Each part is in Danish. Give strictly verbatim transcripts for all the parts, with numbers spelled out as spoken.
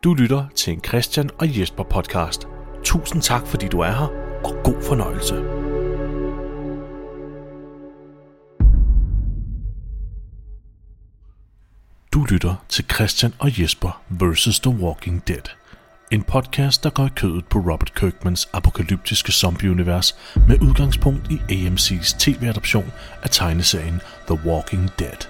Du lytter til en Christian og Jesper podcast. Tusind tak, fordi du er her, og god fornøjelse. Du lytter til Christian og Jesper versus. The Walking Dead. En podcast, der går i kødet på Robert Kirkmans apokalyptiske zombieunivers med udgangspunkt i A M C's tv-adoption af tegneserien The Walking Dead.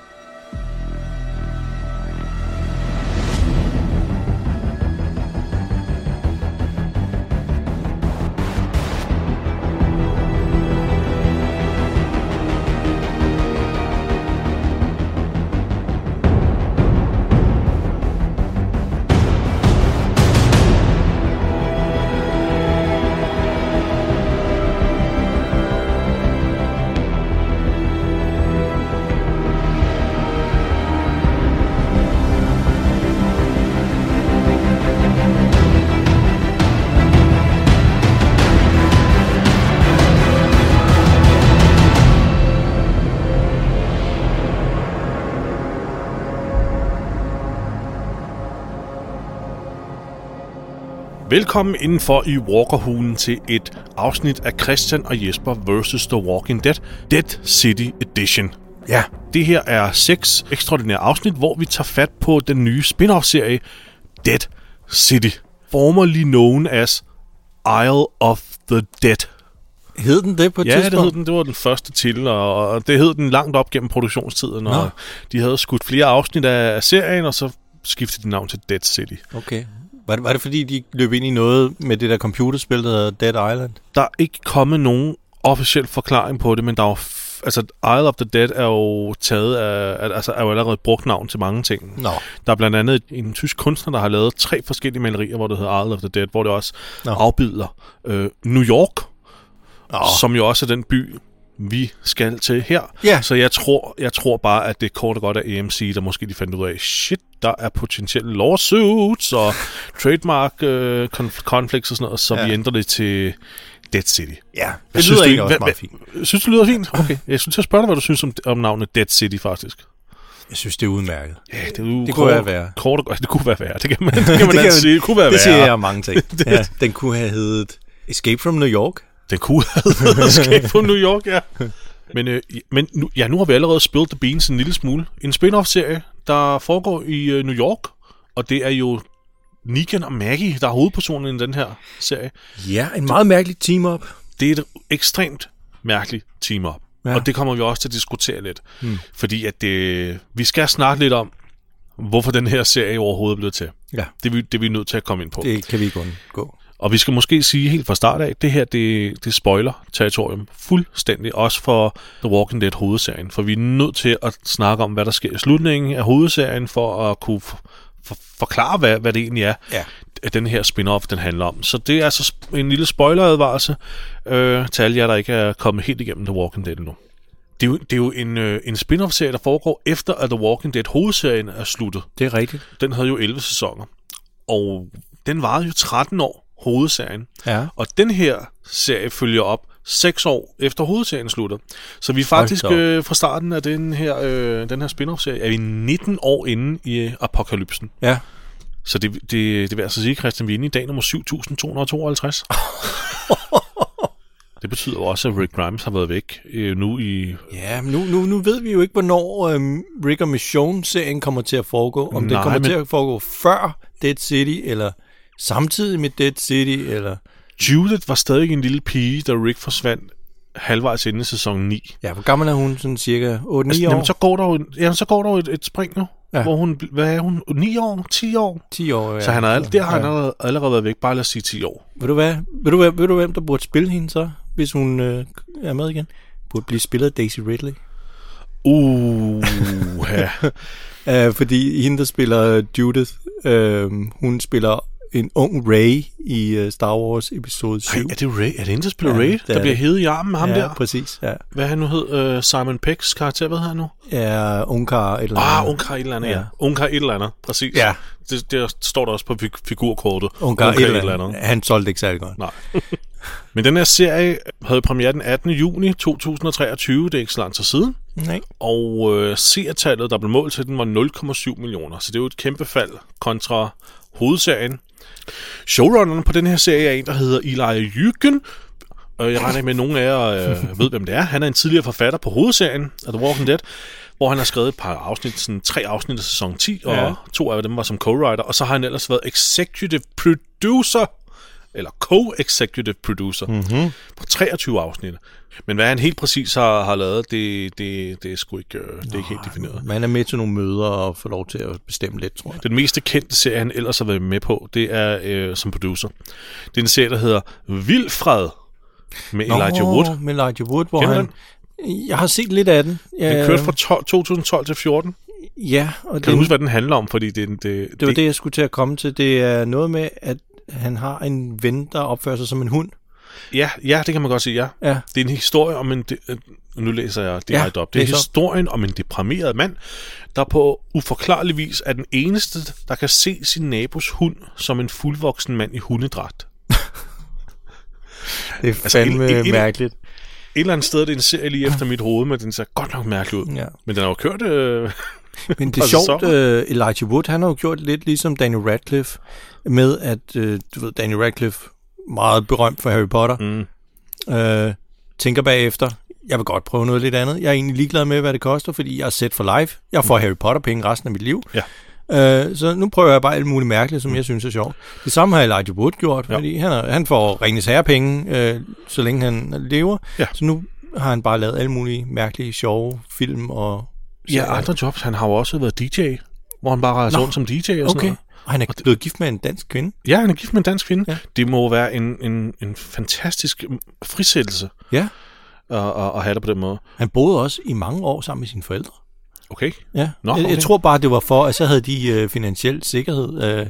Velkommen indenfor i Walkerhulen til et afsnit af Christian og Jesper versus. The Walking Dead, Dead City Edition. Ja, det her er seks ekstraordinære afsnit, hvor vi tager fat på den nye spin-off-serie Dead City, formerly known as Isle of the Dead. Hed den det på et ja, tidspunkt? Ja, det hed den. Det var den første titel, og det hed den langt op gennem produktionstiden. Og de havde skudt flere afsnit af serien, og så skiftede de navn til Dead City. Okay. Var det, var det fordi, de løb ind i noget med det der computerspil, der hedder Dead Island? Der er ikke kommet nogen officiel forklaring på det, men der er jo f- altså Isle of the Dead er jo taget af, altså er jo allerede brugt navn til mange ting. Nå. Der er blandt andet en tysk kunstner, der har lavet tre forskellige malerier, hvor det hedder Isle of the Dead, hvor det også Nå. afbilder øh, New York, Nå. som jo også er den by, vi skal til her. Yeah. Så jeg tror, jeg tror bare, at det kort og godt er A M C, der måske de fandt ud af, shit, der er potentielle lawsuits og trademark uh, konf- conflicts og sådan noget, så ja. vi ændrer det til Dead City. Ja, det lyder egentlig også meget fint. Synes du, det lyder fint? Okay. Jeg synes, jeg spørger dig, hvad du synes om, om navnet Dead City, faktisk. Jeg synes, det er udmærket. Ja, det, er jo det kort, kunne være værre. Kort og godt, det kunne være værre. Det kan man, det kan man det kan sige. Det kunne være det værre. Det siger jeg mange ting. Ja, den kunne have heddet Escape from New York. Den kunne have heddet Escape from New York, ja. Men, øh, men nu, ja, nu har vi allerede spillet The Beans en lille smule. En spin-off-serie, der foregår i øh, New York, og det er jo Negan og Maggie, der er hovedpersonen i den her serie. Ja, en meget mærkelig team-up. Det er et ekstremt mærkeligt team-up, ja. Og det kommer vi også til at diskutere lidt. Hmm. Fordi at det, vi skal snakke lidt om, hvorfor den her serie overhovedet er blevet til. Ja. Det, det er vi nødt til at komme ind på. Det kan vi ikke undgå. Og vi skal måske sige helt fra start af, det her, det, det spoiler-territorium fuldstændig, også for The Walking Dead hovedserien. For vi er nødt til at snakke om, hvad der sker i slutningen af hovedserien, for at kunne for, for, forklare, hvad, hvad det egentlig er, ja. at den her spin-off, den handler om. Så det er altså en lille spoileradvarelse øh, til alle jer, der ikke er kommet helt igennem The Walking Dead endnu. Det er jo, det er jo en, øh, en spin-off-serie, der foregår efter, at The Walking Dead hovedserien er sluttet. Det er rigtigt. Den havde jo elleve sæsoner, og den varede jo tretten år. Hovedserien. Ja. Og den her serie følger op seks år efter hovedserien slutter. Så vi er faktisk øh, fra starten af den her, øh, den her spin-off-serie, er vi nitten år inde i øh, apokalypsen. Ja. Så det, det, det vil altså sige, Christian, vi er inde i dag nummer syv tusind to hundrede tooghalvtreds. Det betyder også, at Rick Grimes har været væk øh, nu i... Ja, men nu, nu, nu ved vi jo ikke, hvornår øh, Rick og Michonne-serien kommer til at foregå. Om Nej, det kommer men... til at foregå før Dead City, eller... samtidig med Dead City, eller... Judith var stadig en lille pige, da Rick forsvandt halvvejs inde i sæson ni. Ja, hvor gammel er hun? Sådan cirka otte ni altså, år? Jamen, så går der jo, jamen, så går der jo et, et spring nu, ja. Hvor hun... Hvad er hun? ni år? ti år? ti år, ja. Så han er, der har ja. han allerede, allerede været væk. Bare lad os sige ti år. Ved du hvad? Ved du, hvad? Ved du hvem, der burde spille hende så, hvis hun øh, er med igen? Burde blive spillet af Daisy Ridley. Uh, ja. uh, fordi hende, der spiller Judith, øh, hun spiller... en ung Ray i uh, Star Wars episode syv. Ej, er det Ray? Er det hende, der spiller ja, Ray? Der bliver hævet i armen med ham ja, der? Præcis, ja. Hvad han nu hed? Uh, Simon Peggs karakter, hvad hedder han nu? Ja, Ungkar et eller andet. Ah, Ungkar et eller andet, ja. ja. Ungkar et eller andet, præcis. Ja. Det, det står der også på fig- figurkortet. Ungkar et, et eller andet. Han solgte ikke særlig godt. Nej. Men den her serie havde premiere den attende juni to tusind og treogtyve, det er ikke så lang tid siden. Nej. Og øh, seertallet, der blev målt til den, var nul komma syv millioner. Så det er jo et kæmpe fald kontra hovedserien. Showrunneren på den her serie er en, der hedder Eli Jürgen. Jeg regner ikke med, at nogen af jer øh, ved, hvem det er. Han er en tidligere forfatter på hovedserien af The Walking Dead, hvor han har skrevet et par afsnit, sådan tre afsnit af sæson ti, og ja. to af dem var som co-writer, og så har han ellers været executive producer, eller co-executive producer, mm-hmm. på treogtyve afsnit. Men hvad han helt præcis har, har lavet, det, det, det er sgu ikke, det er Nå, ikke helt defineret. Man er med til nogle møder og får lov til at bestemme lidt, tror jeg. Den mest kendte serie, han ellers har været med på, det er øh, som producer. Det er en serie, der hedder Vilfred, med Nå, Elijah Wood. med Elijah Wood, hvor Kender han... Den? Jeg har set lidt af den. Jeg... Den kørte fra to tusind og tolv til fjorten. Ja. Og kan den... du huske, hvad den handler om? Fordi det, det, det, det var det, jeg skulle til at komme til. Det er noget med, at han har en ven, der opfører sig som en hund. Ja, ja, det kan man godt sige, ja. ja. Det er en historie om en... De... Nu læser jeg direkte ja, op. Det er historien om en deprimeret mand, der på uforklarlig vis er den eneste, der kan se sin nabos hund som en fuldvoksen mand i hundedragt. Det er fandme altså, en, en, mærkeligt. Et eller andet sted, det er en serie lige efter mit hoved, men den ser godt nok mærkeligt ud. Ja. Men den har jo kørt... Øh, men det er sjovt, uh, Elijah Wood, han har jo gjort lidt ligesom Daniel Radcliffe, med at, uh, du ved, Daniel Radcliffe, meget berømt for Harry Potter, mm. uh, tænker bagefter, jeg vil godt prøve noget lidt andet. Jeg er egentlig ligeglad med, hvad det koster, fordi jeg er set for live. Jeg får mm. Harry Potter-penge resten af mit liv. Ja. Uh, så nu prøver jeg bare alt muligt mærkeligt, som mm. jeg synes er sjovt. Det samme har Elijah Wood gjort, ja. fordi han, er, han får Ringenes Herre-penge, uh, så længe han lever. Ja. Så nu har han bare lavet alle mulige mærkelige, sjove film og... Ja, andre jobs. Han har jo også været D J, hvor han bare rejser rundt som D J og sådan okay. noget. Og han er blevet gift med en dansk kvinde. Ja, han er gift med en dansk kvinde. Ja. Det må være en, en, en fantastisk frisættelse ja. at, at, at have det på den måde. Han boede også i mange år sammen med sine forældre. Okay. Ja. Nå, jeg, okay. jeg tror bare, det var for, at så havde de øh, finansiel sikkerhed. Øh,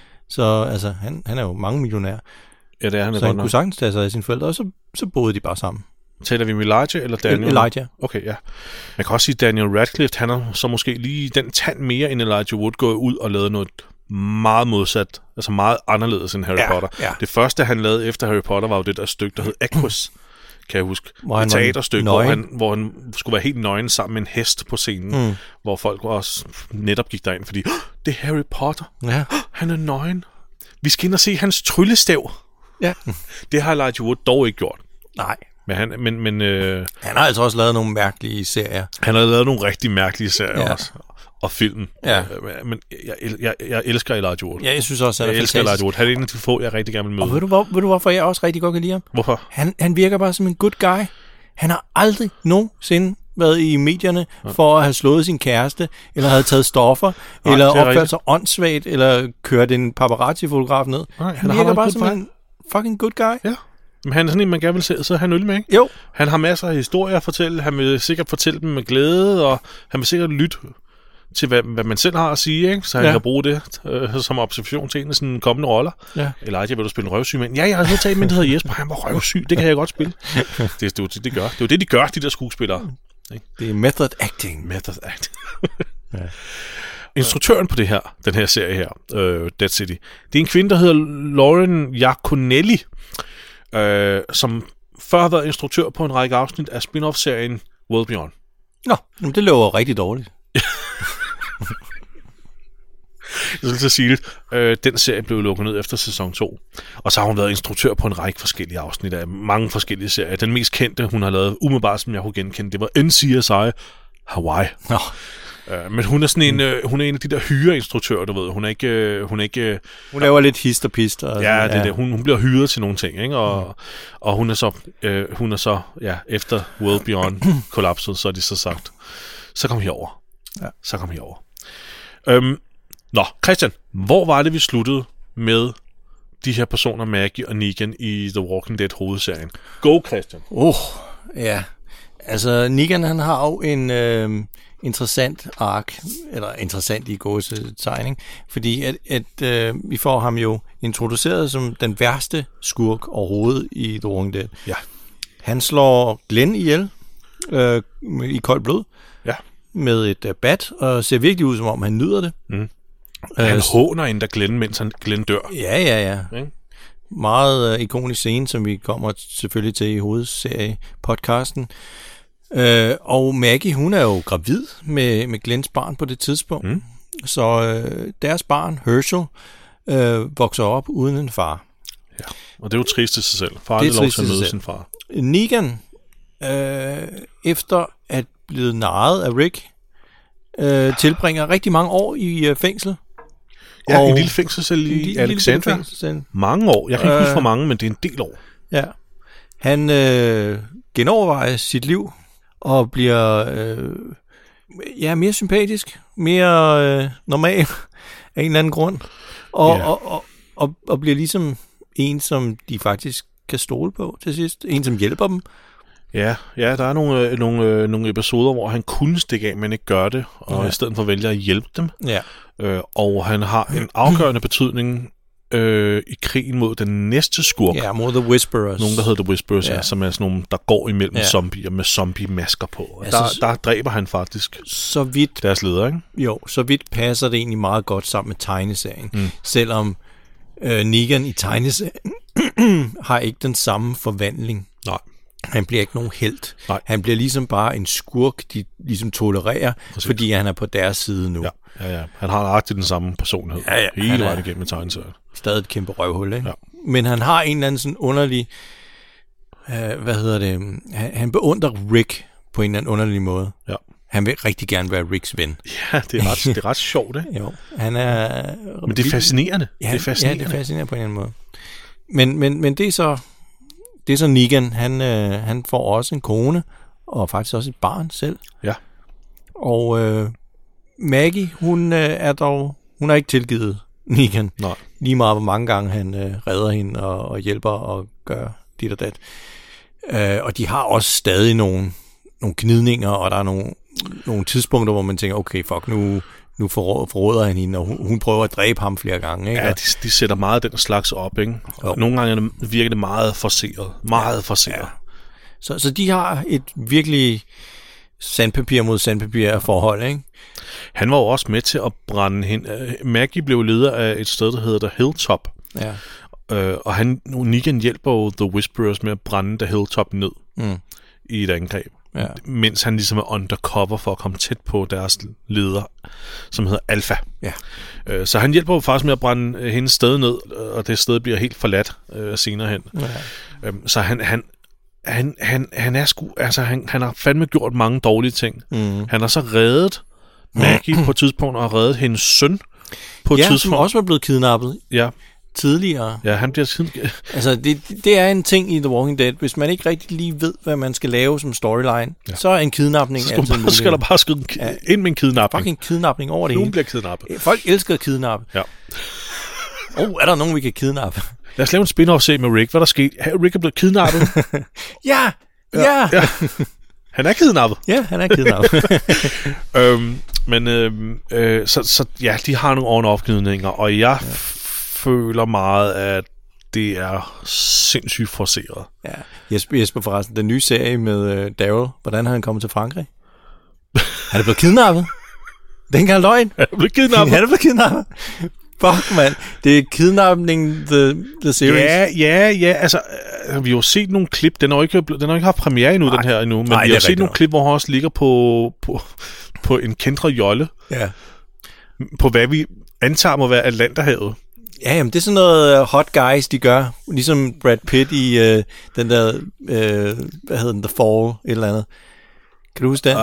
så altså, han, han er jo mange millionær. Ja, det er han. Så han kunne sagtens tage sig af sine forældre, og så, så boede de bare sammen. Taler vi med Elijah eller Daniel? Elijah. Okay, ja. Man kan også sige, at Daniel Radcliffe, han har så måske lige den tand mere end Elijah Wood gået ud og lavet noget meget modsat, altså meget anderledes end Harry ja, Potter. Ja. Det første, han lavede efter Harry Potter, var jo det der stykke, der hed Aquas, kan jeg huske. Et teaterstykke, hvor han, hvor han skulle være helt nøgen sammen med en hest på scenen, mm. hvor folk også netop gik derind, fordi det er Harry Potter. Ja. Han er nøgen. Vi skal ind og se hans tryllestav. Ja. Det har Elijah Wood dog ikke gjort. Nej. Men han, men, men, øh, han har altså også lavet nogle mærkelige serier. Han har lavet nogle rigtig mærkelige serier ja. også. Og film. Ja. Men jeg, jeg, jeg elsker Elijah Wood. Ja, jeg synes også, han er Jeg elsker Elijah Wood. Han er en af de få, jeg rigtig gerne vil møde. Og ved du, hvor, ved du hvorfor jeg også rigtig godt kan lide ham? Hvorfor? Han, han virker bare som en good guy. Han har aldrig nogensinde været i medierne ja. for at have slået sin kæreste, eller havde taget stoffer, Nej, eller opført sig åndssvagt, eller kørt en paparazzi-fotograf ned. Nej, han, han virker bare som en fucking good guy. Ja. Men han er sådan en, man gerne vil se, så han øl med, ikke? Jo. Han har masser af historier at fortælle. Han vil sikkert fortælle dem med glæde, og han vil sikkert lytte til, hvad, hvad man selv har at sige, ikke? Så han ja. kan bruge det øh, som observation til en af sine kommende roller. Ja. Eller vil du spille en røvsyg mand? Ja, jeg har hørt talt med, der hedder Jesper. Han var røvsyg. Det kan jeg godt spille. det, det, det, det, gør. det er jo det, de gør, de der skuespillere. Ikke? Det er method acting. Method acting. ja. Instruktøren på det her, den her serie her, øh, Dead City, det er en kvinde, der hedder Lauren Iaconelli, øh, som før har været instruktør på en række afsnit af spin-off-serien World Beyond. Nå, men det løber rigtig dårligt. Jeg skal sige det. Øh, den serie blev lukket ned efter sæson to. Og så har hun været instruktør på en række forskellige afsnit af mange forskellige serier. Den mest kendte, hun har lavet, umiddelbart som jeg kunne genkende, det var N C S I Hawaii. Nå. Øh, men hun er sådan en, mm. øh, hun er en af de der hyreinstruktører, du ved. Hun er ikke... Øh, hun er ikke øh, hun laver lidt hist og pist. Og ja, det er ja. det. Hun, hun bliver hyret til nogle ting, ikke? Og, mm. og hun er så, øh, hun er så, ja, efter World Beyond kollapset, så er de så sagt, så kom herover. Ja. Så kom herover. Øhm, Nå, Christian, hvor var det, vi sluttede med de her personer, Maggie og Negan, i The Walking Dead hovedserien? Go, Christian. Åh, oh, ja. Altså, Negan, han har jo en øh, interessant ark, eller interessant i gåsetegning, fordi at, at øh, vi får ham jo introduceret som den værste skurk overhovedet i The Walking Dead. Ja. Han slår Glenn ihjel øh, i koldt blod. Ja. Med et uh, bat, og ser virkelig ud, som om han nyder det. Mm. Han uh, håner endda Glenn, mens han Glenn dør. Ja, ja, ja. Okay. Meget uh, ikonisk scene, som vi kommer selvfølgelig til i hovedserie-podcasten. Uh, og Maggie, hun er jo gravid med, med Glenns barn på det tidspunkt. Mm. Så uh, deres barn, Herschel, øh, vokser op uden en far. Ja, og det er jo trist i sig selv. Far har aldrig lov til at møde sin far. Negan, øh, efter at blive narret af Rick, øh, tilbringer rigtig mange år i øh, fængsel. Ja, en lille fængselscelle i Alexandria. Fængselscelle. Mange år. Jeg kan ikke øh, huske for mange, men det er en del år. Ja. Han øh, genovervejer sit liv og bliver øh, ja, mere sympatisk, mere øh, normal af en eller anden grund. Og, yeah. og, og, og, og bliver ligesom en, som de faktisk kan stole på til sidst. En, som hjælper dem. Ja, ja, der er nogle, nogle, nogle episoder, hvor han kunne stikke af, men ikke gør det, og ja. i stedet for vælger at hjælpe dem. Ja. Øh, og han har en afgørende betydning øh, i krigen mod den næste skurk. Ja, mod The Whisperers. Nogen, der hedder The Whisperers, ja. Ja, som er sådan nogle, der går imellem ja. zombier med zombie-masker på. Altså, der, der dræber han faktisk så vidt, deres leder, ikke? Jo, så vidt passer det egentlig meget godt sammen med tegneserien. Mm. Selvom øh, Negan i tegneserien har ikke den samme forvandling. Nej. Han bliver ikke nogen helt. Nej. Han bliver ligesom bare en skurk, de ligesom tolererer, præcis. Fordi han er på deres side nu. Ja, ja, ja. Han har nøjagtigt den samme personlighed. Ja, ja. Hele vejen igennem tegneserien. Stadig et kæmpe røvhul, ikke? Ja. Men han har en eller anden sådan underlig, øh, hvad hedder det, han, han beundrer Rick på en eller anden underlig måde. Ja. Han vil rigtig gerne være Ricks ven. Ja, det er ret, det er ret sjovt, ikke? Jo, han er... Men det er fascinerende. Ja, det er fascinerende. Ja, det er fascinerende på en eller anden måde. Men, men, men det er så... Det er så Negan, han, øh, han får også en kone, og faktisk også et barn selv. Ja. Og øh, Maggie, hun øh, er dog, hun har ikke tilgivet Negan. Nej. Lige meget, hvor mange gange han øh, redder hende og, og hjælper og gør dit og dat. Øh, og de har også stadig nogle, nogle gnidninger, og der er nogle, nogle tidspunkter, hvor man tænker, okay, fuck, nu... Nu forråder han hende, og hun, hun prøver at dræbe ham flere gange. Ikke? Ja, de, de sætter meget den slags op, ikke? Og nogle gange virker det meget forceret. Meget ja, forceret. Ja. Så, så de har et virkelig sandpapir mod sandpapir forhold, ikke? Han var jo også med til at brænde hende. Maggie blev leder af et sted, der hedder The Hilltop. Ja. Øh, og han, Negan hjælper jo The Whisperers med at brænde The Hilltop ned mm. i et angreb. Ja. Mens han ligesom er undercover for at komme tæt på deres leder, som hedder Alpha. Ja. Øh, så han hjælper jo faktisk med at brænde hendes sted ned, og det sted bliver helt forladt øh, senere hen. Ja. Øh, så han, han, han, han, han er sgu, altså han, han har fandme gjort mange dårlige ting. Mm. Han har så reddet Maggie på et tidspunkt, og har reddet hendes søn på et ja, tidspunkt. som også var blevet kidnappet. Ja. Tidligere. Ja, han bliver tidligere. Altså, det, det er en ting i The Walking Dead. Hvis man ikke rigtig lige ved, hvad man skal lave som storyline, ja. Så er en kidnapning så altid muligt. Så skal der bare skyde ja. ind med en kidnapning. Fucking kidnapning over det hele. Nogen bliver kidnappet. Folk elsker at kidnappe. Ja. Oh, er der nogen, vi kan kidnappe? Lad os lave en spin-off-serie med Rick. Hvad der skete? Rick er blevet kidnappet. ja! Ja! ja. ja. Han er kidnappet. Ja, han er kidnappet. øhm, men øh, øh, så, så ja, de har nogle oven-off-gnidninger, og jeg ja. føler meget, at det er sindssygt forceret. Ja. Jesper, Jesper forresten, den nye serie med uh, Daryl, hvordan har han kommet til Frankrig? Han er blevet kidnappet. Det er ikke engang løgn. Han er blevet kidnappet. Han er blevet kidnappet. Fuck, mand. Det er kidnapping the, the series. Ja, ja, ja. Altså, øh, vi har jo set nogle klip. Den har ikke, den har ikke haft premiere endnu, nej, den her endnu. Men nej, vi har set nogle klip, hvor han også ligger på, på, på en kendre jolle. Ja. På hvad vi antager må være Atlanterhavet. Ja, jamen, det er sådan noget uh, hot guys, de gør. Ligesom Brad Pitt i uh, den der, uh, hvad hedder den, The Fall, et eller andet. Kan du huske den?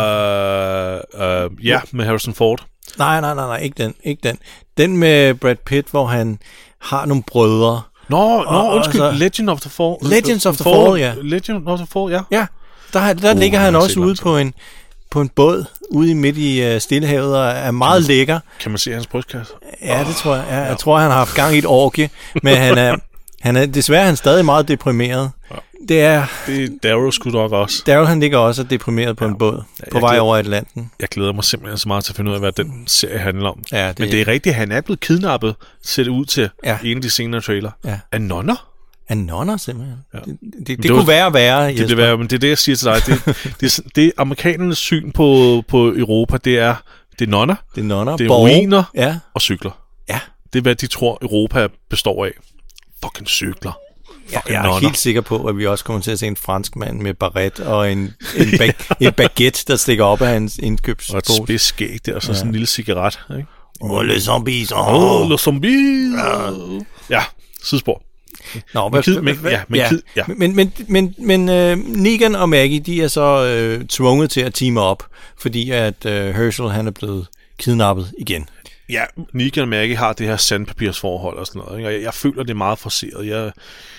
Uh, uh, ja, med Harrison Ford. Nej, nej, nej, nej, ikke den, ikke den. Den med Brad Pitt, hvor han har nogle brødre. Nå, og, nå undskyld, altså, Legend of the Fall. Legends of the Fall, Fall, ja. Legend of the Fall, ja. Ja, der, der uh, ligger han også ude på en, på en båd, ude i midt i uh, Stillehavet, og er meget man, lækker. Kan man se hans brystkasse? Ja, det tror jeg. Ja, jeg tror, han har haft gang i et orgie, men han er, han er desværre han er stadig meget deprimeret. Ja. Det er... Det er Daryl sgu nok også. Daryl, han ligger også deprimeret på ja. en båd, på vej glæder, over Atlanten. Jeg glæder mig simpelthen så meget til at finde ud af, hvad den serie handler om. Ja, det, men det er rigtigt, han er blevet kidnappet, ser det ud til, ja. i en af de senere trailer. Ja. Af nonner? Af nonner, simpelthen. Ja. Det, det, det, det kunne var, være værre, det, det, være, men det er det, jeg siger til dig. Det, det, det, det er amerikanernes syn på, på Europa, det er, det er nonner, det er, nonner, det er ruiner ja. og cykler. Ja. Det er, hvad de tror, Europa består af. Fucking cykler. Ja, jeg er nonner. Helt sikker på, at vi også kommer til at se en fransk mand med baret og en, en, bag, en baguette, der stikker op af hans indkøbspose. Og et spids skæg der, og så ja. sådan en lille cigaret. Ikke? Oh, le zombies. Åh, oh, le zombies. Ja, ja sidespor. Nå, men, kid, men, ja, men, ja. Kid, ja. men, men, men, men uh, Negan og Maggie, de er så uh, tvunget til at teame op, fordi at uh, Herschel, han er blevet kidnappet igen. Ja, Negan og Maggie har det her sandpapirsforhold og sådan noget, ikke? Og jeg, jeg føler, det er meget forceret. Jeg,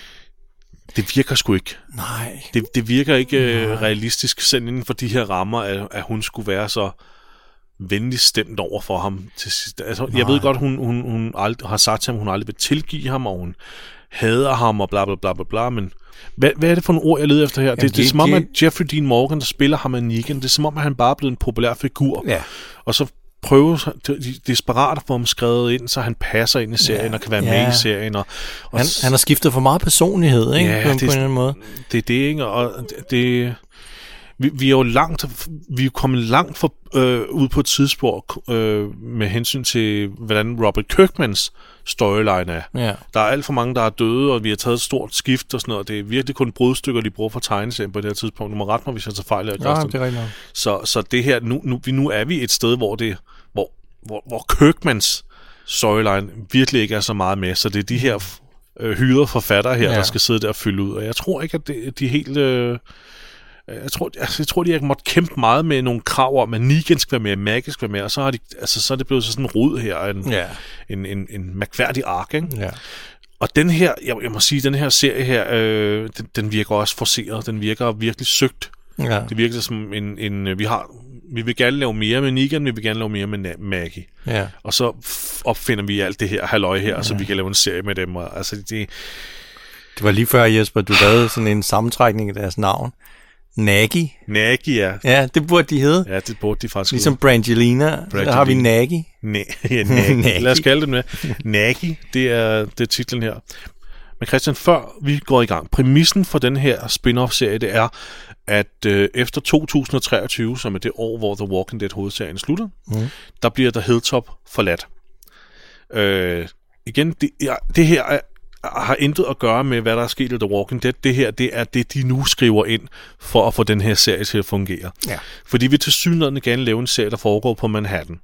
det virker sgu ikke. Nej. Det, det virker ikke uh, realistisk, selv inden for de her rammer, at, at hun skulle være så venligt stemt over for ham til sidst. Altså, jeg ved godt, hun, hun, hun aldrig, har sagt til ham, hun aldrig vil tilgive ham, og hun hader ham og bla bla bla bla bla, men hvad, hvad er det for nogle ord, jeg leder efter her? Jamen, det, det, det er som om, at Jeffrey Dean Morgan, der spiller ham af Negan, det er som om, at han bare er blevet en populær figur, ja. Og så prøver de desperat at få ham skrevet ind, så han passer ind i serien, ja. Og kan være ja. med i serien. Og, og han, han har skiftet for meget personlighed, ikke? Ja, på, det, på en eller anden måde. Det er det, ikke? Og det... det Vi, vi er jo langt, vi er kommet langt for, øh, ud på et tidsspor øh, med hensyn til, hvordan Robert Kirkmans storyline er. Ja. Der er alt for mange, der er døde, og vi har taget et stort skift og sådan noget. Det er virkelig kun brudstykker, de bruger for tegneserien på det her tidspunkt. Nu må ret mig, hvis jeg tager fejl. Ja, det er rigtigt. Så, så det her, nu, nu, nu er vi et sted, hvor, det, hvor, hvor, hvor Kirkmans storyline virkelig ikke er så meget med. Så det er de her øh, hyrede forfattere her, ja. Der skal sidde der og fylde ud. Og jeg tror ikke, at det, de helt... Øh, Jeg tror, altså, jeg tror, de har måttet kæmpe meget med nogle krav om, at Negan skal være med, Maggie skal være med, og så, har de, altså, så er det blevet sådan en rod her, en, ja. en, en, en mærkværdig ark, ikke? Ja. Og den her, jeg, jeg må sige, den her serie her, øh, den, den virker også forceret, den virker virkelig søgt. Ja. Det virker som en, en vi har, vi vil gerne lave mere med Negan, vi vil gerne lave mere med Maggie. Ja. Og så opfinder vi alt det her halløj her, ja. Så vi kan lave en serie med dem. Og, altså, det, det var lige før, Jesper, du lavede sådan en sammentrækning af deres navn. Nagy. Nagy, ja. Ja, det burde de hedde. Ja, det burde de faktisk. Ligesom Brangelina, der har vi Nagy. Næ- ja, Nagy. Lad os kalde det med. Nagy, det er, det er titlen her. Men Christian, før vi går i gang, præmissen for den her spin-off-serie, det er, at øh, efter to tusind og treogtyve, som er det år, hvor The Walking Dead hovedserien slutter, mm. der bliver The Hilltop forladt. Øh, igen, det, ja, det her er har intet at gøre med, hvad der er sket i The Walking Dead. Det her, det er det, de nu skriver ind for at få den her serie til at fungere. Ja. Fordi vi til synligheden gerne lave en serie, der foregår på Manhattan.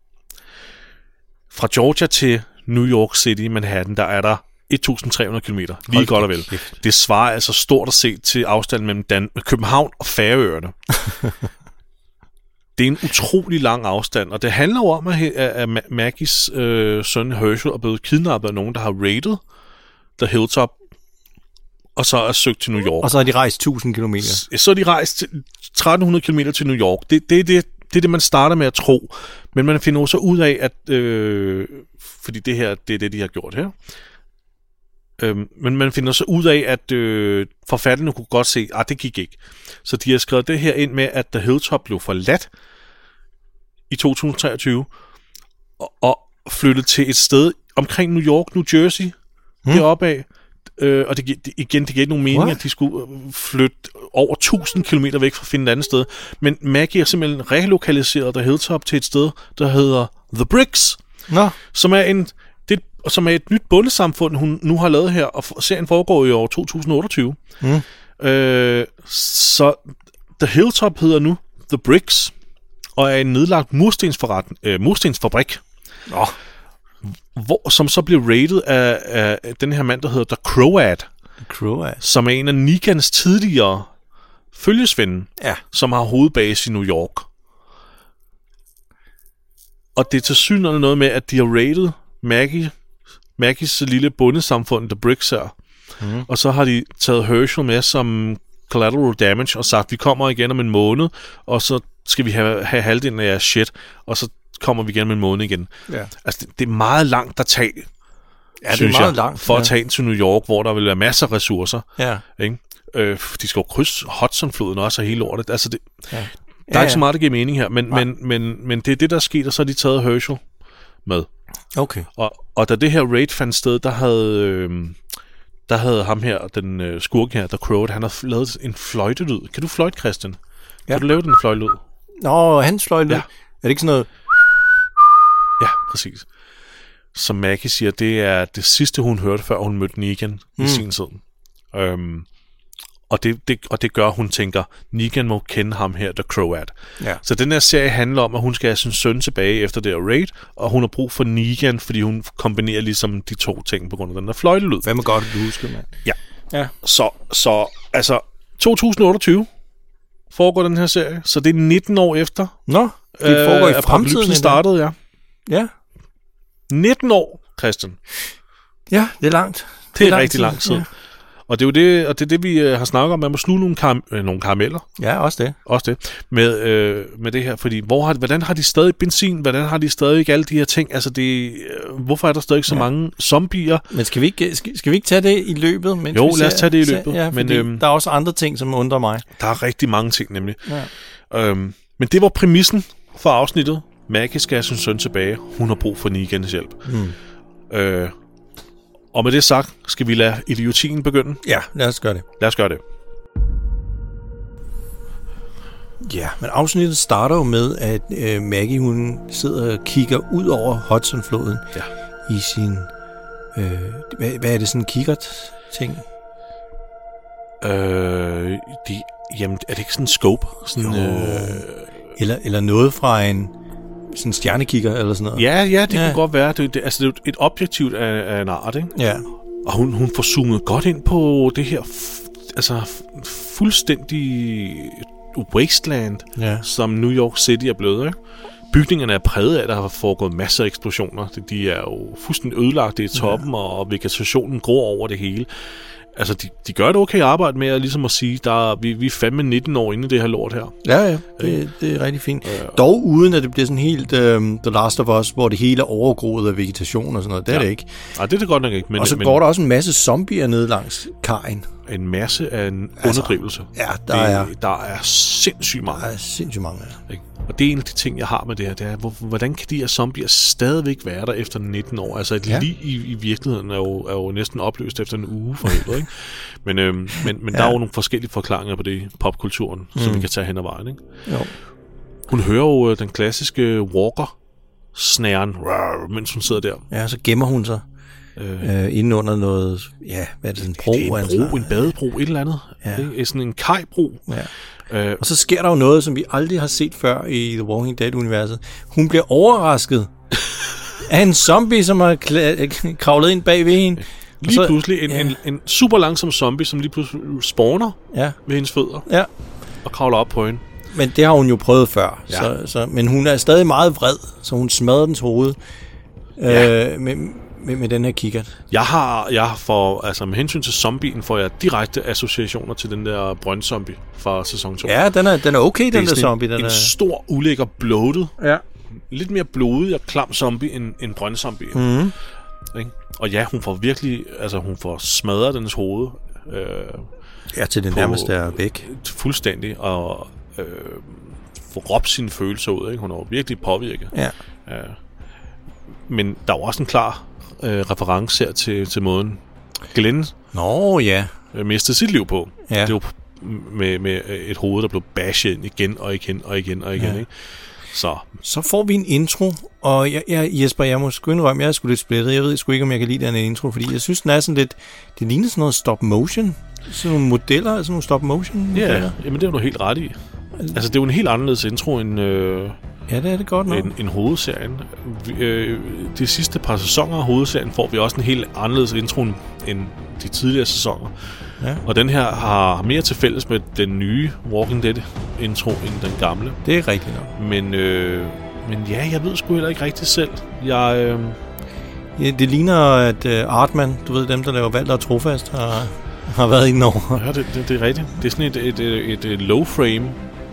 Fra Georgia til New York City, Manhattan, der er der tusind tre hundrede kilometer. Lige Hold godt og vel. Kæft. Det svarer altså stort at se til afstanden mellem Dan- København og Færøerne. Det er en utrolig lang afstand, og det handler jo om, at, at Maggies øh, søn Herschel er blevet kidnappet af nogen, der har raided The Hilltop, og så er søgt til New York. Og så har de rejst tusind kilometer. Så er de rejst til tretten hundrede kilometer til New York. Det, det, det, det er det, man starter med at tro. Men man finder også ud af, at... Øh, fordi det her, det er det, de har gjort her. Øh, men man finder så ud af, at øh, forfatterne kunne godt se, at det gik ikke. Så de har skrevet det her ind med, at The Hilltop blev forladt i to tusind og treogtyve, og, og flyttet til et sted omkring New York, New Jersey, Hmm. deroppe af, øh, og det, det, igen, det giver ikke nogen mening, What? At de skulle flytte over tusind kilometer væk for at finde et andet sted. Men Maggie er simpelthen relokaliseret The Hilltop til et sted, der hedder The Bricks, no. som, er en, det, som er et nyt bondesamfund, hun nu har lavet her, og serien foregår i år to tusind og otteogtyve. Hmm. Øh, så The Hilltop hedder nu The Bricks, og er en nedlagt murstensforret, øh, murstensfabrik. Nå. Hvor, som så blev rated af, af den her mand, der hedder The Croat, Croat, som er en af Negans tidligere følgesvende, ja. Som har hovedbase i New York. Og det er tilsyneladende noget med, at de har rated Maggie, Maggies lille bondesamfund, The Bricks her. Mm. Og så har de taget Herschel med som collateral damage og sagt, vi kommer igen om en måned, og så skal vi have, have halvdelen af jeres shit, og så kommer vi igen med en måned igen. Ja. Altså, det, det er meget langt at tage, ja, det er meget jeg, langt, for ja. At tage ind til New York, hvor der vil være masser af ressourcer. Ja. Ikke? Øh, de skal jo krydse Hudson-floden også og hele lortet. Altså, det, ja. Der er ja, ikke så meget, der giver mening her, men, men, men, men det er det, der er sket, og så har de taget Herschel med. Okay. Og, og da det her raid fandt sted, der havde, øh, der havde ham her, den øh, skurken her, der Croat, han har lavet en fløjtelyd. Kan du fløjte, Christian? Ja. Kan du lave den fløjtelyd? Nå, hans fløjtelyd. Ja. Er det ikke sådan noget... Ja, præcis. Som Maggie siger, det er det sidste, hun hørte, før hun mødte Negan mm. i sin tid. Øhm, Og det, det, og det gør, at hun tænker, Negan må kende ham her, The Croat. Ja. Så den her serie handler om, at hun skal have sin søn tilbage efter det her raid, og hun har brug for Negan, fordi hun kombinerer ligesom de to ting på grund af den der fløjtelyd. Hvad man godt huske, mand. Ja. ja. Så, så altså, to tusind otteogtyve foregår den her serie, så det er nitten år efter. Nå, det foregår øh, i fremtiden. Startede, ja. Ja. nitten år, Christian. Ja, det er langt. Det, det er, er rigtig lang tid. Ja. Og det er jo det, og det, er det vi øh, har snakket om, man må sluge nogle, karam- øh, nogle karameller. Ja, også det. Også det. Med, øh, med det her, fordi hvor har, hvordan har de stadig benzin? Hvordan har de stadig alle de her ting? Altså, det, øh, hvorfor er der stadig så ja. mange zombier? Men skal vi ikke, skal, skal vi ikke tage det i løbet? Mens jo, vi lad os tage det i løbet. Ja, men, øhm, der er også andre ting, som undrer mig. Der er rigtig mange ting, nemlig. Ja. Øhm, men det var præmissen for afsnittet. Maggie skal have sin søn tilbage. Hun har brug for Negans hjælp. Mm. Øh, Og med det sagt, skal vi lade idiotien begynde? Ja, lad os gøre det. Lad os gøre det. Ja, men afsnittet starter jo med, at øh, Maggie, hun sidder og kigger ud over Hudsonfloden ja. i sin... Øh, hvad, hvad er det, sådan en kikkert-ting? Øh, de, jamen, er det ikke sådan en scope? Sådan, øh... eller, eller noget fra en... sådan en stjernekikker eller sådan noget. Ja, ja, det ja. kunne godt være. Det, det, altså, det er et objektivt af, af en art, ikke? Ja. Og hun, hun får zoomet godt ind på det her f- altså f- fuldstændig wasteland, ja. som New York City er blevet, ikke? Bygningerne er præget af, der har foregået masser af eksplosioner. De er jo fuldstændig ødelagte i toppen, ja. og vegetationen gror over det hele. Altså, de, de gør det okay arbejde med at, ligesom at sige, der, vi, vi er fandme nitten år inde i det her lort her. Ja, ja, det, det er rigtig fint. Ja. Dog uden, at det bliver sådan helt um, The Last of Us, hvor det hele er overgroet af vegetation og sådan noget. Det er ja. det ikke. Nej, det er det godt nok ikke. Men, og så men, går der også en masse zombier ned langs kajen. En masse af en altså, underdrivelse. Ja, der det, er... Der er sindssygt mange. Der er sindssygt mange, ja. Og det er en af de ting, jeg har med det her, det er, hvordan kan de her zombier stadigvæk være der efter nitten år? Altså et ja. liv i, i virkeligheden er jo, er jo næsten opløst efter en uge for helvede, ikke? Men, øhm, men, men ja. der er jo nogle forskellige forklaringer på det i popkulturen, mm. som vi kan tage hen ad vejen, ikke? Jo. Hun hører jo øh, den klassiske walker-snæren, mens hun sidder der. Ja, så gemmer hun sig øh, øh, inde under noget, ja, hvad er det, en bro? Det er en bro, en badebro, et eller andet. Ja. Det er sådan en kajbro. Ja. Øh, og så sker der jo noget, som vi aldrig har set før i The Walking Dead-universet. Hun bliver overrasket af en zombie, som har kla- kravlet ind bag ved hende. Lige så, pludselig en, ja. en, en super langsom zombie, som lige pludselig spawner ja. ved hendes fødder ja. og kravler op på hende. Men det har hun jo prøvet før. Ja. Så, så, men hun er stadig meget vred, så hun smadrer dens hoved ja. øh, med, med, med den her kikkert. Jeg har, jeg får, altså med hensyn til zombien, får jeg direkte associationer til den der brøndzombie fra sæson to. Ja, den er, den er okay, den der zombie. Den en er... stor, ulækker, bloated, ja. lidt mere blodig og klam zombie end, end brøndzombie. Mm. Ikke? Og ja, hun får virkelig, altså hun får smadret dens hoved. Øh, ja, til det nærmeste er væk. Fuldstændig, og øh, får råbt sine følelser ud. Ikke? Hun er jo virkelig påvirket. Ja. Øh, men der er jo også en klar øh, reference her til, til måden Glenn Nå, ja. øh, mistede sit liv på. Ja. Det er jo med, med et hoved, der blev bashed ind igen og igen og igen og igen. Ja. Ikke? Så. Så får vi en intro, og jeg, jeg, Jesper, jeg må sgu indrømme, jeg er sgu lidt splittet. Jeg ved sgu ikke, om jeg kan lide den intro, fordi jeg synes, den er sådan lidt, det ligner sådan noget stop motion. Sådan nogle modeller, sådan nogle stop motion modeller. Ja, jamen det er du helt ret i. Altså det er jo en helt anderledes intro end, øh, ja, det er det godt nok. end, end hovedserien. Vi, øh, de sidste par sæsoner af hovedserien får vi også en helt anderledes intro end de tidligere sæsoner. Ja. Og den her har mere til fælles med den nye Walking Dead intro end den gamle. Det er rigtigt nok. Men, øh, men ja, jeg ved sgu heller ikke rigtigt selv. Jeg... Øh... Ja, det ligner, at uh, Artman, du ved, dem der laver Valder og Trofast, har, har været inde over. Ja, det, det, det er rigtigt. Det er sådan et, et, et, et low frame.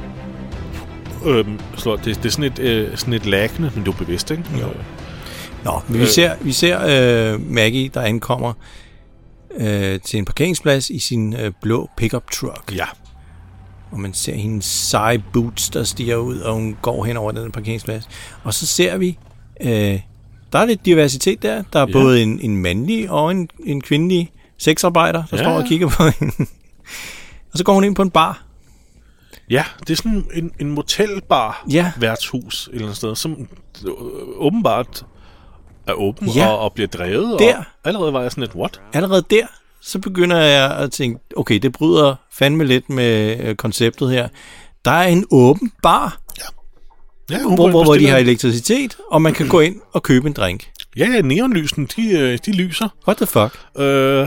Øhm, det, det er sådan et, øh, sådan et lagende, men du er bevidst, ikke? Jo. Nå, men vi ser, vi ser uh, Maggie, der ankommer øh, til en parkeringsplads i sin øh, blå pickup truck. Ja. Og man ser hendes seje boots, der stiger ud, og hun går hen over den parkeringsplads. Og så ser vi, øh, der er lidt diversitet der. Der er ja. både en, en mandlig og en, en kvindelig sexarbejder, der ja. står og kigger på hende. Og så går hun ind på en bar. Ja, det er sådan en, en motelbar ja. værtshus et eller andet sted, som øh, åbenbart er åben ja. og, og bliver drevet. Der. Og allerede var jeg sådan et, what? Allerede der så begynder jeg at tænke, okay, det bryder fandme lidt med øh, konceptet her. Der er en åben bar, ja. Ja, hvor, hvor, hvor de har elektricitet, og man kan gå ind og købe en drink. Ja, neonlysen, de, de lyser. What the fuck? Øh,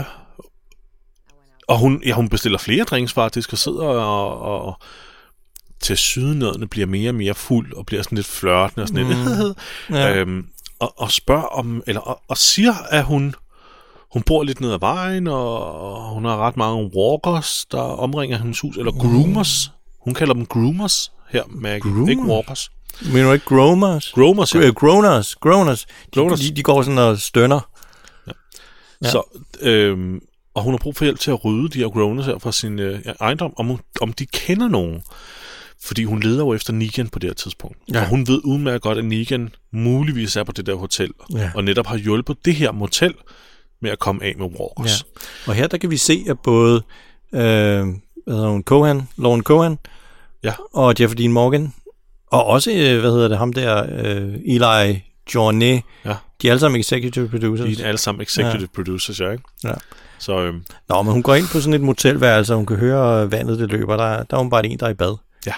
og hun, ja, hun bestiller flere drinks faktisk, og sidder og, og til sydenødende bliver mere og mere fuld, og bliver sådan lidt flørtende og sådan mm. lidt. ja. øhm, og, og spørger om, eller og, og siger, at hun, hun bor lidt ned ad vejen, og, og hun har ret mange walkers, der omringer hendes hus, eller groomers. Hun kalder dem groomers her, Maggie. Groomer? Ikke walkers. Men du ikke groomers? Groomers, ja. Groaners, groaners. De, de, de går sådan og stønner. Ja. Ja. Så, øhm, og hun har brug for hjælp til at rydde de her groaners her fra sin øh, ejendom, om, hun, om de kender nogen. Fordi hun leder jo efter Negan på det her tidspunkt. Ja. Og hun ved udmærket godt, at Negan muligvis er på det der hotel, ja. Og netop har hjulpet det her motel med at komme af med walkers. Ja. Og her der kan vi se, at både øh, hvad hedder hun, Cohan, Lauren Cohan, ja. Og Jeffrey Dean Morgan, og også, hvad hedder det, ham der, øh, Eli Journey, ja. De er alle sammen executive producers. De er alle sammen executive ja. producers, ja, ikke? Ja. Så, øhm. Nå, men hun går ind på sådan et motelværelse, og hun kan høre vandet, det løber. Der, der er hun bare en, der er i bad. Ja.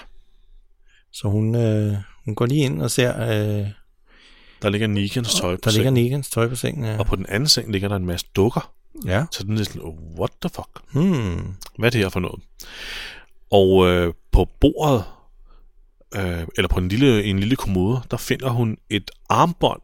Så hun, øh, hun går lige ind og ser... Øh, der ligger Negans tøj på der sengen. Der ligger Negans tøj på sengen, ja. Og på den anden seng ligger der en masse dukker. Ja. Så den er sådan, oh, what the fuck? Hmm. Hvad er det her for noget? Og øh, på bordet, øh, eller på en lille, en lille kommode, der finder hun et armbånd,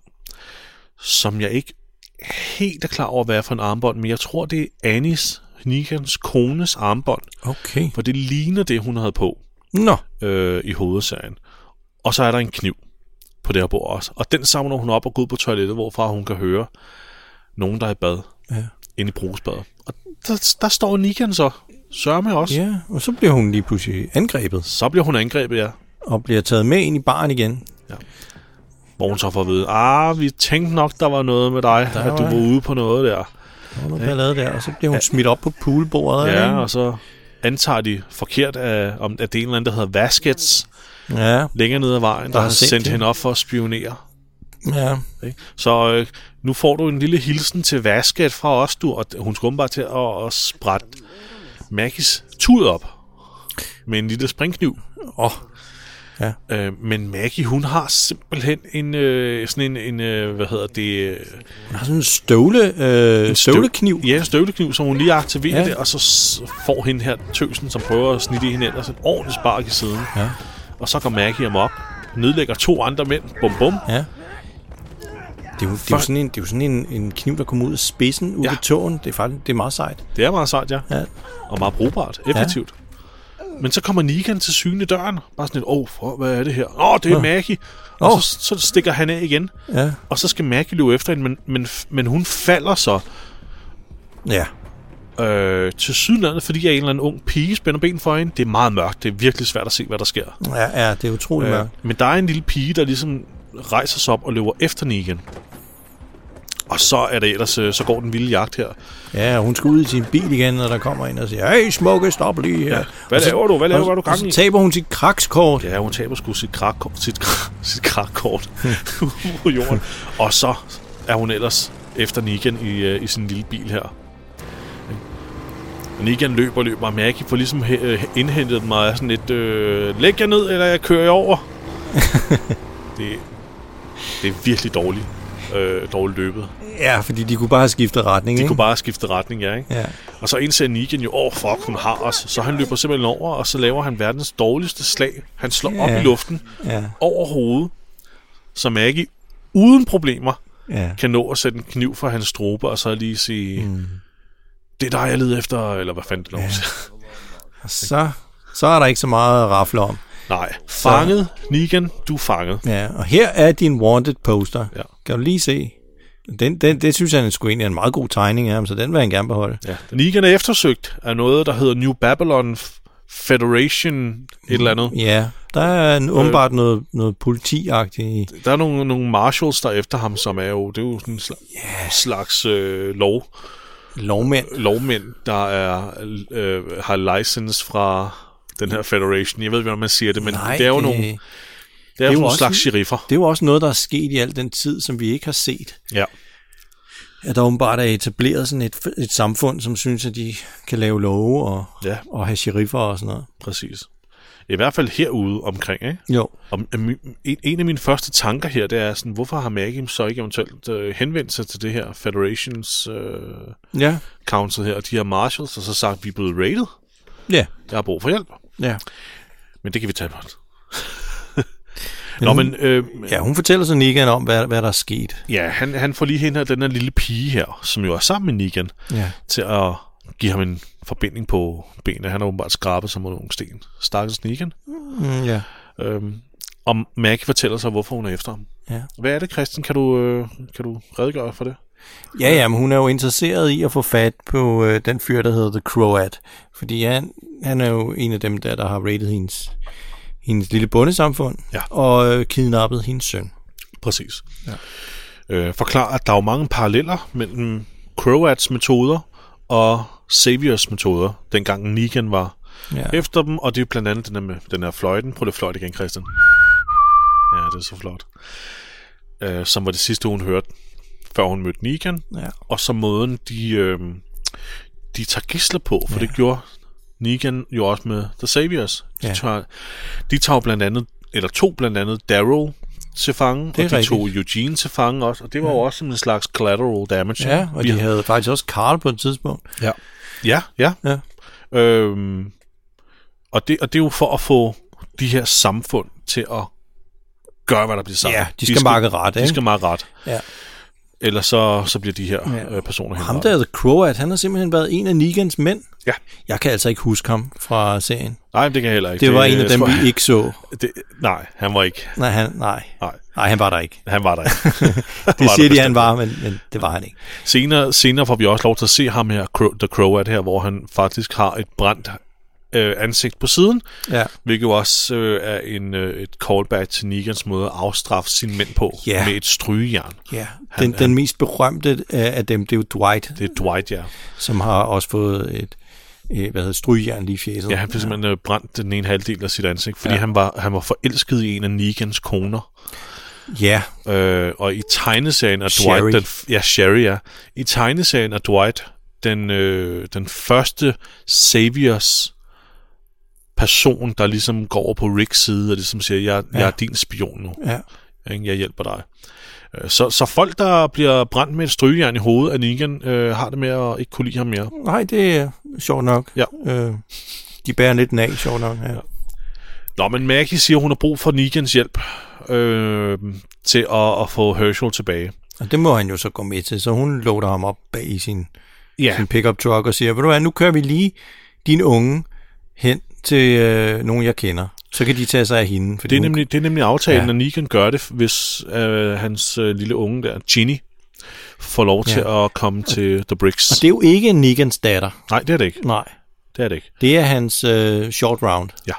som jeg ikke helt er klar over, hvad er for en armbånd, men jeg tror, det er Annis, Negans kones armbånd. Okay. For det ligner det, hun havde på Nå. Øh, i hovedserien. Og så er der en kniv på det her bord også. Og den samler hun op og går ud på toilettet, hvorfra hun kan høre nogen, der er i bad. Ja. Inde i brugsbadet. Og der, der står Negan så. Sørme også. Ja, og så bliver hun lige pludselig angrebet. Så bliver hun angrebet, ja. Og bliver taget med ind i baren igen. Ja. Hvor hun så får at vide, ah, vi tænkte nok, der var noget med dig, der at du var ude på noget der. Der var noget, der lavede der, og så bliver hun ja. smidt op på poolbordet. Ja, ikke? og så antager de forkert, af, om, at det er en eller anden, der hedder Vaskets, ja. længere nede ad vejen, der, der har sendt, sendt hende op for at spionere. Ja. Okay. Så øh, nu får du en lille hilsen til Vasket fra os, du, og hun skal bare til at, at sprætte Maggies tud op med en lille springkniv. Åh. Oh. Ja. Øh, men Maggie, hun har simpelthen en øh, sådan en, en øh, hvad hedder det? Øh, hun har sådan en støvle, øh, en støvlekniv. Ja, en støvlekniv, som hun lige aktiverer ja. det, og så får hende her tøsen, som prøver at snitte hende ellers et ordentligt spark i siden. Ja. Og så går Maggie ham op, nedlægger to andre mænd, bum bum. Ja. Det er jo, det er jo sådan, en, det er jo sådan en, en kniv, der kommer ud af spidsen, ud af ja. tåen. Det er faktisk det er meget sejt. Det er meget sejt, ja. ja. Og meget brugbart, effektivt. Ja. Men så kommer Negan til syne i døren. Bare sådan lidt, åh, oh, hvad er det her? Åh, oh, det er oh. Maggie. Og oh. så, så stikker han af igen. Ja. Og så skal Maggie løbe efter hende, men, men, men hun falder så. Ja. Øh, til sydlandet, fordi jeg er en eller anden ung pige spænder ben for hende. Det er meget mørkt. Det er virkelig svært at se, hvad der sker. Ja, ja det er utroligt øh, mørkt. Men der er en lille pige, der ligesom rejser sig op og løber efter Negan. Og så er det ellers, så går den vilde jagt her. Ja, hun skal ud i sin bil igen, og der kommer en og siger, hey, smukke, stop lige her. Ja. Hvad og laver så, du? Hvad laver og, du gang i? Og så taber hun sit krakskort. Ja, hun taber sgu sit krakkort, sit, sit krakkort på jorden. Og så er hun ellers efter Negan i, i sin lille bil her. Negan løber og løber, og Maggie får ligesom indhentet mig og sådan lidt, øh, læg jer ned, eller jeg kører jer over. det, det er virkelig dårligt. Øh, dårligt løbet. Ja, fordi de kunne bare have skiftet retning, De ikke? kunne bare have skiftet retning, ja, ikke? Ja. Og så indser Negan jo, åh, oh, fuck, hun har os. Så han løber simpelthen over, og så laver han verdens dårligste slag. Han slår ja. op i luften, ja. over hovedet, så Maggie, uden problemer, ja. kan nå at sætte en kniv for hans strobe, og så lige sige, mm. det er dig, jeg leder efter, eller hvad fanden det ja. så, så er der ikke så meget at rafle om. Nej, fanget, så. Negan, du er fanget. Ja, og her er din wanted poster. Ja. Kan du lige se? Den, den, det synes jeg, skulle egentlig er en meget god tegning af ham, så den vil han gerne beholde. Ja. Negan er eftersøgt af noget, der hedder New Babylon Federation, et eller andet. Ja, der er en, umiddelbart øh, noget, noget politiagtigt. Der er nogle, nogle marshals, der er efter ham, som er jo, det er jo sådan en slags, yeah. slags øh, lov. Lovmænd. Lovmænd, der er, øh, har license fra den her Federation. Jeg ved ikke, hvordan man siger det, men Nej, det er jo det... nogle... Det er, det er jo nogle slags sheriffer. Det er jo også noget, der er sket i al den tid, som vi ikke har set. Ja. Ja, der åbenbart er etableret sådan et, et samfund, som synes, at de kan lave love og, ja. og have sheriffer og sådan noget. Præcis. I hvert fald herude omkring, ikke? Jo. Og en, en af mine første tanker her, det er sådan, hvorfor har Maggie så ikke eventuelt øh, henvendt sig til det her Federations øh, ja. Council her, og de her marshals, og så sagt, at vi er blevet raided. Ja. Jeg har brug for hjælp. Ja. Men det kan vi tage på. Nå, men, øh, ja, hun fortæller så Negan om, hvad, hvad der er sket. Ja, han, han får lige hen her, den her lille pige her, som jo er sammen med Negan, ja. til at give ham en forbinding på benene. Han har åbenbart skrabet sig mod nogle sten. Stakkels Negan. Mm, ja. Øhm, og Maggie fortæller sig, hvorfor hun er efter ham. Ja. Hvad er det, Christian? Kan du, øh, kan du redegøre for det? Ja, ja, men hun er jo interesseret i at få fat på øh, den fyr, der hedder The Croat. Fordi han, han er jo en af dem, der, der har raided hendes, hendes lille bondesamfund, ja. og øh, kidnappet hendes søn. Præcis. Ja. Øh, forklar, at der er jo mange paralleller mellem Croats metoder og Saviors metoder, dengang Negan var ja. efter dem, og det er blandt andet den her, med, den her fløjten. Prøv det fløjt igen, Christian. Ja, det er så flot. Øh, som var det sidste, hun hørte, før hun mødte Negan, ja. og så måden, de, øh, de tager gidsler på, for ja. det gjorde Negan jo også med The Saviors. De, ja. tager, de tager blandt andet, eller tog blandt andet Daryl til fange, og de rigtigt. tog Eugene til fange også, og det var ja. jo også en slags collateral damage. Ja, og de havde faktisk også Carl på et tidspunkt. Ja, ja, ja. ja. Øhm, og, det, og det er jo for at få de her samfund til at gøre, hvad der bliver sagt. Ja, de skal, de skal markere ret, ikke? De skal markere ret. Ja. Ellers så, så bliver de her ja. øh, personer hen. Ham der, The Croat, han har simpelthen været en af Negans mænd. Ja. Jeg kan altså ikke huske ham fra serien. Nej, det kan jeg heller ikke. Det, det var en af dem, vi ikke så. Det, nej, han var ikke. Nej, han, nej. nej. nej, han var der ikke. Han var der ikke. det siger de, han var, men, men det var han ikke. Senere, senere får vi også lov til at se ham her, The Croat her, hvor han faktisk har et brændt øh, ansigt på siden, ja. hvilket jo også øh, er en, øh, et callback til Negans måde at afstraffe sine mænd på ja. med et strygejern. Ja, han, den, han, den mest berømte af dem, det er jo Dwight. Det er Dwight, ja. Som har også fået et, et hvad hedder strygejern lige i fjeset. Ja, han fik simpelthen ja. brændt den ene halvdel af sit ansigt, fordi ja. han, var, han var forelsket i en af Negans koner. Ja. Øh, og i tegneserien af Dwight... Den, ja, Sherry, ja. I tegneserien af Dwight, den, øh, den første Saviors person, der ligesom går over på Ricks side, og ligesom siger, jeg, ja. jeg er din spion nu. Ja. Jeg hjælper dig. Så, så folk, der bliver brændt med et strygejern i hovedet af Negan, øh, har det med at ikke kunne lide ham mere. Nej, det er sjovt nok. Ja. Øh, de bærer lidt af, sjovt nok. Ja. Ja. Nå, men Maggie siger, hun har brug for Negans hjælp øh, til at, at få Herschel tilbage. Og det må han jo så gå med til, så hun loader ham op bag i sin, ja. sin pickup truck og siger, ved du hvad, nu kører vi lige din unge hen til øh, nogen, jeg kender. Så kan de tage sig af hende. Det er, hun... nemlig, det er nemlig aftalen, ja. at Negan gør det, hvis øh, hans øh, lille unge der, Ginny, får lov ja. til at komme til The Bricks. Og det er jo ikke Negans datter. Nej, det er det ikke. Nej. Det er det ikke. Det er hans øh, short round. Ja.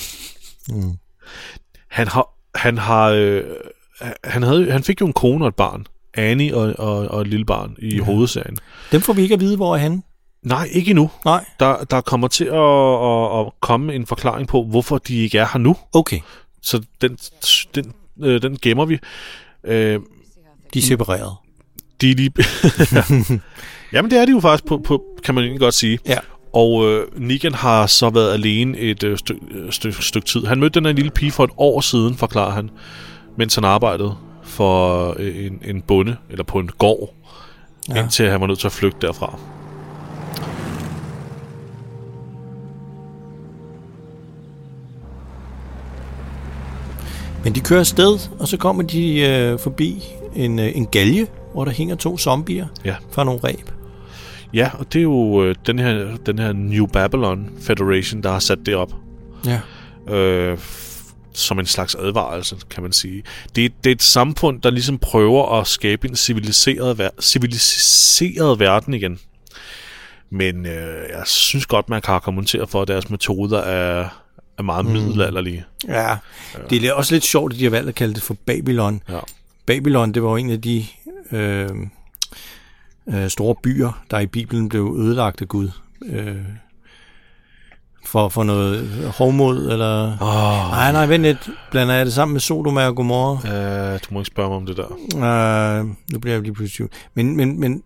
Mm. Han har... Han har... Øh, han, havde, han fik jo en kone og et barn. Annie og, og, og et lille barn i ja. hovedserien. Dem får vi ikke at vide, hvor er han. Nej, ikke endnu. Nej. Der, der kommer til at, at, at komme en forklaring på, hvorfor de ikke er her nu. Okay. Så den, den, øh, den gemmer vi. Øh, de er separeret. De er lige... Jamen, det er de jo faktisk, på, på, kan man egentlig godt sige. Ja. Og øh, Negan har så været alene et øh, stykke styk, styk tid. Han mødte den her lille pige for et år siden, forklarer han, mens han arbejdede for øh, en, en bonde, eller på en gård, ja. indtil han var nødt til at flygte derfra. Men de kører afsted, og så kommer de øh, forbi en, øh, en galge, hvor der hænger to zombier ja. fra nogle ræb. Ja, og det er jo øh, den, her, den her New Babylon Federation, der har sat det op. Ja. Øh, f- som en slags advarelse, kan man sige. Det, det er et samfund, der ligesom prøver at skabe en civiliseret, ver- civiliseret verden igen. Men øh, jeg synes godt, man kan kommentere for, at deres metoder er, er meget mm. middelalderlige. Ja, det er også lidt sjovt, at de har valgt at kalde det for Babylon. Ja. Babylon, det var en af de... Øh, Øh, store byer, der i Bibelen blev ødelagt af Gud. Øh, for, for noget hovmod, eller... Oh. Nej, nej, vent lidt. Blander jeg det sammen med Sodoma og Gomorra? Uh, du må ikke spørge mig om det der. Uh, nu bliver jeg lige pludselig... Men, men, men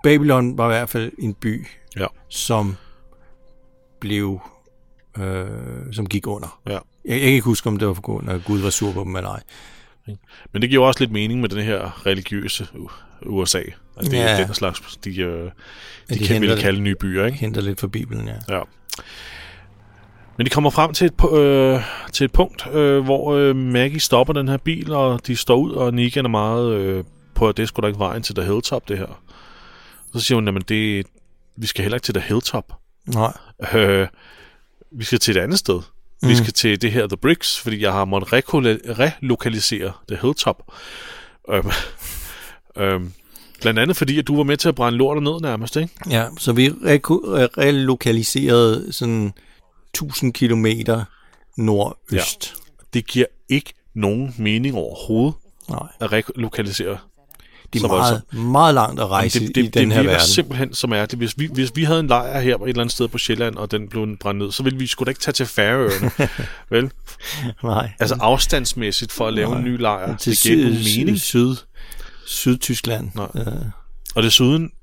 Babylon var i hvert fald en by, ja. som blev, øh, som gik under. Ja. Jeg, jeg kan ikke huske, om det var for grund af, at Gud var sur på dem eller ej. Men det giver også lidt mening med den her religiøse U S A. Altså det er ja. den slags, de, de, de, de kan vel kalde nye byer, ikke? Henter lidt fra Bibelen, ja. Ja. Men de kommer frem til et, øh, til et punkt, øh, hvor øh, Maggie stopper den her bil, og de står ud, og Negan er meget øh, på, at det skulle da ikke vejen til The Hilltop, det her. Så siger hun, at det, vi skal heller ikke til The Hilltop. Nej. Øh, vi skal til et andet sted. Mm. Vi skal til det her The Bricks, fordi jeg har måttet rekol- relokalisere The Hilltop. Øhm, øhm, blandt andet fordi, at du var med til at brænde lortet ned nærmest, ikke? Ja, så vi reko- relokaliserede sådan tusind kilometer nordøst. Ja. Det giver ikke nogen mening overhovedet. Nej. At relokalisere. Det er meget, meget langt at rejse det, det, i den det her verden. Det simpelthen som er det. Hvis vi, hvis vi havde en lejr her et eller andet sted på Sjælland, og den blev brændt ned, så ville vi sgu da ikke tage til Færøerne. Vel? Nej. Altså afstandsmæssigt for at lave Nej. en ny lejr. Til det giver syd, mening. Syd, Syd-Tyskland. Ja. Og desuden,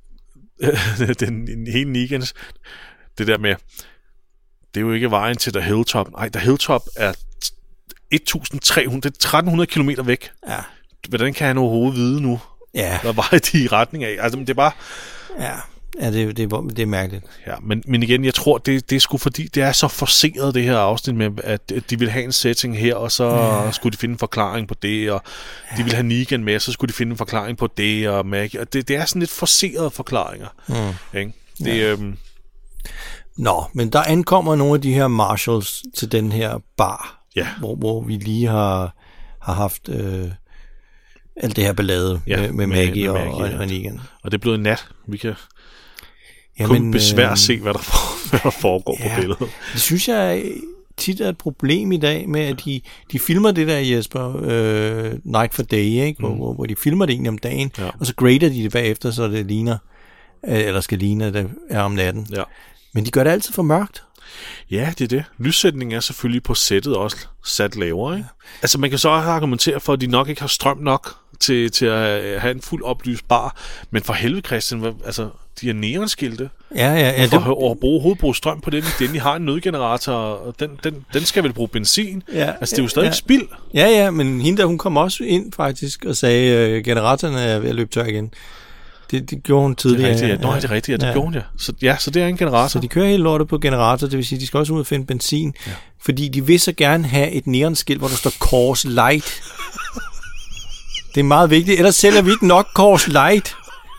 den hele Negans, det der med, det er jo ikke vejen til The Hilltop. Nej, The Hilltop er elleve hundrede, det er tretten hundrede kilometer væk. Ja. Hvordan kan han overhovedet vide nu? Ja. Hvad var de i retning af? Altså, det er bare... Ja, ja det, det, det er mærkeligt. Ja, men, men igen, jeg tror, det, det er sgu fordi, det er så forceret, det her afsnit med, at de vil have en setting her, og så ja. skulle de finde en forklaring på det, og ja. de vil have Negan med, så skulle de finde en forklaring på det, og Maggie, og det, det er sådan lidt forcerede forklaringer. Mm. Ikke? Det, ja. øhm... Nå, men der ankommer nogle af de her marshals til den her bar, ja. hvor, hvor vi lige har, har haft... Øh, alt det her ballade ja, med, med Maggie, med, med Maggie og, og, og Negan. Og det er blevet nat. Vi kan Jamen, kun besvær at se, hvad der, for, hvad der foregår ja, på billedet. Det synes jeg tit er et problem i dag, med at de, de filmer det der, Jesper, øh, Night for Day, ikke? Hvor, mm. hvor, hvor de filmer det egentlig om dagen, ja. og så grader de det bagefter, så det ligner, eller skal ligne, at det er om natten. Ja. Men de gør det altid for mørkt. Ja, det er det. Lyssætningen er selvfølgelig på sættet også sat lavere, ikke? Ja. Altså, man kan så også argumentere for, at de nok ikke har strøm nok til, til at have en fuld oplyst bar. Men for helvede, Christian, altså, de er neonskilte. Ja, ja, ja. For det... at bruge hovedbrug strøm på den, den de har en nødgenerator, og den, den, den skal vel bruge benzin. Ja, altså, det er jo stadig ja. spild. Ja, ja, men hende der, hun kom også ind faktisk og sagde, at generatoren er ved at løbe tør igen. Det, det gjorde hun tidligere. Det er rigtigt, ja. Nå, det er rigtigt, ja. Det ja. gjorde hun, ja. Så, ja, så det er en generator. Så de kører helt lortet på generator, det vil sige, de skal også ud og finde benzin. Ja. Fordi de vil så gerne have et neonskilt, hvor der står Coors Light. Det er meget vigtigt, ellers sælger vi ikke nok Coors Light.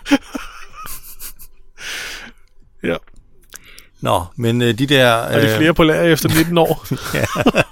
Ja. Nå, men øh, de der... Øh... Er det flere på lager efter nitten år? Ja.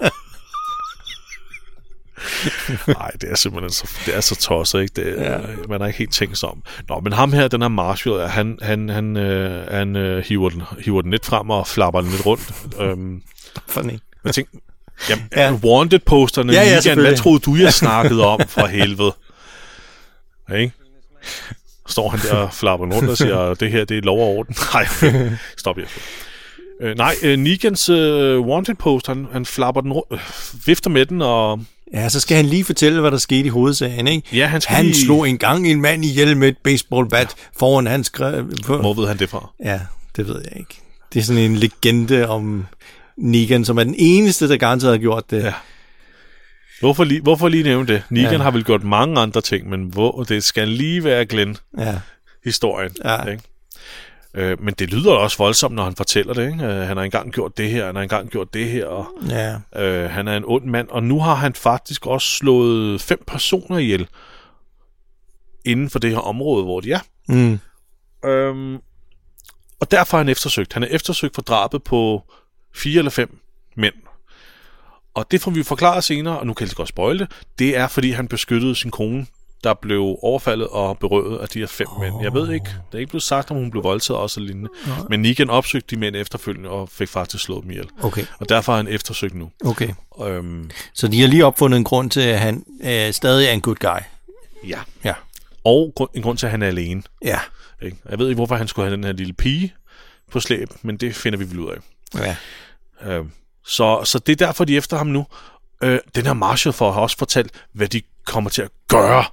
Nej, det er simpelthen så, det er så tosset, ikke? Det, ja. Man har ikke helt tænkt sig om. Nå, men ham her, den her Marshall, han, han, han, øh, han øh, hiver, den, hiver den lidt frem og flapper den lidt rundt. øhm, Funny. Jeg tænkte, jamen, ja. Wanted-posterne, ja, ja, Negan, hvad troede du, jeg snakkede om for helvede? Ikke? Står han der og flapper den rundt og siger, det her, det er lov og orden. Nej, stop her. Øh, nej, øh, Negans øh, Wanted-post, han, han flapper den rundt, øh, vifter med den og... Ja, så skal han lige fortælle, hvad der skete i hovedsagen, ikke? Ja, han, han lige... slog engang en mand ihjel med et baseballbat ja. foran hans... For... Hvor ved han det fra? Ja, det ved jeg ikke. Det er sådan en legende om Negan, som er den eneste, der garanteret har gjort det. Ja. Hvorfor lige, hvorfor lige nævne det? Negan ja. har vel gjort mange andre ting, men hvor det skal lige være Glenn-historien. Ja. Ikke? Øh, men det lyder også voldsomt, når han fortæller det. Ikke? Øh, han har engang gjort det her, han har engang gjort det her. Og, ja. øh, han er en ond mand, og nu har han faktisk også slået fem personer ihjel inden for det her område, hvor de er. Mm. Øhm, og derfor er han eftersøgt. Han er eftersøgt for drabet på fire eller fem mænd. Og det får vi forklare senere, og nu kan jeg godt spoile det. Det er, fordi han beskyttede sin kone, der blev overfaldet og berøvet af de her fem oh. mænd. Jeg ved ikke, det er ikke blevet sagt, om hun blev voldtaget også eller lignende. Oh. Men Negan opsøgte de mænd efterfølgende og fik faktisk slået dem ihjel. Okay. Og derfor er han eftersøgt nu. Okay. Øhm, Så de har lige opfundet en grund til, at han øh, stadig er en good guy. Ja. Ja. Og grund, en grund til, at han er alene. Ja. Ikke? Jeg ved ikke, hvorfor han skulle have den her lille pige på slæb, men det finder vi vel ud af. Ja. Øhm, så, så det er derfor, de er efter ham nu. Øh, den her Marshall for har også fortalt, hvad de kommer til at gøre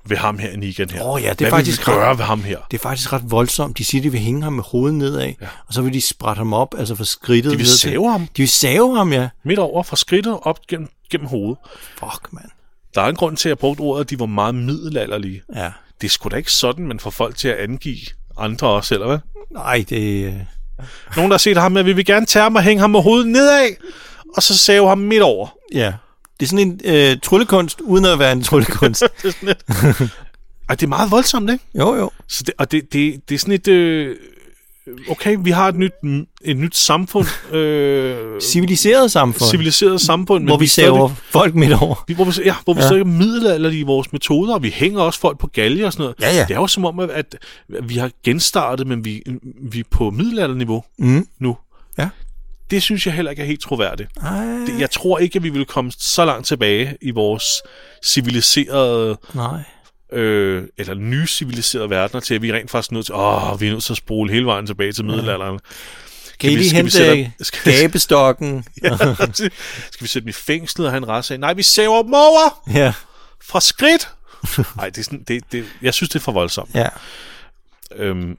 ved ham her, Negan her. Åh oh, ja, det er Hvad faktisk vil vi gøre ret, ved ham her? Det er faktisk ret voldsomt. De siger, de vil hænge ham med hovedet nedad, ja. Og så vil de sprætte ham op, altså for skridtet. De vil save ham. De vil save ham, ja. Midt over, fra skridtet op gennem, gennem hovedet. Fuck, mand. Der er en grund til, at jeg brugte ordet, at de var meget middelalderlige. Ja. Det er sgu da ikke sådan, man får folk til at angive andre også, eller hvad? Nej, det... Nogen, der har set ham med, vi vil gerne tage ham og hænge ham med hovedet nedad, og så save ham midt over. Ja. Det er sådan en øh, tryllekunst, uden at være en tryllekunst. Det er sådan et... Ej, det er meget voldsomt, ikke? Jo, jo. Så det, og det, det, det er sådan et... Øh... Okay, vi har et nyt, et nyt samfund. Øh... Civiliseret samfund. Civiliseret samfund. Hvor vi, vi saver stadig... folk midt over. Vi, hvor vi, ja, hvor vi ja. stadig er middelalderlige i vores metoder, og vi hænger også folk på galge og sådan noget. Ja, ja. Det er jo som om, at, at vi har genstartet, men vi, vi er på middelalderniveau mm. nu. Ja. Det synes jeg heller ikke er helt troværdigt. Det, jeg tror ikke, at vi vil komme så langt tilbage i vores civiliserede... Nej. Øh, eller nye civiliserede verdener, til at vi rent faktisk er nødt til, åh, vi er nødt til at spole hele vejen tilbage til middelalderen. Kan, kan I lige hente gabestokken? Ja, skal vi sætte dem i fængslet og have en retssag? Nej, vi saver dem over! Ja. Fra skridt! Nej, det er sådan, det, det, jeg synes, det er for voldsomt. Ja. Øhm,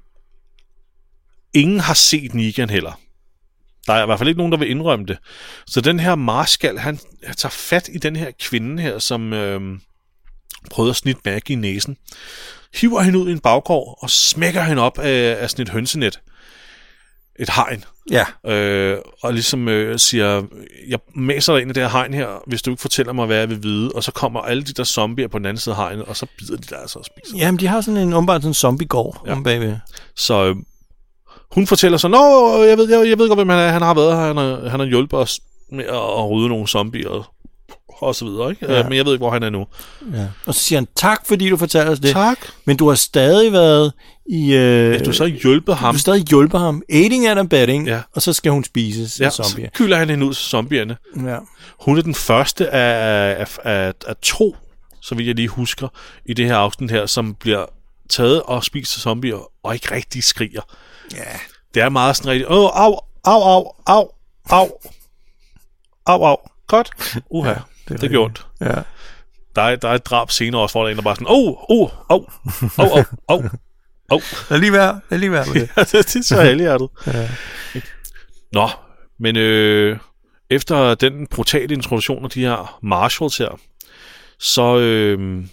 ingen har set Negan heller. Der er i hvert fald ikke nogen, der vil indrømme det. Så den her Marskal, han, han tager fat i den her kvinde her, som øhm, prøvede at snitte Maggie i næsen, hiver hende ud i en baggård og smækker hende op af, af sådan et hønsenet. Et hegn. Ja. Øh, og ligesom øh, siger, jeg mæser dig ind i det her hegn her, hvis du ikke fortæller mig, hvad jeg vil vide. Og så kommer alle de der zombier på den anden side af hegnet, og så bider de der altså og spiser. Jamen, de har sådan en umiddelbart en zombie-gård ja. om bagved. Så øh, hun fortæller så, nå, jeg ved, jeg, jeg ved godt, hvem han er. Han har været her, han har, han har hjulpet os med at, at rydde nogle zombier og så videre, ikke? Ja. Men jeg ved ikke, hvor han er nu. Ja. Og så siger han, tak fordi du fortalte os det. Tak. Men du har stadig været i... Øh, ja, du har stadig hjulpet ham. Du har stadig hjulpet ham. Aiding and abetting. Ja. Og så skal hun spises ja, af zombier. Så kylder han hende ud til zombierne. Ja. Hun er den første af, af, af, af to, så vidt jeg lige husker, i det her afsnit her, som bliver taget og spist af zombier, og ikke rigtig skriger. Ja. Det er meget sådan rigtig, åh, au, au, au, au, au, au, au, godt, uha. Ja. Det, det gjorde ondt. Ja. Der er, der er et drab senere også, hvor der er en, der bare sådan, åh, åh, åh, åh, åh, åh, åh. Lad lige være, lad lige være med det. Ja, det, det er så helhjertet. Ja. Nå, men øh, efter den brutale introduktion af de her marshals her, så øh,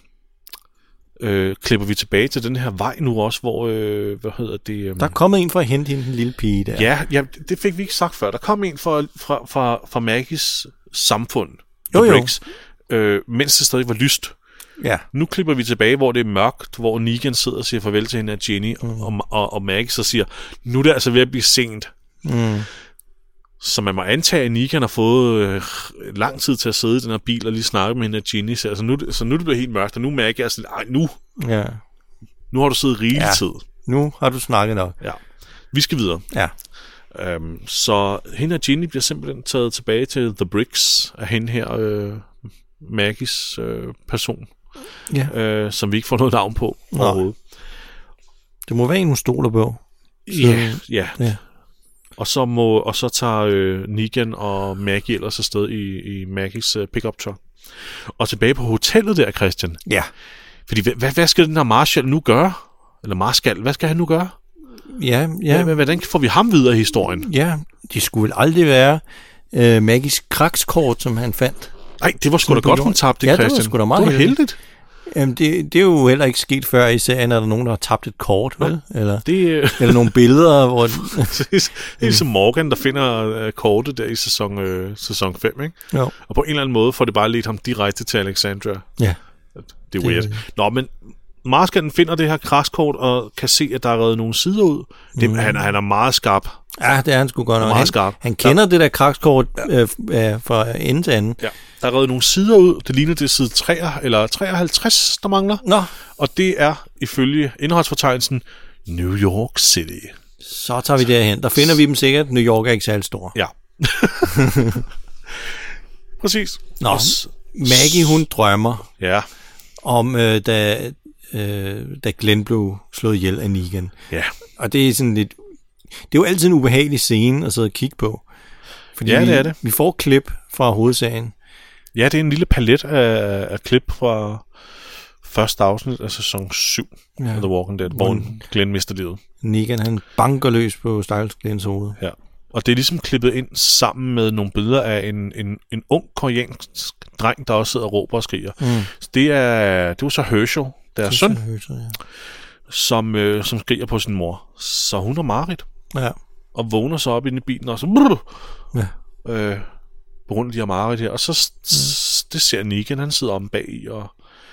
øh, klipper vi tilbage til den her vej nu også, hvor, øh, hvad hedder det? Øh, der er kommet en for at hente hende, den lille pige der. Ja, ja, det fik vi ikke sagt før. Der kom en fra, fra, fra, fra Maggies samfund. Jo, jo. Briggs, øh, mens det stadig var lyst. Ja. Nu klipper vi tilbage, hvor det er mørkt, hvor Negan sidder og siger farvel til hende af Jenny, mm. og, og, og Maggie så siger, nu er det altså ved at blive sent. Mm. Så man må antage, at Negan har fået øh, lang tid til at sidde i den her bil og lige snakke med hende af Jenny. Så, altså nu, så nu er det blevet helt mørkt, og nu Maggie er sådan, ej nu, ja. nu har du siddet rigelig ja. tid. Nu har du snakket nok. Ja. Vi skal videre. Ja. Um, så hende og Jenny bliver simpelthen taget tilbage til The Bricks af hende her, øh, Maggies øh, person, ja. øh, som vi ikke får noget navn på Nå. overhovedet. Det må være en, hun stoler på. Ja, ja. ja. Og så, må, og så tager øh, Negan og Maggie ellers afsted i, i Maggies øh, pick-up truck. Og tilbage på hotellet der, Christian. Ja. Fordi, hvad, hvad skal den her Marshall nu gøre? Eller Marskal, hvad skal han nu gøre? Ja, ja. Men hvordan får vi ham videre i historien? Ja, det skulle aldrig være øh, Maggies krakskort, som han fandt. Nej, det var sgu da godt, hun tabte, ja, Christian. Det var sgu da meget det var heldigt. Jamen, det, det er jo heller ikke sket før i serien, at der nogen, der har tabt et kort, vel? Eller, det, eller nogle billeder, hvor... det er ligesom Morgan, der finder uh, kortet der i sæson, uh, sæson fem, ikke? Jo. Og på en eller anden måde får det bare ledt ham direkte til Alexandria. Ja. Det er weird. Det... Nå, men Marskalen finder det her kraskort og kan se, at der er reddet nogle sider ud. Det, mm. han, han er meget skarp. Ja, det er han sgu godt nok. Meget han, skarp. Han kender ja. det der krakskort ja. øh, fra ende til anden. Ja. Der er reddet nogle sider ud. Det ligner, det er side tre eller treoghalvtreds, der mangler. Nå. Og det er ifølge indholdsfortegnelsen New York City. Så tager vi derhen. Der finder vi dem sikkert. New York er ikke særlig stor. Ja. Præcis. Nå, Os... Maggie, hun drømmer ja. om, øh, da, øh, da Glenn blev slået ihjel af Negan. Ja. Og det er sådan lidt... Det er jo altid en ubehagelig scene at sidde og kigge på. Fordi ja, det vi, er det. Vi får klip fra hovedsagen. Ja, det er en lille palet af, af klip fra, første afsnit af sæson syv ja. af The Walking Dead, hvor Glenn mister livet. Negan, han banker løs på Stiles Glens hoved. Ja. Og det er ligesom klippet ind sammen med nogle billeder af en, en, en ung koreansk dreng, der også sidder og råber og skriger. Mm. Så det er det var så Herschel, deres søn, Herschel, ja. som, øh, som skriger på sin mor. Så hun er mareridt. Ja. Og vågner så op inde i bilen og så brrr, ja. øh, på grund af de her mareridt her. Og så mm. det ser Negan, han sidder om bag i og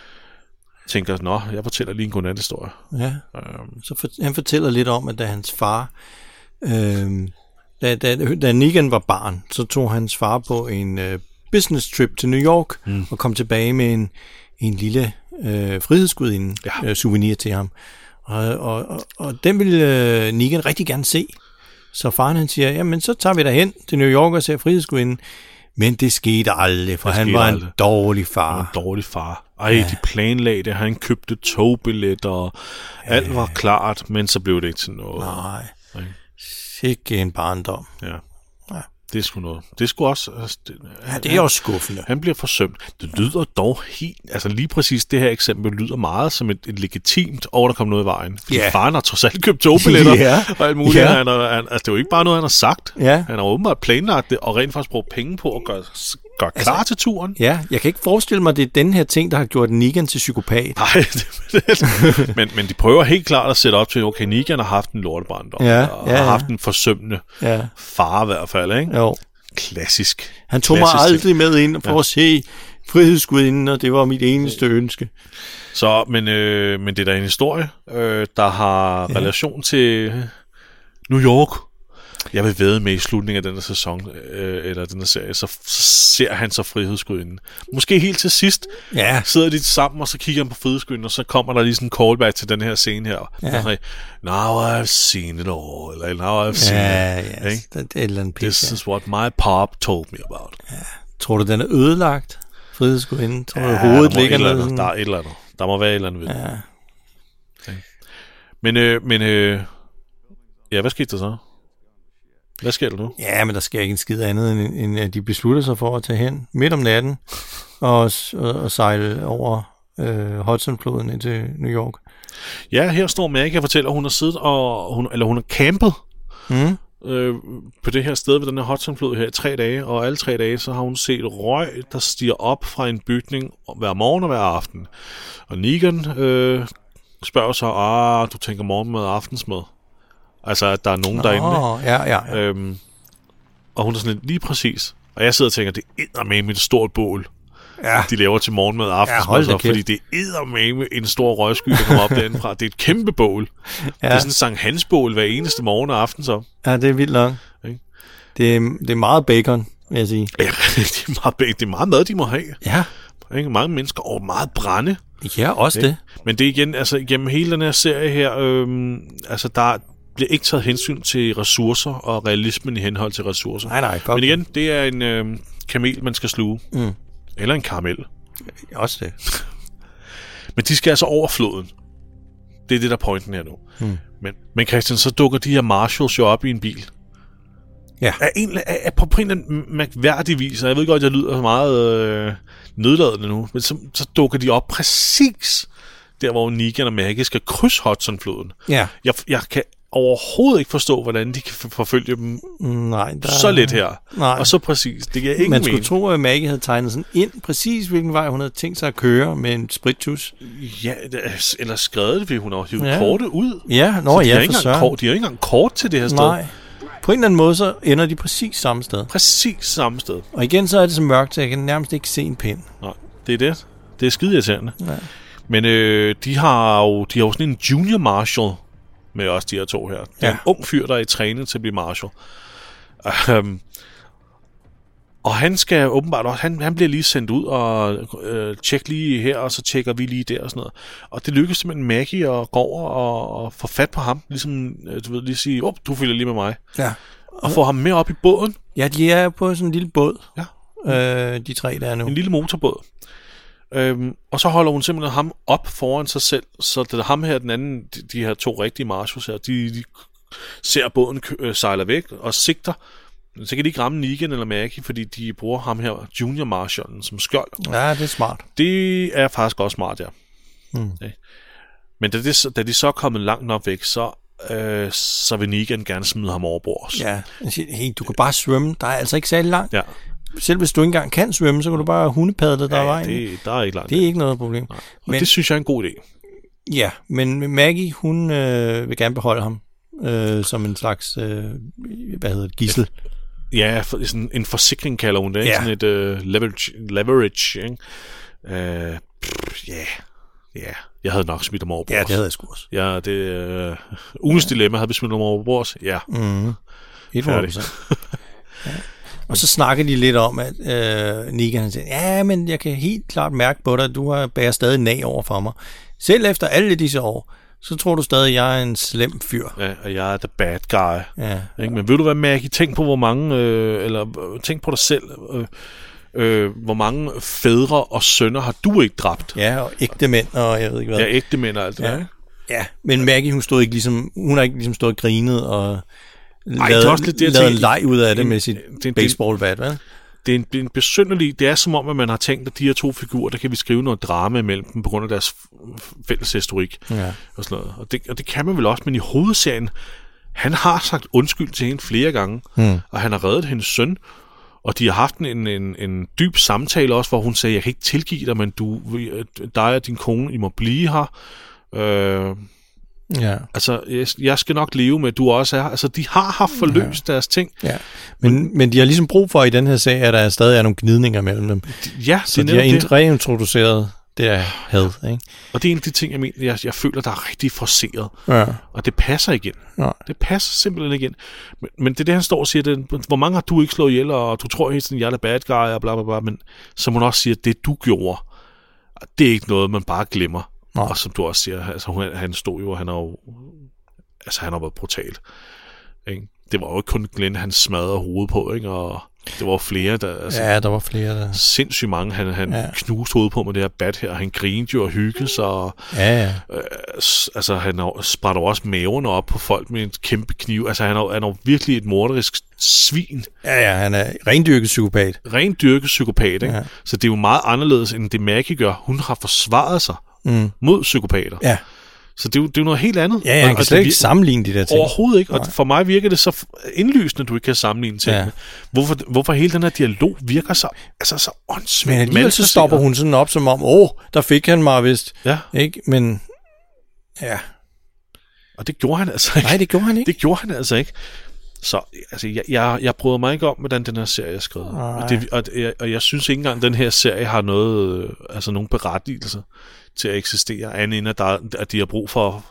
tænker, nå, jeg fortæller lige en godnat-historie. Ja, øhm. så for, han fortæller lidt om, at da hans far... Øh, Da, da, da Negan var barn, så tog hans far på en uh, business trip til New York mm. og kom tilbage med en, en lille uh, frihedsgudinde ja. uh, souvenir til ham. Og, og, og, og den ville uh, Negan rigtig gerne se. Så faren han siger, jamen så tager vi derhen til New York og ser frihedsgudinden. Men det skete aldrig, for det han var aldrig. en dårlig far. En dårlig far. Ej, ja. de planlagde det. Han købte togbilletter, og ja. alt var klart, men så blev det ikke til noget. Nej. Nej. Ikke en barndom. Ja. ja. Det er sgu noget. Det er sgu også... Altså, det, ja, det er også skuffende. Han bliver forsømt. Det lyder dog helt... Altså lige præcis det her eksempel lyder meget som et, et legitimt, og der kom noget i vejen. Fordi yeah. faren har trods alt købt togbilletter yeah. og alt muligt. Yeah. Han er, han, altså det er jo ikke bare noget, han har sagt. Yeah. Han har åbenbart planlagt det, og rent faktisk brugt penge på at gøre, gøre klar altså, til turen. Ja, jeg kan ikke forestille mig, at det er den her ting, der har gjort Negan til psykopat. Nej, men, men de prøver helt klart at sætte op til, okay, Negan har haft en lortebarndom, ja, og ja, har ja. haft en forsømmende ja. far i hvert fald, ikke? Jo. Klassisk. Han tog Klassisk mig aldrig ting. med ind for ja. at se frihedsgudinden, og det var mit eneste ønske. Så, men, øh, men det er da en historie, øh, der har ja. relation til New York. Jeg vil vædde med i slutningen af denne sæson, øh, eller denne serie, så, så ser han så frihedsgudinden. Måske helt til sidst ja. sidder de sammen, og så kigger han på frihedsgudinden, og så kommer der lige sådan en callback til den her scene her. Ja. Og så, now I've seen it all, eller now I've seen ja, it. Ja, yes. det er et eller andet pis, This ja. is what my pop told me about. Ja. Tror du, den er ødelagt, frihedsgudinden? Tror du, ja, hovedet der ligger ned? Sådan... Der er et eller andet. Der må være et eller andet ved ja. okay. Men, øh, men øh, ja, hvad skete der så? Hvad sker der nu? Ja, men der sker ikke en skid andet, end, end at de beslutter sig for at tage hen midt om natten og, og, og sejle over øh, Hudsonfloden ind til New York. Ja, her står Maggie og fortæller, at hun har siddet og hun, eller hun har campet mm. øh, på det her sted ved den her Hudsonflod her i tre dage, og alle tre dage så har hun set røg, der stiger op fra en bygning hver morgen og hver aften. Og Negan øh, spørger så, ah, du tænker morgenmad og aftensmad? Altså, at der er nogen Nå, derinde. Ja, ja, ja. Øhm, og hun er sådan lidt, lige præcis. Og jeg sidder og tænker, det er eddermame et stort bål, ja. de laver til morgenmad og aftensmad. Ja, fordi det er eddermame en stor røgsky, der kommer op derindefra. Det er et kæmpe bål. Ja. Det er sådan en Sankt Hans bål hver eneste morgen og aften så. Ja, det er vildt langt. Okay. Det, er, det er meget bacon, vil jeg sige. Ja, det er meget bacon. Det er meget mad, de må have. Ja. Ikke? Mange mennesker og meget brænde. Ja, også ikke? det. Men det er igen, altså gennem hele den her serie her, øhm, altså der bliver ikke taget hensyn til ressourcer og realismen i henhold til ressourcer. Nej, nej. Men igen, det er en øh, kamel, man skal sluge. Mm. Eller en karamel. Også det. Men de skal altså over floden. Det er det, der er pointen her nu. Mm. Men, men Christian, så dukker de her marshals jo op i en bil. Ja. Er en, er, er på, på en eller anden mærkværdig vis, og jeg ved godt, jeg lyder meget øh, nødladende nu, men så, så dukker de op præcis der, hvor Negan og Maggie skal krydse Hudsonfloden. Ja. Jeg, jeg kan overhovedet ikke forstå, hvordan de kan forfølge dem nej, der... så lidt her. Nej. Og så præcis. Det giver ingen Man skulle mening. tro, at Maggie havde tegnet sådan ind, præcis hvilken vej hun havde tænkt sig at køre med en spritus. Ja, eller skrevet det, fordi hun har hivet ja. kortet ud. Ja, nå de ja, for søren. Kort, de har ikke engang kort til det her sted. Nej. På en eller anden måde, så ender de præcis samme sted. Præcis samme sted. Og igen, så er det så mørkt, så jeg kan nærmest ikke se en pind. Nej, det er det. Det er skide irriterende. Ja. Men øh, de har jo de har jo sådan en junior marshal med os, de her to her. Det er ja. en ung fyr, der er i træning til at blive marshal. Um, og han skal åbenbart også, han, han bliver lige sendt ud og øh, tjekke lige her, og så tjekker vi lige der og sådan noget. Og det lykkes simpelthen Maggie at gå over og, og få fat på ham. Ligesom, du ved, lige sige, åh, du følger lige med mig. Ja. Og få ham med op i båden. Ja, de er på sådan en lille båd. Ja. Øh, de tre, der er nu. En lille motorbåd. Øhm, og så holder hun simpelthen ham op foran sig selv, så det er ham her, den anden, de, de her to rigtige marshals her, de, de ser båden øh, sejler væk og sigter. Så kan de ikke ramme Negan eller Maggie, fordi de bruger ham her, junior marshalen, som skjold. Ja, det er smart. Det er faktisk også smart, ja. Hmm. Ja. Men da, det, da de så er kommet langt nok væk, så, øh, så vil Negan gerne smide ham over bord også. Ja, han siger, hey, du kan bare svømme. Der er altså ikke særlig langt. Ja. Selv hvis du ikke engang kan svømme, så kan du bare hundepadle der ja, vejen. Det, der er ikke langt. Det er ikke noget problem. Nej. Og men, det synes jeg er en god idé. Ja, men Maggie, hun øh, vil gerne beholde ham øh, som en slags, øh, hvad hedder det, gidsel. Ja, for, sådan en forsikring kalder hun det, ikke? Ja. Sådan et uh, leverage, leverage, ikke? Uh, pff, yeah. Ja, jeg havde nok smidt dem over bords. Ja, det havde jeg sgu også. Ja, det uh, ugens ja. dilemma havde vi smidt dem over bords. Ja. Mhm. Helt ja. Og så snakker de lidt om, at øh, Negan han siger, ja, men jeg kan helt klart mærke på dig, at du har bærer stadig nag over for mig. Selv efter alle disse år, så tror du stadig, at jeg er en slem fyr. Ja, og jeg er the bad guy. Ja. Ikke? Men ved du hvad, Maggie? Tænk på, hvor mange, øh, eller tænk på dig selv, øh, øh, hvor mange fædre og sønner har du ikke dræbt? Ja, og ægte mænd, og jeg ved ikke hvad. Ja, ægte mænd og alt det ja. der. Ja, men Maggie, hun stod ikke ligesom, hun har ikke ligesom stået og grinet og Ej, lavet, det er også lidt det, lavet en leg ud af det en, med sit baseballbat, hvad? Det er en, en besynderlig, det er som om, at man har tænkt, at de her to figurer, der kan vi skrive noget drama imellem dem, på grund af deres fælles historik. Ja. Og sådan noget. Og det, og det kan man vel også, men i hovedserien, han har sagt undskyld til hende flere gange, hmm. og han har reddet hendes søn, og de har haft en, en, en dyb samtale også, hvor hun sagde, jeg kan ikke tilgive dig, men du, dig og din kone, I må blive her. Øh, Ja. Altså, jeg, jeg skal nok leve med, at du også er. Altså, de har haft forløst ja. deres ting. Ja. Men, men de har ligesom brug for i den her sag, at der stadig er nogle gnidninger mellem dem. Ja, så de har ind- reintroduceret det er had, ikke? Og det er en af de ting, jeg mener, jeg, jeg føler, der er rigtig forceret. Ja. Og det passer igen. Ja. Det passer simpelthen igen. Men, men det er det, han står og siger, det, hvor mange har du ikke slået ihjel, og du tror helt sådan, jeg er bad guy, og bla bla bla, men som hun også siger, det du gjorde, det er ikke noget, man bare glemmer. Ja. Og som du også siger, altså, hun, han stod jo, han har jo, altså han har været brutal. Ikke? Det var jo ikke kun Glenn, han smadrede hovedet på, ikke? Og det var flere, der... Altså, ja, der var flere, der... Sindssygt mange, han, han ja. knuste hovedet på med det her bat her, og han grinede jo og hyggede sig, og... Ja, ja. Øh, altså, han sprætter også maven op på folk med en kæmpe kniv. Altså, han er, han er virkelig et morderisk svin. Ja, ja, han er rendyrket psykopat. Rendyrket psykopat, ikke? Ja. Så det er jo meget anderledes, end det Maggie gør. Hun har forsvaret sig mm. mod psykopater. Ja. Så det er, jo, det er jo noget helt andet. Ja, ja, han kan slet ikke sammenligne de der ting. Overhovedet ikke. Og Nej. For mig virker det så indlysende, at du ikke kan sammenligne tingene. Ja. Hvorfor, hvorfor hele den her dialog virker så, altså så åndssvagt. Men alligevel så stopper hun sådan op som om, åh, oh, der fik han mig vist. Ja. Ikke? Men, ja. Og det gjorde han altså ikke. Nej, det gjorde han ikke. Det gjorde han altså ikke. Så altså, jeg, jeg, jeg bryder mig ikke om, hvordan den her serie er skrevet. Og, det, og, jeg, og jeg synes ikke engang, at den her serie har noget, altså nogen berettigelse til at eksistere, andet end at, der, at de har brug for at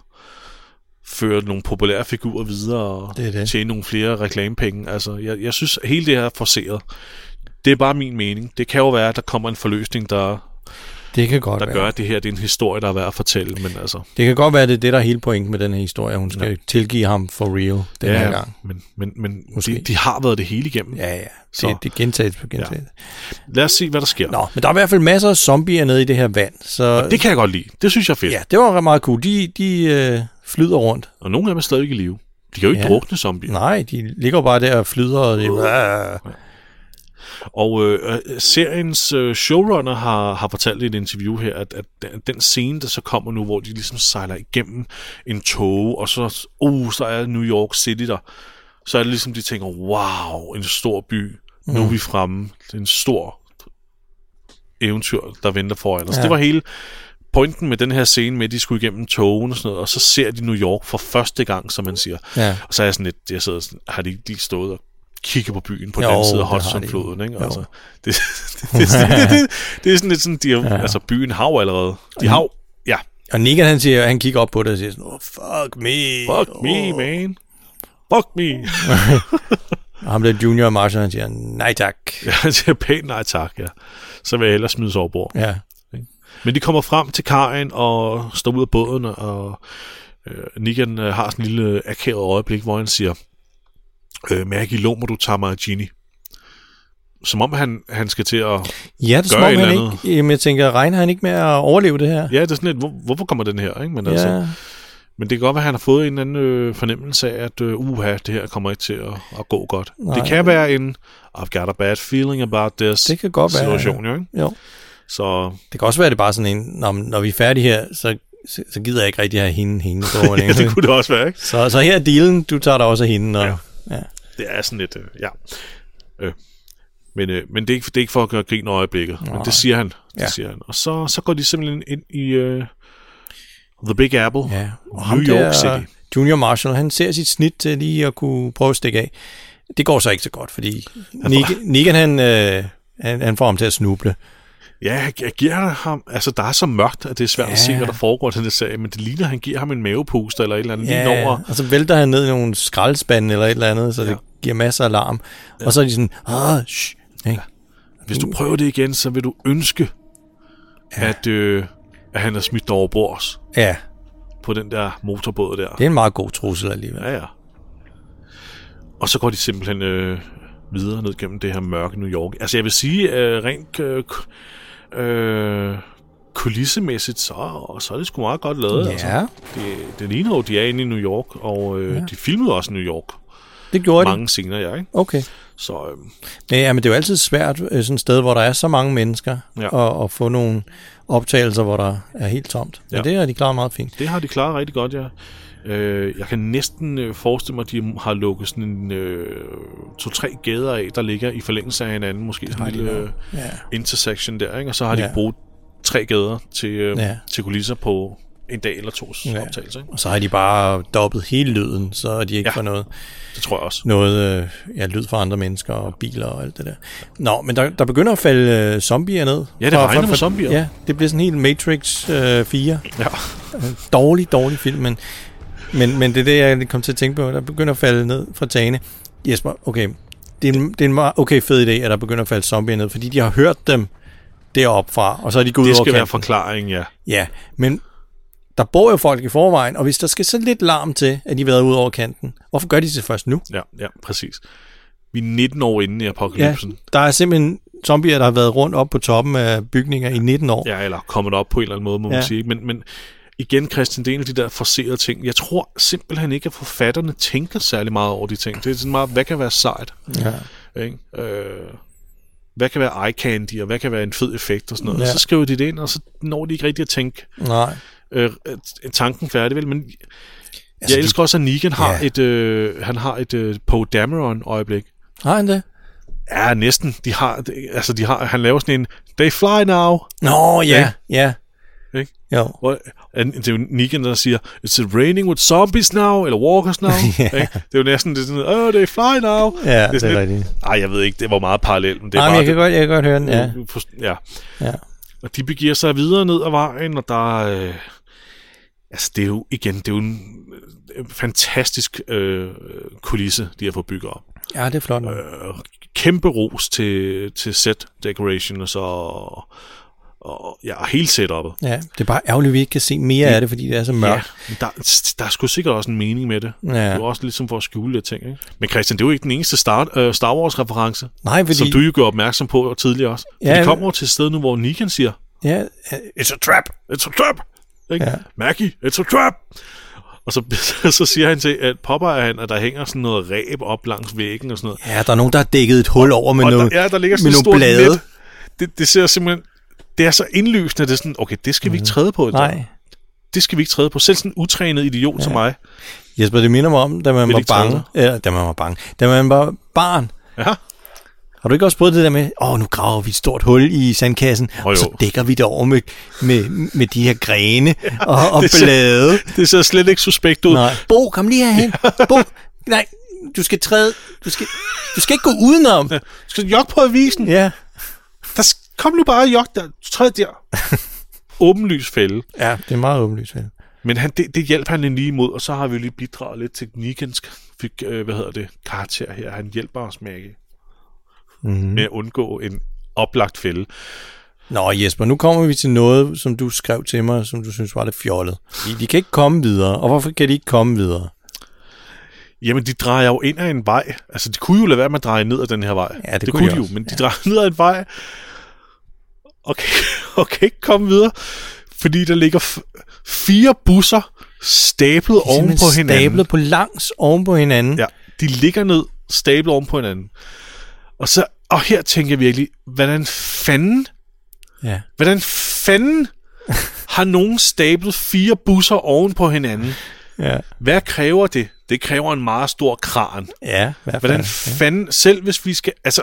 føre nogle populære figurer videre og det det. tjene nogle flere reklamepenge. Altså, jeg, jeg synes, at hele det her er forceret. Det er bare min mening. Det kan jo være, at der kommer en forløsning, der, det kan godt der være. gør, at det her det er en historie, der er værd at fortælle. Men altså, det kan godt være, at det er det, der er hele pointen med den her historie. Hun skal ja. tilgive ham for real den ja, her gang. Men, men, men de, de har været det hele igennem. Ja, ja. Så. Det, det gentages på gentages. Ja. Lad os se, hvad der sker. Nå, men der er i hvert fald masser af zombier nede i det her vand. Så... Og det kan jeg godt lide. Det synes jeg er fedt. Ja, det var meget cool. De, de øh, flyder rundt. Og nogle af dem er stadig i live. De kan jo ikke ja. drukne zombier. Nej, de ligger bare der og flyder. Og de... ja. Og øh, seriens øh, showrunner har, har fortalt i et interview her, at, at den scene, der så kommer nu, hvor de ligesom sejler igennem en tog, og så, uh, så er New York City der, så er det ligesom, de tænker, wow, en stor by, mm. nu er vi fremme, det er en stor eventyr, der venter foran os. Ja. Det var hele pointen med den her scene med, at de skulle igennem togen og sådan noget, og så ser de New York for første gang, som man siger. Ja. Og så er jeg sådan lidt, jeg sidder sådan, har de lige stået og kigge på byen på jo, den side af Hudson-floden, ikke? Altså, det, det, det, det, det, det er sådan lidt sådan, de har, ja. altså byen har jo allerede. De har ja. Og Negan, han siger, han kigger op på det og siger sådan, oh, fuck me. Fuck me, oh. man. Fuck me. Og ham der Junior Marshall, han siger, nej tak. Ja, han siger pænt nej tak, ja. Så vil jeg ellers smides over bord. Ja. Men de kommer frem til kajen og står ud af båden, og øh, Negan øh, har sådan en lille akavet øjeblik, hvor han siger, Øh, Maggie, lov må du tage mig af Ginny. Som om han, han skal til at ja, det gøre et eller andet. Ikke, jamen, jeg tænker, regner han ikke med at overleve det her? Ja, det er sådan lidt, hvor, hvorfor kommer den her? Ikke? Men, ja. altså, men det kan godt være, at han har fået en anden øh, fornemmelse af, at øh, uha, det her kommer ikke til at, at gå godt. Nej, det kan ja. være en, I've got a bad feeling about this det kan godt situation, være, ja. jo. Så... Det kan også være, det er bare sådan en, når, når vi er færdige her, så, så, så gider jeg ikke rigtig have hende hængende på. Ja, det kunne det også være, ikke? Så, så her er dealen, du tager dig også af hende. Og, ja. ja. Det er sådan lidt, øh, ja. Øh. Men, øh, men det, er ikke, det er ikke for at gøre grin over øjeblikket. Nej. Men det siger han. Det ja. siger han. Og så, så går de simpelthen ind i uh, The Big Apple, ja. New York City. Junior Marshall, han ser sit snit til lige at kunne prøve at stikke af. Det går så ikke så godt, fordi Negan, Negan han, øh, han, han får ham til at snuble. Ja, jeg giver ham... Altså, der er så mørkt, at det er svært ja. at se, hvad der foregår til den sag, men det ligner, at han giver ham en mavepuster eller et eller andet ja, lige over. og så vælter han ned i nogle skraldespande eller et eller andet, så ja. det giver masser af larm. Ja. Og så er de sådan... Ah, shh. Hey. Ja. Hvis du prøver det igen, så vil du ønske, ja. at, øh, at han er smidt over bords. Ja. På den der motorbåd der. Det er en meget god trussel alligevel. Ja, ja. Og så går de simpelthen øh, videre ned gennem det her mørke New York. Altså, jeg vil sige, øh, rent øh, øh, kulissemæssigt, så, så er det sgu meget godt lavet. Ja. Altså. Det, det ligner jo, de er inde i New York, og øh, ja. de filmede også New York. Det gjorde mange de. scener, ja, ikke? Okay. Så, øh, ja, men det er jo altid svært, sådan et sted, hvor der er så mange mennesker, ja. at, at få nogle optagelser, hvor der er helt tomt. Men ja. det har de klaret meget fint. Det har de klaret rigtig godt, ja. Øh, jeg kan næsten øh, forestille mig, at de har lukket sådan en øh, to-tre gader af, der ligger i forlængelse af hinanden, måske sådan en lille øh, ja. intersection der, ikke? Og så har de ja. brugt tre gader til, øh, ja. til kulisser på en dag eller to ja. optagelse. Ikke? Og så har de bare dobbelt hele lyden, så er de ikke ja. for noget. Det tror jeg også. Noget øh, ja, lyd fra andre mennesker og biler og alt det der. Nå, men der, der begynder at falde øh, zombier ned. Ja, det regner med zombier. Ja, det bliver sådan helt Matrix øh, fire. Ja. Dårlig, dårlig film, men Men, men det er det, jeg kom til at tænke på. Der begynder at falde ned fra tagene. Jesper, okay. Det er en, det er en meget okay fed idé, at der begynder at falde zombier ned, fordi de har hørt dem deroppe fra, og så er de gået over kanten. Det skal være forklaring, ja. Ja, men der bor jo folk i forvejen, og hvis der skal så lidt larm til, at de har været ude over kanten, hvorfor gør de det først nu? Ja, ja, præcis. Vi er nitten år inde i apokalypsen. Ja, der er simpelthen zombier, der har været rundt op på toppen af bygninger i nitten år. Ja, eller kommet op på en eller anden måde, må ja. man sige. Men, men igen, Christian, det er en af de der forserede ting. Jeg tror simpelthen ikke, at forfatterne tænker særlig meget over de ting. Det er sådan meget, hvad kan være sejt? Ja. Ikke? Øh, hvad kan være eye candy, og hvad kan være en fed effekt og sådan noget. Ja. Og så skriver de det ind, og så når de ikke rigtig at tænke Nej. Øh, tanken færdig, vel? Men altså, jeg elsker de... også, at Negan har ja. et, øh, han har et øh, Poe Dameron-øjeblik. Har han det? Ja, næsten. De har, altså, de har, han laver sådan en, they fly now. Nå, ja, ja. Ikke? Jo. Hvor, det er jo Negan, der siger, it's raining with zombies now, eller walkers now. yeah. Ikke? Det er jo næsten det er sådan, oh, they fly now. Ja, det er, det er rigtigt. Ej, jeg ved ikke, det var meget parallelt. Men det er Ej, bare, jeg, kan godt, jeg kan godt høre den, ja. Ja. ja. Og de begiver sig videre ned ad vejen, og der øh, altså, det er jo igen, det er jo en øh, fantastisk øh, kulisse, de har fået bygget op. Ja, det er flot. Øh, kæmpe ros til, til set decoration, og så og ja, hele setupet. Ja, det er bare ærgerligt, at vi ikke kan se mere ja. af det, fordi det er så mørkt. Ja, der, der er sgu sikkert også en mening med det. Ja. Det er jo også ligesom for at skjule lidt ting, ikke? Men Christian, det er jo ikke den eneste Star, uh, Star Wars-reference, Nej, fordi... som du jo gør opmærksom på tidligere også. For ja, de kommer over til et sted nu, hvor Negan siger, ja, it's a trap, it's a trap, ikke? Ja. Maggie, it's a trap. Og så, så siger han til, at påpeger han, at der hænger sådan noget ræb op langs væggen og sådan noget. Ja, der er nogen, der har dækket et hul over med, og noget, der, ja, der ligger sådan med nogle blade. Net. Det, det ser simpelthen... Det er så indlysende, at det er sådan, okay, det skal vi ikke træde på. Nej. Det skal vi ikke træde på. Selv sådan en utrænet idiot ja. som mig. Jesper, det minder mig om, da man var bange. Ja, da man var bange. Da man var barn. Ja. Har du ikke også prøvet det der med, åh, oh, nu graver vi et stort hul i sandkassen, oh, og så dækker vi det over med, med, med de her grene ja, og, og det blade. Ser, det ser slet ikke suspekt ud. Nej. Bo, kom lige herhen. Ja. Bo, nej, du skal træde, du skal, du skal ikke gå udenom. Ja. Du skal jogge på avisen. Ja. Der kom nu bare og jog der. Træd der. Åbenlys fælde. Ja, det er meget åbenlys fælde. Men han, det, det hjælper han lige imod, og så har vi lige bidraget lidt til Negans fik, øh, hvad hedder det, karakter her. Han hjælper os med, mm-hmm. med at undgå en oplagt fælde. Nå Jesper, nu kommer vi til noget, som du skrev til mig, som du synes var lidt fjollet. De, de kan ikke komme videre, og hvorfor kan de ikke komme videre? Jamen, de drejer jo ind ad en vej. Altså, de kunne jo lade være med at dreje ned ad den her vej. Ja, det, det kunne de de jo, også. men de drejer ned ad en vej, og kan, og kan ikke komme videre, fordi der ligger f- fire busser stablet oven på hinanden. Stablet på langs oven på hinanden. Ja, de ligger ned, stablet oven på hinanden. Og så, og her tænker jeg virkelig, hvordan fanden Ja. Hvordan fanden har nogen stablet fire busser oven på hinanden? Ja. Hvad kræver det? Det kræver en meget stor kran. Ja, hvordan fanden, selv hvis vi skal... Altså,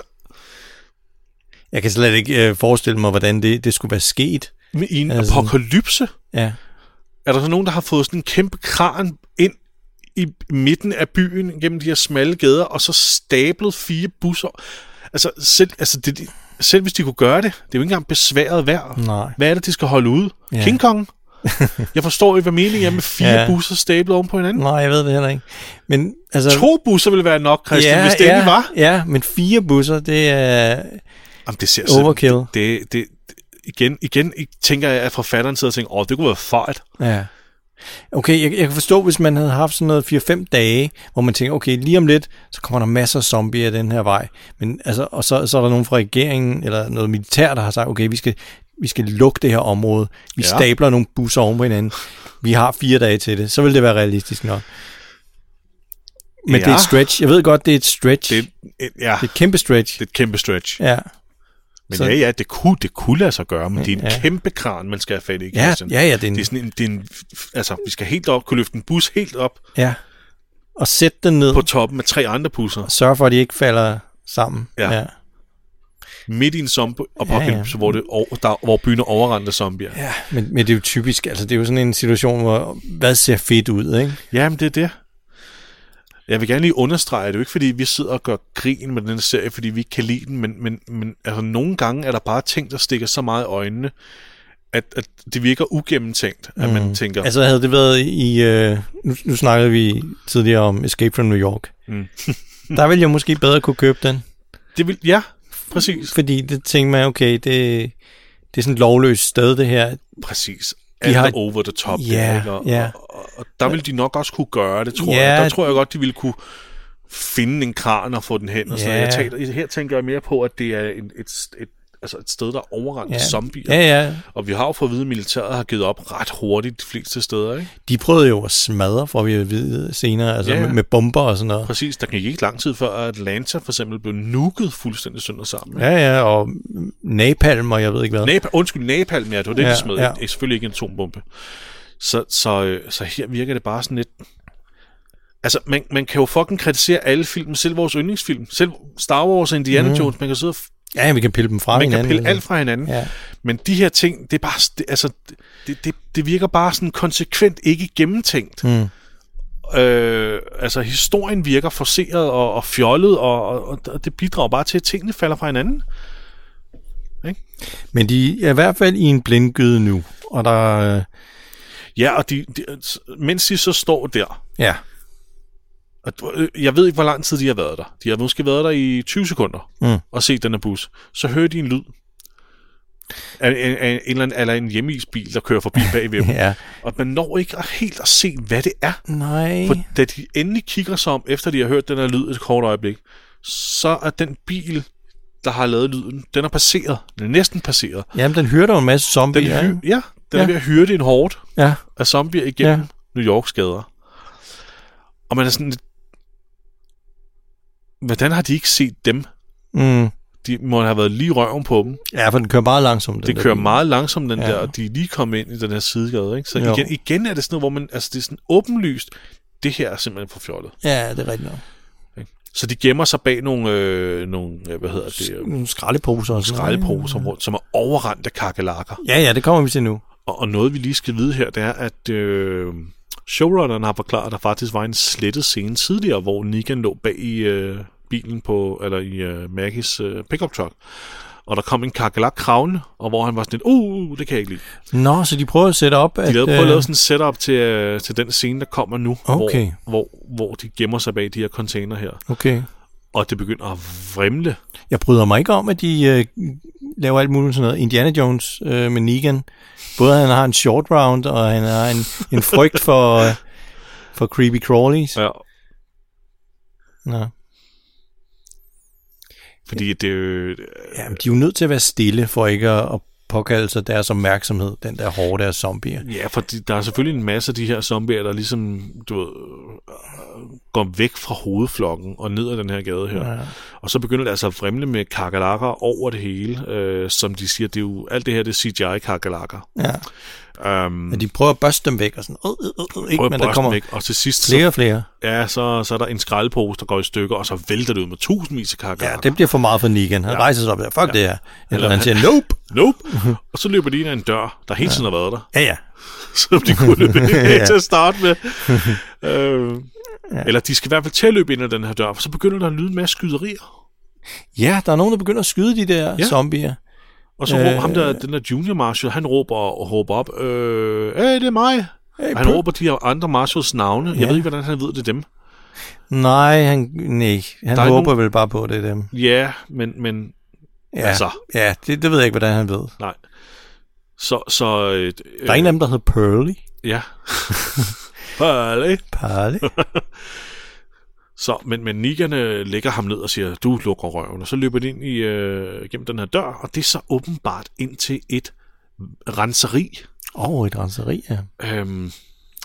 jeg kan slet ikke øh, forestille mig, hvordan det, det skulle være sket. I en altså, apokalypse? Ja. Er der så nogen, der har fået sådan en kæmpe kran ind i midten af byen, gennem de her smalle gader, og så stablet fire busser? Altså, selv, altså det, selv hvis de kunne gøre det, det er jo ikke engang besværet værd. Nej. Hvad er det, de skal holde ude? Ja. King Kong? Jeg forstår ikke, hvad meningen er med fire ja. busser stablet oven på hinanden. Nej, jeg ved det heller ikke. Men, altså, to busser ville være nok, Christian, ja, hvis det ja, egentlig var. Ja, men fire busser, det er Jamen, det ser overkill. Sådan, det, det, det, igen, igen tænker jeg, at forfatteren sidder og tænker, åh, oh, det kunne være fejt. Ja. Okay, jeg, jeg kan forstå, hvis man havde haft sådan noget fire fem dage, hvor man tænker, okay, lige om lidt, så kommer der masser af zombier af den her vej. Men altså, og så, så er der nogen fra regeringen, eller noget militær, der har sagt, okay, vi skal, vi skal lukke det her område. Vi ja. stabler nogle busser oven på hinanden. Vi har fire dage til det. Så vil det være realistisk nok. Men ja. det er et stretch. Jeg ved godt, det er et stretch. Det er, ja. det er et kæmpe stretch. Det er et kæmpe stretch. Ja. Men så, ja, ja, det kunne, det kunne lade sig gøre, men ja, det er en ja. kæmpe kran, man skal have fat i. Ja, ja, ja. Det er, en, det er sådan en, det er en, altså, vi skal helt op, kunne løfte en bus helt op. Ja, og sætte den ned. På toppen med tre andre busser. Og sørge for, at de ikke falder sammen. Ja. ja. Midt i en zombie-apokalypse, ja, ja. hvor, det, der, hvor byen er overrendt af zombier. Ja, men, men det er jo typisk, altså det er jo sådan en situation, hvor hvad ser fedt ud, ikke? Jamen, det er det. Jeg vil gerne lige understrege, det er jo ikke fordi, vi sidder og gør grin med den serie, fordi vi ikke kan lide den, men, men, men altså, nogle gange er der bare ting, der stikker så meget i øjnene, at, at det virker ugennemtænkt, at mm. man tænker... Altså havde det været i... Øh, nu, nu snakkede vi tidligere om Escape from New York. Mm. Der ville jeg måske bedre kunne købe den. Det vil, ja, præcis. Fordi det tænker man, okay, det, det er sådan et lovløst sted, det her. Præcis. De har over the top. Ja, der, og, ja. Og, og der vil de nok også kunne gøre det, tror ja. jeg. Der tror jeg godt, de ville kunne finde en kran og få den hen. Og ja. jeg taler, her tænker jeg mere på, at det er et, et, et, altså et sted, der er overrendt ja. zombier. Ja, ja. Og vi har jo fået at vide, at militæret har givet op ret hurtigt de fleste steder, ikke? De prøvede jo at smadre, får vi at vide senere, altså ja, ja. Med, med bomber og sådan noget. Præcis, der gik ikke lang tid før, at Atlanta for eksempel blev nuket fuldstændig sønder sammen. Ja, ja, og napalm, og jeg ved ikke hvad. Nap- undskyld, napalm, ja, det var det, ja, de smed. Ja. Det er selvfølgelig ikke en atombombe. Så, så, så her virker det bare sådan lidt... Altså, man, man kan jo fucking kritisere alle film, selv vores yndlingsfilm, selv Star Wars og Indiana mm. Jones, man kan sidde og... Ja, vi kan pille dem fra man hinanden. Man kan pille alt fra hinanden. Ja. Men de her ting, det er bare... Det, altså, det, det, det virker bare sådan konsekvent ikke gennemtænkt. Mm. Øh, altså, historien virker forceret og, og fjollet, og, og, og det bidrager bare til, at tingene falder fra hinanden. Ikke? Men de er i hvert fald i en blindgyde nu, og der... Ja, og de, de, mens de så står der... Ja. Og jeg ved ikke, hvor lang tid de har været der. De har måske været der i tyve sekunder mm. og set den her bus. Så hører de en lyd. Af en, en, en, eller, anden, eller en hjemmeisbil, der kører forbi bagved dem. Ja. Og man når ikke helt at se, hvad det er. Nej. For da de endelig kigger sig om, efter de har hørt den her lyd et kort øjeblik, så er den bil, der har lavet lyden, den er passeret. Den er næsten passeret. Jamen, den hørte jo en masse zombier. Den hy- ja, den ja. er ved at hyrde en horde ja. af zombier igennem ja. New Yorks gader. Og man er sådan... Hvordan har de ikke set dem? Mm. De må have været lige røven på dem. Ja, for den kører meget langsomt. Den, den kører meget langsomt, den ja. der, og de er lige kommet ind i den her sidegade. Ikke? Så igen, igen er det sådan noget, hvor man... Altså, det er sådan åbenlyst. Det her er simpelthen for fjollet. Ja, det er rigtigt nok. Okay. Så de gemmer sig bag nogle... Øh, nogle hvad hedder det? Nogle skraldeposer. Nogle skraldeposer, ja. som er overrendt af kakelakker. Ja, ja, det kommer vi til nu. Og, og noget, vi lige skal vide her, det er, at... Øh, showrunneren har forklaret, at der faktisk var en slettet scene tidligere, hvor Negan lå bag i øh, bilen på, eller i øh, Maggies øh, pickup truck. Og der kom en kakelak kravende, og hvor han var sådan lidt, uh, det kan jeg ikke lide. Nå, så de prøver at sætte op. De lavede, prøver at lave sådan en setup til, øh, til den scene, der kommer nu, okay. hvor, hvor, hvor de gemmer sig bag de her container her. Okay. Og det begynder at vrimle. Jeg bryder mig ikke om, at de øh, laver alt muligt sådan noget. Indiana Jones øh, med Negan. Både han har en short round, og han har en, en frygt for, øh, for creepy crawlies. Ja. Nå. Fordi det er jo... Ja, de er jo nødt til at være stille, for ikke at, at påkalde sig deres opmærksomhed, den der hårde af zombier. Ja, for der er selvfølgelig en masse af de her zombier, der ligesom, du ved, går væk fra hovedflokken og ned ad den her gade her. Ja. Og så begynder det altså at vrimle med kakerlakker over det hele, øh, som de siger, det er jo, alt det her, det er C G I-kakerlakker. Ja. Um, ja, de prøver at børste dem væk og sådan, øh, øh, øh, ikke, men der kommer væk, og til sidst flere og flere. Ja, så, så er der en skraldepose, der går i stykker, og så vælter det ud med tusindvis af kakerlakker. Ja, det bliver for meget for Negan. Han ja. rejser sig op der, fuck ja. det her. Eller han siger, nope. Nope. Og så løber de ind ad en dør, der hele tiden ja. har været der. Ja, ja. Som de kunne løbe ind ja. til at starte med. øh, ja. Eller de skal i hvert fald til at løbe ind ad den her dør, for så begynder der at lyde en masse skyderier. Ja, der er nogen, der begynder at skyde de der ja. zombier. Og så råber øh, ham der, den der junior marshal, han råber og råber op, øh, hey, det er mig. Hey, han råber de her andre marshals navne. Jeg ja. ved ikke, hvordan han ved, det er dem. Nej, han, nej, han håber nogen... vel bare på, det er dem. Ja, men, men ja, altså. Ja, det, det ved jeg ikke, hvordan han ved. Nej. Så, så... Øh, der er en af dem, der hedder Pearly. Ja. Pearly. Pearly. Så, men, men Negan øh, lægger ham ned og siger, du lukker røven, og så løber de ind i, øh, gennem den her dør, og det er så åbenbart ind til et renseri. Åh, oh, et renseri, ja. Øhm,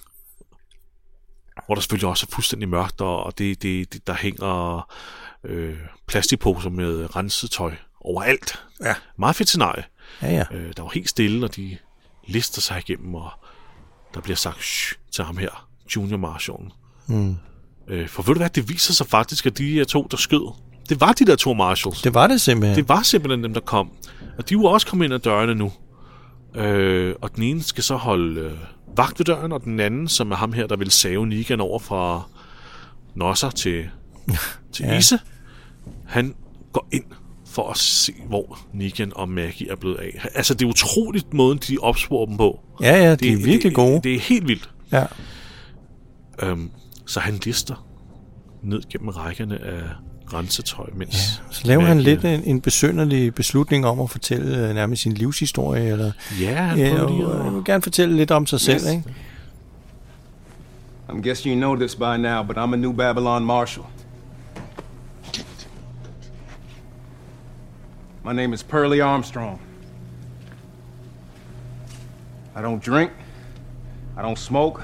hvor der selvfølgelig også er fuldstændig mørkt, og det, det, det, der hænger øh, plastikposer med renset tøj overalt. Ja. Meget fedt scenarie. Ja, ja. Øh, der var helt stille, og de lister sig igennem, og der bliver sagt shh til ham her, junior marshalen. Mm. Øh, for ved du hvad, det viser sig faktisk, at de her to, der skød, det var de der to marshals. Det var det simpelthen. Det var simpelthen dem, der kom. Og de var også kommet ind ad dørene nu. Øh, og den ene skal så holde øh, vagt ved døren, og den anden, som er ham her, der vil save Negan over fra Nosser til, til ja. Ise, han går ind for at se, hvor Negan og Maggie er blevet af. Altså, det er utroligt måden, de opsporer dem på. Ja, ja, de det, er virkelig det, gode. Det, det er helt vildt. Ja. Øhm, så han lister ned gennem rækkerne af rensetøj, mens... Ja, så laver han lidt en, en besynderlig beslutning om at fortælle uh, nærmest sin livshistorie, eller... Ja, han ja, prøver lige at... Jeg vil gerne fortælle lidt om sig selv, yes. ikke? I'm guessing you know this by now, but I'm a New Babylon Marshal. My name is Pearly Armstrong. I don't drink. I don't smoke.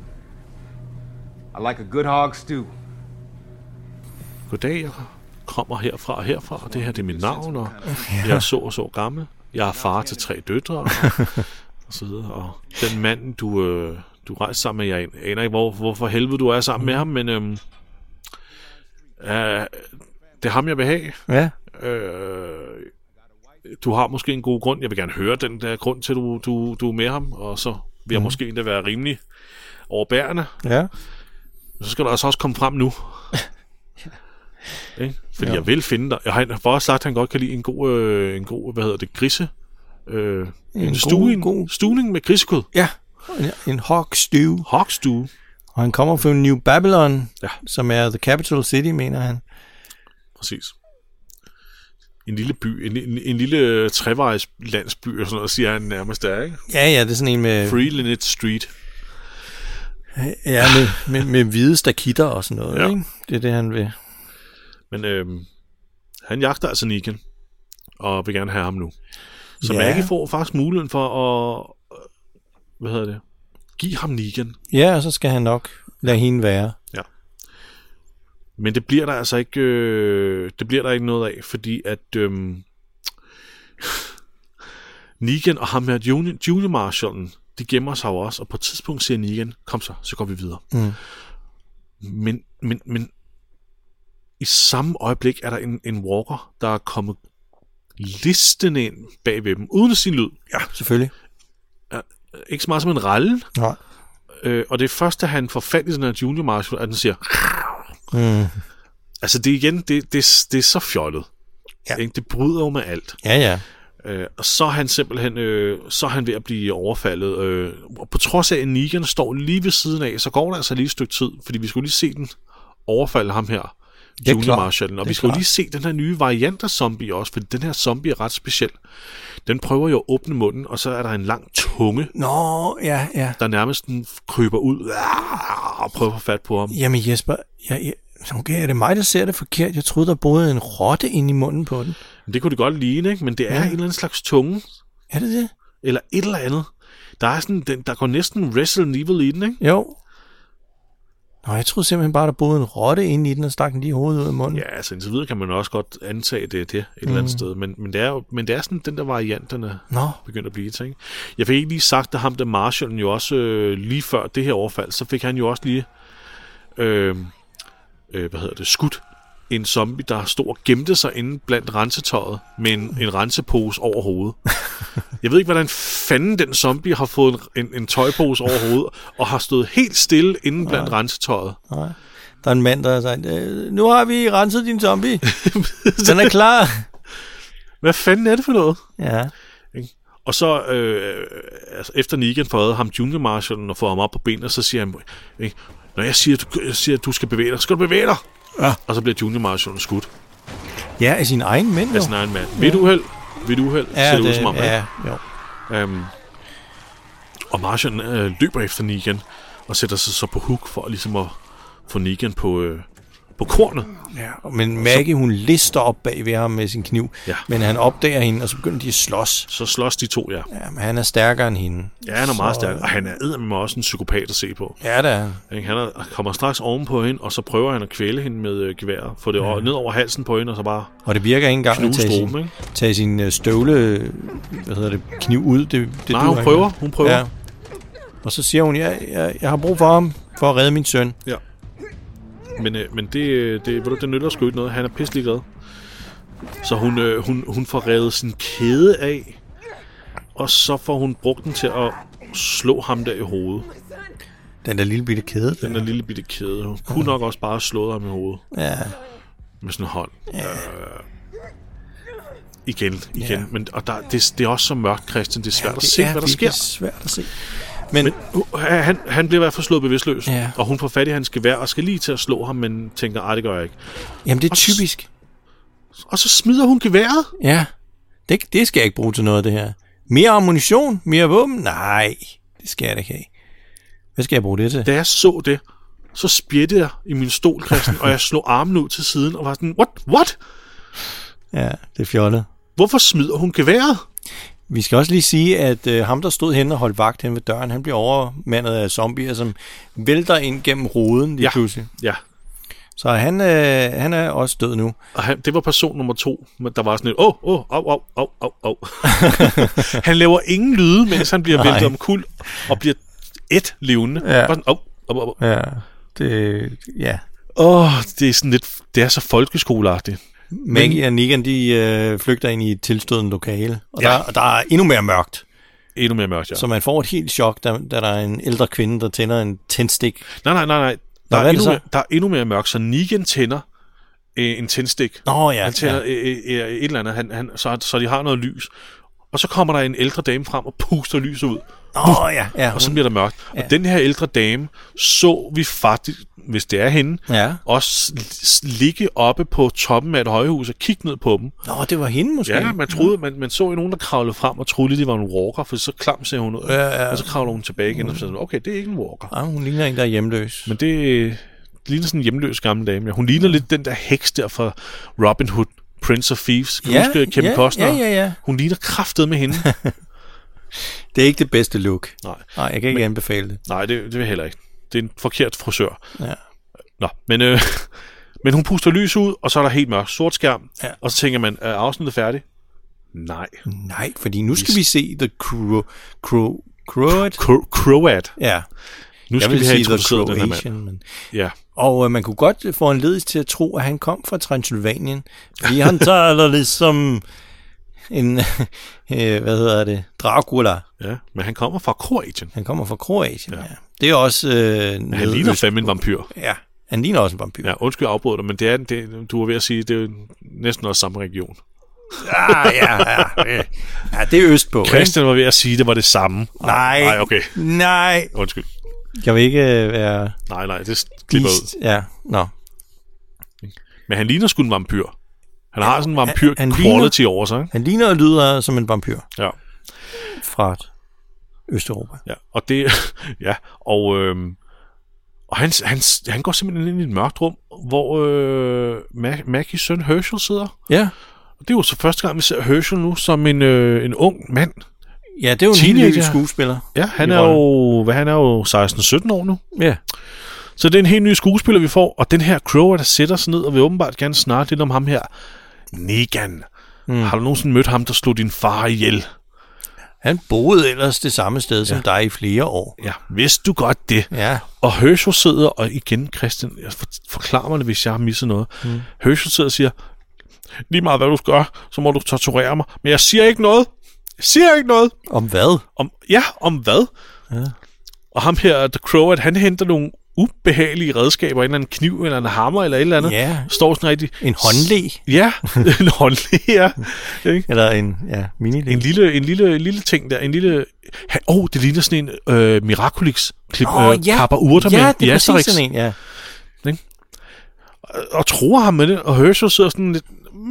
I like a good hog stew. Goddag, jeg kommer herfra og herfra, og det her det er mit navn, og jeg er så og så gammel. Jeg er far til tre døtre, og, og så videre. Og den mand, du, øh, du rejser sammen med, jeg aner ikke, hvor, hvorfor helvede du er sammen med ham, men øhm, øh, det er ham, jeg vil have. Ja. Øh, du har måske en god grund. Jeg vil gerne høre den der grund til, du, du, du er med ham, og så vil jeg mm. måske endda være rimelig overbærende. Ja. Så skal der altså også komme frem nu. Ikke? Fordi ja. jeg vil finde dig. Jeg har bare sagt, at han godt kan lide en god, øh, en god hvad hedder det, grise. Øh, en en stuing, god... stuning med grisekød. Ja, en, en hog stew. Hog stew. Og han kommer fra New Babylon, ja. som er the capital city, mener han. Præcis. En lille by, en, en, en lille trevejs landsby, og sådan noget, siger han nærmest der, ikke? Ja, ja, det er sådan en med... Free Linnet Street. Ja, med, med, med hvide stakitter og sådan noget, ja. ikke? Det er det, han vil. Men øhm, han jagter altså Negan, og vil gerne have ham nu. Så ja. Maggie får faktisk muligheden for at, hvad hedder det, give ham Negan. Ja, og så skal han nok lade hende være. Ja. Men det bliver der altså ikke, øh, det bliver der ikke noget af, fordi at øh, Negan og ham her, Junior, Junior Marshalen, de gemmer sig jo også, og på et tidspunkt siger Negan, kom så, så går vi videre. Mm. Men, men, men i samme øjeblik er der en, en walker, der er kommet listende ind bag ved dem, uden at sige lyd. Ja, selvfølgelig. Ja, ikke så meget som en ralle. Nej. Øh, og det er først, da han får fat i den her Junior Marshal, at den siger... Mm. Altså det igen, det, det, det er så fjollet. Ja. Ikke? Det bryder jo med alt. Ja, ja. Øh, og så er han simpelthen øh, så er han ved at blive overfaldet. Øh, og på trods af, at Negan står lige ved siden af, så går der altså lige et stykke tid, fordi vi skulle lige se den overfalde ham her, Junior Marshalen. Og vi skulle lige se den her nye variant af zombie også, fordi den her zombie er ret speciel. Den prøver jo at åbne munden, og så er der en lang tunge, Nå, ja, ja. der nærmest kryber ud og prøver at få fat på ham. Jamen Jesper, jeg, jeg, okay, er det mig, der ser det forkert? Jeg troede, der boede en rotte inde i munden på den. Det kunne det godt ligne, ikke? Men det er ja. en eller anden slags tunge, Er det det? Eller et eller andet. Der er sådan, den, der går næsten Resident Evil i den, ikke? Jo. Nå, jeg troede simpelthen bare, der boede en rotte inde i den, og stak den lige hovedet ud af munden. Ja, altså indtil videre kan man også godt antage, det er det et mm. eller andet sted. Men, men, det er jo, men det er sådan, den der varianterne Nå. begynder at blive til, ikke? Jeg fik ikke lige sagt, at ham der Marshall jo også, øh, lige før det her overfald, så fik han jo også lige, øh, øh, hvad hedder det, skudt en zombie, der stod og gemte sig inde blandt rensetøjet med en, en rensepose over hovedet. Jeg ved ikke, hvordan fanden den zombie har fået en, en tøjpose over hovedet, og har stået helt stille inde blandt Nej. rensetøjet. Nej. Der er en mand, der har sagt, nu har vi renset din zombie. Den er klar. Hvad fanden er det for noget? Ja. Og så, øh, altså, efter Negan får ham Junior Marshall og får ham op på benene, så siger han, ikke, når jeg siger, du, jeg siger, at du skal bevæge dig, skal du bevæge dig? Ja. Og så bliver Junior Marshall skudt. Ja, af sin egen mænd, jo. Af sin egen mand. Ja. Ved du uheld? Ved du uheld? Ja, ser det, det ud som om, ja, jo. Um, og Marshall øh, løber efter Negan og sætter sig så på hook for ligesom at få Negan på, øh, på kornet. Ja, men Maggie, hun lister op bag ved ham med sin kniv, ja. Men han opdager hende, og så begynder de at slås. Så slås de to, ja. Ja, men han er stærkere end hende. Ja, han er så... meget stærk, og han er eddermame også en psykopat at se på. Ja, det er han. Han er, kommer straks ovenpå hende, og så prøver han at kvæle hende med øh, geværet, få det ja. ned over halsen på hende, og så bare og det virker ikke engang at tage sin, ikke? tage sin støvle, hvad hedder det, kniv ud. Det, det Nej, hun prøver, hun prøver. Ja. Og så siger hun, jeg, jeg, jeg har brug for ham, for at redde min søn. Ja. Men, øh, men det, det, det, det nytter sgu ikke noget. Han er pisselig glad. Så hun, øh, hun, hun får revet sin kæde af, og så får hun brugt den til at slå ham der i hovedet. Den der lille bitte kæde? Den der lille bitte kæde. Hun kunne nok også bare slå ham i hovedet. Ja. Med sådan en hånd. Ja. Øh, igen, igen. Ja. Men, og der, det, det er også så mørkt, Christian. Det er svært ja, at se, hvad der sker. Det er svært at se. Men, men uh, han, han bliver i hvert fald slået bevidstløs, ja. Og hun får fat i hans gevær og skal lige til at slå ham, men tænker, ej, det gør jeg ikke. Jamen, det er og typisk. Så, og så smider hun geværet. Ja, det, det skal jeg ikke bruge til noget, det her. Mere ammunition? Mere våben? Nej, det skal jeg da ikke have. Hvad skal jeg bruge det til? Da jeg så det, så spjættede jeg i min stol, Christian, og jeg slog armen ud til siden og var sådan, what? What? Ja, det er fjollet. Hvorfor smider hun geværet? Vi skal også lige sige, at øh, ham, der stod hen og holdt vagt hen ved døren, han bliver overmandet af zombier, som vælter ind gennem ruden lige ja. pludselig. Ja. Så han, øh, han er også død nu. Og han, det var person nummer to, der var sådan et, åh, åh, au, au, au, au, au. Han laver ingen lyde, mens han bliver væltet omkuld og bliver et levende. Ja. Sådan, au, au, au. Ja, det, ja. Åh, oh, det er sådan lidt, det er så folkeskoleagtigt. Maggie og Negan, de øh, flygter ind i et tilstødende lokale, og ja. der, der er endnu mere mørkt. Endnu mere mørkt, ja. Så man får et helt chok, da, da der er en ældre kvinde, der tænder en tændstik. Nej, nej, nej, nej. Der, Nå, er, endnu mere, der er endnu mere mørkt, så Negan tænder øh, en tændstik. Nå ja. Han tænder ja. øh, øh, et eller andet, han, han, så, så de har noget lys. Og så kommer der en ældre dame frem og puster lyset ud. Åh oh, ja, ja. Og så bliver der mørkt. Ja. Og den her ældre dame så vi faktisk, hvis det er hende, ja. også ligge oppe på toppen af et højhus og kigge ned på dem. Nå, det var hende måske. Ja, man troede, man, man så jo nogen, der kravlede frem og troede, de var en walker, for så klam ser hun ud. Ja, ja. Og så kravler hun tilbage igen og så okay, det er ikke en walker. Ja, hun ligner en, der er hjemløs. Men det, det ligner sådan en hjemløs gammel dame. Ja. Hun ligner ja. lidt den der heks der fra Robin Hood, Prince of Thieves. Kan du ja, huske Kevin ja, Costner? Ja, ja, ja. Hun ligner kraftet med hende. Det er ikke det bedste look. Nej. Nej, jeg kan ikke men, anbefale det. Nej, det, det vil jeg heller ikke. Det er en forkert frisør. Ja. Nå, men, øh, men hun puster lys ud, og så er der helt mørkt. Sort skærm. Ja. Og så tænker man, er afsnittet færdigt? Nej. Nej, fordi nu skal vi, vi se The Crow... Crow... Croat? Croat. Ja. Nu skal vi have introduceret den her mand. Men... Ja. Og øh, man kunne godt få en ledelse til at tro, at han kom fra Transylvanien. Fordi han taler ligesom en, øh, hvad hedder det, Dracula. Ja, men han kommer fra Kroatien. Han kommer fra Kroatien, ja. ja. Det er også... Øh, men han ligner fandme en vampyr. Ja, han ligner også en vampyr. Ja, undskyld afbryder dig, men det er, det, du er ved at sige, det er næsten også samme region. Ja, ja, ja. Ja, det er østpå. Christian var ved at sige, det var det samme. Nej. Nej, okay. Nej. Undskyld. Kan vi ikke øh, være... Nej, nej, det klipper ud. Ja, nå. Men han ligner sgu en vampyr. Han har sådan en vampyr-quality over sig. Ikke? Han ligner og lyder som en vampyr. Ja. Fra Østeuropa. Ja, og det... ja, og... Øhm, og han, han, han går simpelthen ind i et mørkt rum, hvor øh, Mag- Maggies søn Herschel sidder. Ja. Og det er jo så første gang, vi ser Herschel nu som en, øh, en ung mand. Ja, det er jo en helt ny skuespiller. Ja, han er jo, hvad, han er jo seksten sytten år nu. Ja. Så det er en helt ny skuespiller, vi får. Og den her Crow, der sætter sig ned og vil åbenbart gerne snakke lidt om ham her. Negan. Mm. Har du nogensinde mødt ham, der slog din far ihjel? Han boede ellers det samme sted som ja. dig i flere år. Ja, vidste du godt det. Ja. Og Herschel sidder, og igen, Christian, jeg forklarer mig det, hvis jeg har misset noget. Mm. Herschel sidder og siger, lige meget hvad du skal gøre, så må du torturere mig. Men jeg siger ikke noget. Jeg siger ikke noget. Om hvad? Om, ja, om hvad? Ja. Og ham her, The Crow, at han henter nogle ubehagelige redskaber, en eller anden kniv, eller en hammer, eller et eller andet. Ja. Står sådan rigtig... En håndle. Ja, en håndle, ja. Eller en, ja, mini en lille, en lille, en lille ting der, en lille... Åh, oh, det ligner sådan en øh, Miraculix-klip, oh, øh, ja. kapper urter ja, med det er præcis sådan en, ja. Og, og tror ham med det, og Herschel sidder sådan lidt...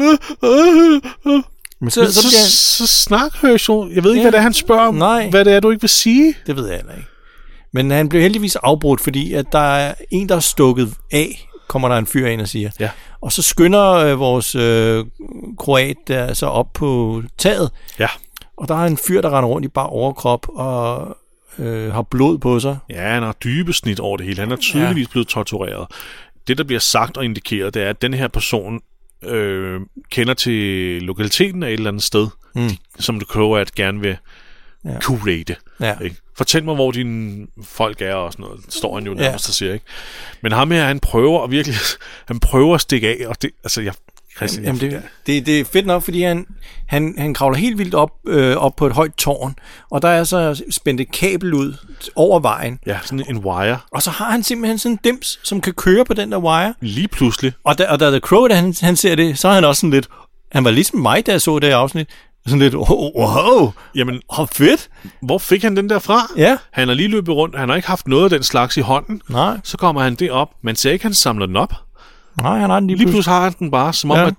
Men så, så, så, så, så snak Herschel. Jeg ved ikke, ja. hvad det er, han spørger om. Nej. Hvad det er, du ikke vil sige. Det ved jeg heller ikke. Men han blev heldigvis afbrudt, fordi at der er en, der er stukket af, kommer der en fyr ind og siger. Ja. Og så skynder øh, vores øh, kroat der så op på taget. Ja. Og der er en fyr, der render rundt i bare overkrop og øh, har blod på sig. Ja, han har dybe snit over det hele. Han er tydeligvis ja. blevet tortureret. Det, der bliver sagt og indikeret, det er, at den her person øh, kender til lokaliteten af et eller andet sted, mm. som du køber at gerne vil ja. kurate. Ja. Ikke? Fortæl mig, hvor dine folk er og sådan noget. Det står han jo nærmest ja. og siger, ikke? Men ham her, han prøver at virkelig, han prøver at stikke af, og det, altså, jeg, Christian, Jamen, det, det, det er fedt nok, fordi han, han, han kravler helt vildt op, øh, op på et højt tårn, og der er så spændt et kabel ud over vejen. Ja, sådan en wire. Og så har han simpelthen sådan en dims, som kan køre på den der wire. Lige pludselig. Og da, og da The Crow, da han, han ser det, så er han også sådan lidt, han var ligesom mig, da jeg så det her afsnit, sådan lidt, oh, wow, jamen, oh, fedt. Hvor fik han den der fra? Ja. Han har lige løbet rundt, han har ikke haft noget af den slags i hånden. Nej. Så kommer han det op, man ser ikke, han samler den op. Nej, han har den lige, lige pludselig. har han den bare, som om, ja. at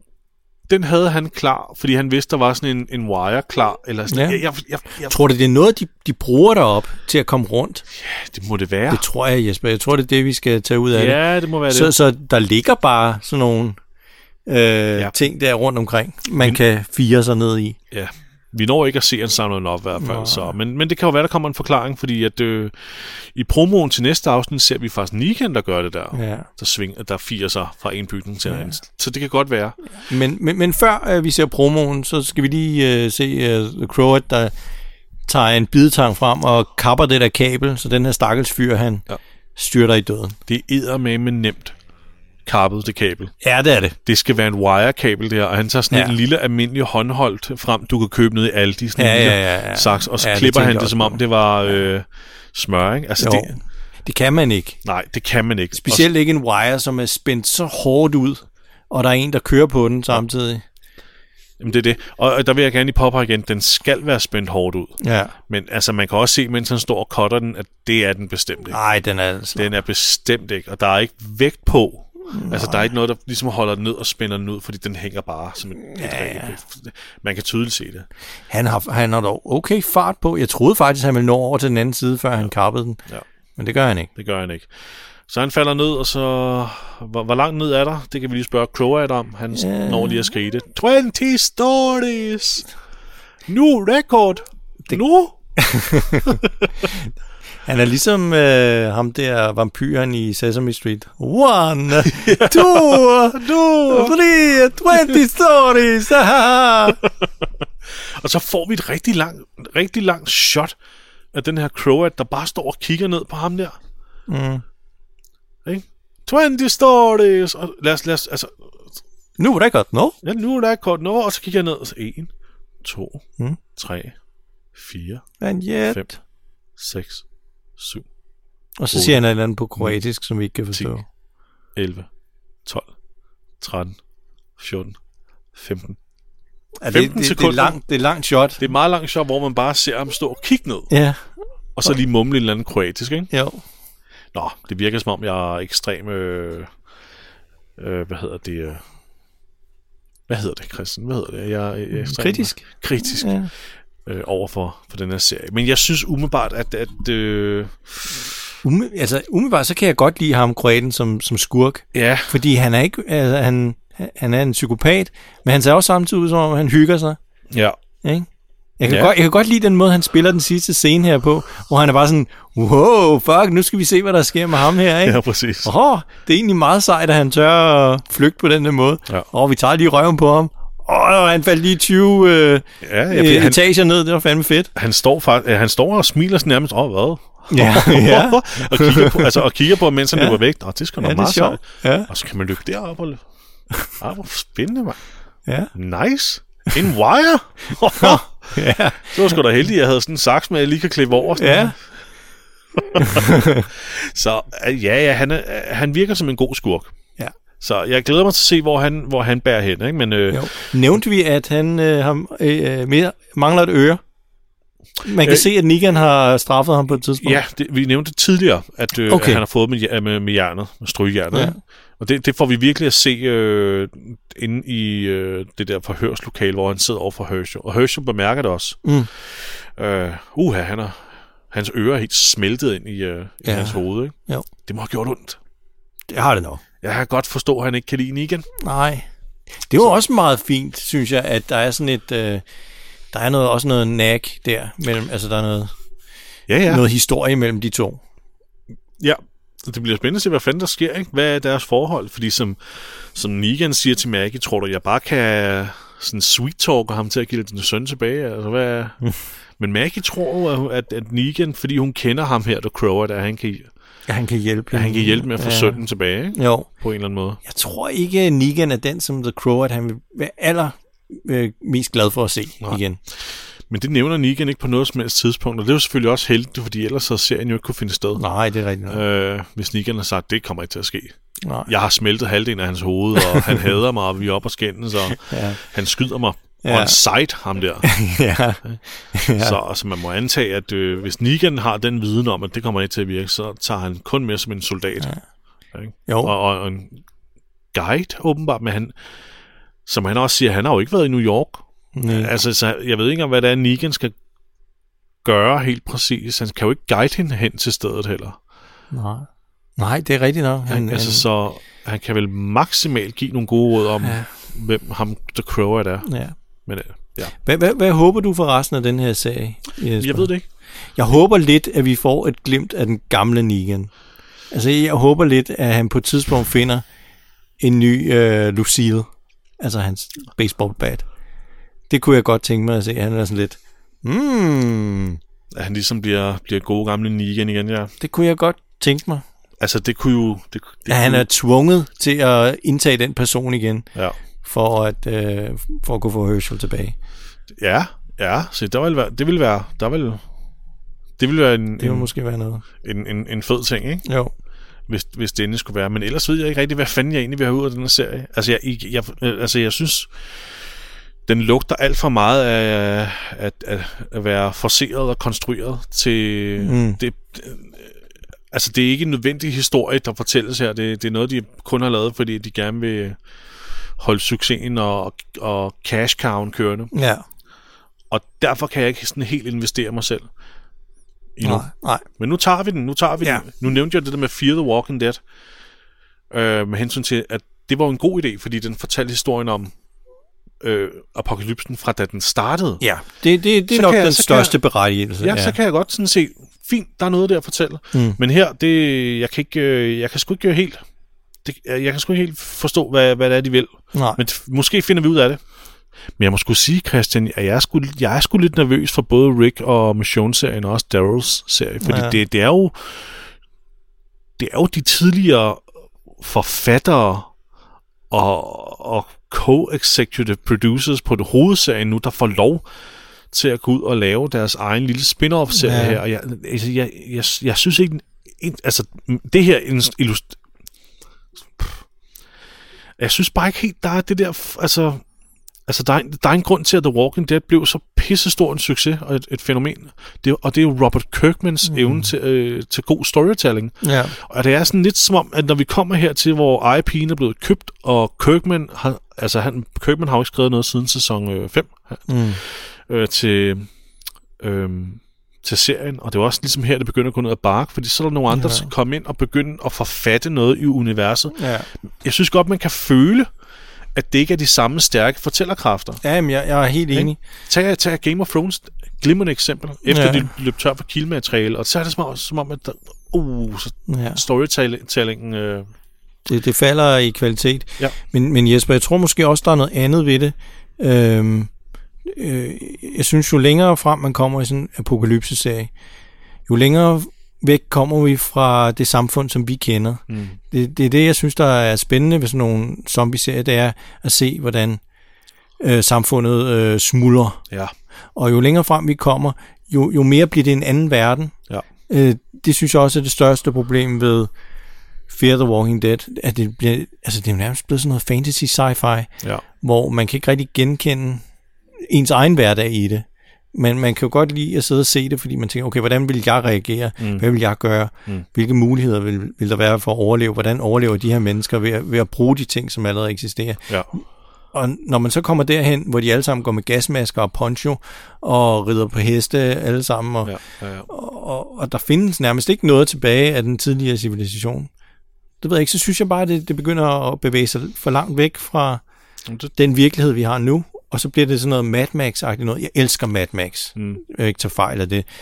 den havde han klar, fordi han vidste, der var sådan en, en wire klar. Eller sådan. Ja. Jeg, jeg, jeg, jeg... Tror du, det er noget, de, de bruger derop til at komme rundt? Ja, det må det være. Det tror jeg, Jesper. Jeg tror, det er det, vi skal tage ud af ja, det. Ja, det må være så, det. Så der ligger bare sådan nogle øh, ja. ting der rundt omkring, man vi... kan fire sig ned i. Ja, vi når ikke at se, at han samler den op i hvert fald. Så. Men, men det kan jo være, der kommer en forklaring, fordi at øh, i promoen til næste afsnit ser vi faktisk Negan, der gør det der. Ja. Der, sving, der firer sig fra en bygning til ja. en anden. Så det kan godt være. Men, men, men før øh, vi ser promoen, så skal vi lige øh, se øh, The Crow, der tager en bidetang frem og kapper det der kabel, så den her stakkels fyr, han ja. styrter i døden. Det er eddermame nemt kappet det kabel. Ja, det er det. Det skal være en wire-kabel der, og han tager sådan ja. en lille almindelig håndholdt frem, du kan købe ned i Aldi, sådan ja, en lille ja, ja, ja. saks, og så ja, klipper det han det, som om det var øh, smør, ikke? Altså, det, det kan man ikke. Nej, det kan man ikke. Specielt ikke en wire, som er spændt så hårdt ud, og der er en, der kører på den samtidig. Jamen, det er det. Og der vil jeg gerne lige påpege igen, den skal være spændt hårdt ud. Ja. Men altså, man kan også se, mens han står og cutter den, at det er den bestemt ikke. Nej, den er altså. Den er bestemt ikke, og der er ikke vægt på. Nej. Altså, der er ikke noget, der ligesom holder den ned og spænder den ud, fordi den hænger bare som et, ja, ja. Man kan tydeligt se det. Han har, han har dog okay fart på. Jeg troede faktisk, han ville nå over til den anden side, før ja. han kappede den. Ja. Men det gør han ikke. Det gør han ikke. Så han falder ned, og så... Hvor, hvor langt ned er der? Det kan vi lige spørge Croat om. Han ja. når lige at skrige det. tyve stories! Nu record! Det... Nu! Han er ligesom øh, ham der vampyren i Sesame Street. One, two, two, three, twenty stories. Og så får vi et rigtig langt, rigtig langt shot af den her Croat, der bare står og kigger ned på ham der. Mm. Ikke? tyve stories. Og lad os, lad os, altså... Nu er det godt, no? Ja, nu er det godt, no? Og så kigger jeg ned, og så en, to, mm. tre, fire, fem, seks, syv. Og så otte, siger han et eller andet på kroatisk, ni, som vi ikke kan forstå. ti, elleve, tolv, tretten, fjorten, femten. Ja, det, femten det, sekunder. Det er, langt, det er langt shot. Det er meget langt shot, hvor man bare ser ham stå og kigge ned. Ja. Og så lige mumle et eller andet kroatisk, ikke? Jo. Nå, det virker som om, jeg er ekstrem... Øh, øh, hvad hedder det? Øh, hvad hedder det, Christian? Hvad hedder det? Jeg er, jeg er ekstrem, kritisk. Kritisk. Ja. Øh, over for, for den her serie. Men jeg synes umiddelbart, at... at øh... Ume, altså, umiddelbart, så kan jeg godt lide ham, kroaten, som, som skurk. Ja. Fordi han er ikke... Altså, han, han er en psykopat, men han ser også samtidig ud, som om han hygger sig. Ja. Ikke? Jeg kan, ja. godt, jeg kan godt lide den måde, han spiller den sidste scene her på, hvor han er bare sådan, wow, fuck, nu skal vi se, hvad der sker med ham her, ikke? Ja, præcis. Åh, det er egentlig meget sejt, at han tør at flygte på den der måde. Ja. Åh, vi tager lige røven på ham. Åh, han faldt lige tyve øh, ja, ja, øh, etager ned, det var fandme fedt. Han står, faktisk, han står og smiler sådan nærmest, åh, hvad? Ja, ja. og, kigger på, altså, og kigger på, mens han ja. løber væk. Åh, det skal nok ja, meget sejt. Ja. Og så kan man løbe derop og løbe. Ah, hvor spændende, mand. Ja. Nice. En wire. ja. Så var sgu da heldig, at jeg havde sådan en saks med, at jeg lige kan klippe over. Ja. Så ja, ja han, er, han virker som en god skurk. Ja. Så jeg glæder mig til at se, hvor han, hvor han bærer hen. Ikke? Men, øh, nævnte vi, at han øh, ham, øh, mere, mangler et øre? Man kan øh, se, at Negan har straffet ham på et tidspunkt. Ja, det, vi nævnte tidligere, at, øh, okay. at han har fået med, med, med hjernet, med strygejernet. Ja. Og det, det får vi virkelig at se øh, inde i øh, det der forhørslokale, hvor han sidder over for Herschel. Og Herschel bemærker det også. Mm. Øh, uha, han er, hans ører er helt smeltet ind i, øh, ja. i hans hoved. Ikke? Jo. Det må have gjort ondt. Det har det nok. Jeg kan godt forstå, at han ikke kan lide Negan. Nej. Det var Så. også meget fint, synes jeg, at der er sådan et... Øh, der er noget, også noget nag der. Mellem, altså, der er noget, ja, ja. noget historie mellem de to. Ja. Det bliver spændende at se, hvad fanden der sker, ikke? Hvad er deres forhold? Fordi som, som Negan siger til Maggie, tror du, jeg bare kan sådan sweet-talke ham til at give din søn tilbage? Altså, hvad mm. Men Maggie tror, at, at Negan, fordi hun kender ham her, der Crow, at han kan, ja, han kan hjælpe, at han kan hjælpe med at få ja. sønnen tilbage, ikke? Jo. På en eller anden måde. Jeg tror ikke, at Negan er den som The Crow, at han vil være aller øh, mest glad for at se Nej. igen. Men det nævner Negan ikke på noget som helst tidspunkt, og det er jo selvfølgelig også heldigt, fordi ellers så serien jo ikke kunne finde sted. Nej, det er rigtigt. Øh, hvis Negan har sagt, det kommer ikke til at ske. Nej. Jeg har smeltet halvdelen af hans hoved, og han hader mig, og vi er oppe og skændes, og ja. han skyder mig ja. on sight, ham der. ja. ja. Så altså, man må antage, at øh, hvis Negan har den viden om, at det kommer ikke til at virke, så tager han kun med som en soldat. Ja. Ikke? Jo. Og, og, og en guide, åbenbart, men han, som han også siger, han har jo ikke været i New York. Nej. Altså, så jeg ved ikke, hvad det er, Negan skal gøre helt præcis. Han kan jo ikke guide hende hen til stedet heller. Nej, Nej det er rigtigt nok. Han, han, altså, han... Så han kan vel maksimalt give nogle gode råd om, ja. hvem ham The Crow er. Ja. Men, ja. Hvad, hvad, hvad håber du for resten af den her serie, Jesper? Jeg ved det ikke. Jeg håber lidt, at vi får et glimt af den gamle Negan. Altså, jeg håber lidt, at han på et tidspunkt finder en ny øh, Lucille. Altså hans baseball bat. Det kunne jeg godt tænke mig at se. Han er sådan lidt... Mm. At han ligesom bliver, bliver gode gamle Negan igen, ja. Det kunne jeg godt tænke mig. Altså, det kunne jo... Det, det at han kunne... er tvunget til at indtage den person igen, ja. for, at, øh, for at kunne få Herschel tilbage. Ja, ja. Så der vil være... Det vil være... Der vil, det vil være en... Det vil en, måske være noget. En, en, en fed ting, ikke? Jo. Hvis, hvis det endelig skulle være. Men ellers ved jeg ikke rigtig, hvad fanden jeg egentlig vil have ud af den her serie. Altså, jeg, jeg, jeg, altså, jeg synes... Den lugter alt for meget af at, at, at være forceret og konstrueret til... Mm. Det, altså, det er ikke en nødvendig historie, der fortælles her. Det, det er noget, de kun har lavet, fordi de gerne vil holde succesen og, og cash cow kørende. Ja. Og derfor kan jeg ikke sådan helt investere mig selv endnu. Nej, nej. Men nu tager vi den. Nu tager vi ja. den. Nu nævnte jeg det der med Fear the Walking Dead. Øh, med hensyn til, at det var en god idé, fordi den fortalte historien om Øh, apokalypsen fra da den startede. Ja, det, det, det er nok jeg, den største jeg, berettigelse. Ja, ja, så kan jeg godt sådan se, fint, der er noget der at fortælle. Mm. Men her, det, jeg kan ikke, jeg kan sgu ikke helt, det, jeg kan sgu ikke helt forstå, hvad, hvad det er, de vil. Nej. Men måske finder vi ud af det. Men jeg må sgu sige, Christian, at jeg er sgu, jeg er sgu lidt nervøs for både Rick og Michonne-serien og også Daryls serie, fordi ja. det, det er jo, det er jo de tidligere forfattere og, og co-executive producers på det hovedserien nu, der får lov til at gå ud og lave deres egen lille spin-off-serie ja. her. Og jeg, altså, jeg, jeg, jeg synes ikke... Altså, det her... Illust- jeg synes bare ikke helt, der er det der... Altså, altså der, er, der er en grund til, at The Walking Dead blev så pissestor en succes og et, et fænomen. Det, og det er jo Robert Kirkmans mm. evne til, øh, til god storytelling. Ja. Og det er sådan lidt som om, at når vi kommer her til, hvor I P'en er blevet købt, og Kirkman har, altså han, Kirkman har jo ikke skrevet noget siden sæson fem mm. øh, til, øh, til serien, og det er også ligesom her, det begynder at gå ned ad bark, fordi så er der nogle andre, ja. der skal komme ind og begynde at forfatte noget i universet. Ja. Jeg synes godt, man kan føle, at det ikke er de samme stærke fortællerkræfter. Ja, men jeg, jeg er helt enig. Tag, tag Game of Thrones, glimrende eksempel, efter ja. de løb tør for kildemateriale, og så er det som om, som om at der, uh, så ja. storytellingen... Øh, det, det falder i kvalitet. Ja. Men, men Jesper, jeg tror måske også, der er noget andet ved det. Øhm, øh, jeg synes, jo længere frem man kommer i sådan en apokalypse-serie, jo længere væk kommer vi fra det samfund, som vi kender. Mm. Det, det er det, jeg synes, der er spændende ved sådan nogle zombie-serier, det er at se, hvordan øh, samfundet øh, smuldrer. Ja. Og jo længere frem vi kommer, jo, jo mere bliver det en anden verden. Ja. Øh, det synes jeg også er det største problem ved Fear the Walking Dead, at det bliver, altså det er nærmest blevet sådan noget fantasy sci-fi, ja. hvor man kan ikke rigtig genkende ens egen hverdag i det. Men man kan jo godt lide at sidde og se det, fordi man tænker, okay, hvordan vil jeg reagere? Mm. Hvad vil jeg gøre? Mm. Hvilke muligheder vil, vil der være for at overleve? Hvordan overlever de her mennesker ved at, ved at bruge de ting, som allerede eksisterer? Ja. Og når man så kommer derhen, hvor de alle sammen går med gasmasker og poncho og rider på heste alle sammen, og, ja, ja, ja. Og, og, og der findes nærmest ikke noget tilbage af den tidligere civilisation. Det ved jeg ikke, så synes jeg bare, at det, det begynder at bevæge sig for langt væk fra det... den virkelighed, vi har nu. Og så bliver det sådan noget Mad Max-agtigt noget. Jeg elsker Mad Max. Mm. Jeg ikke tager fejl af det.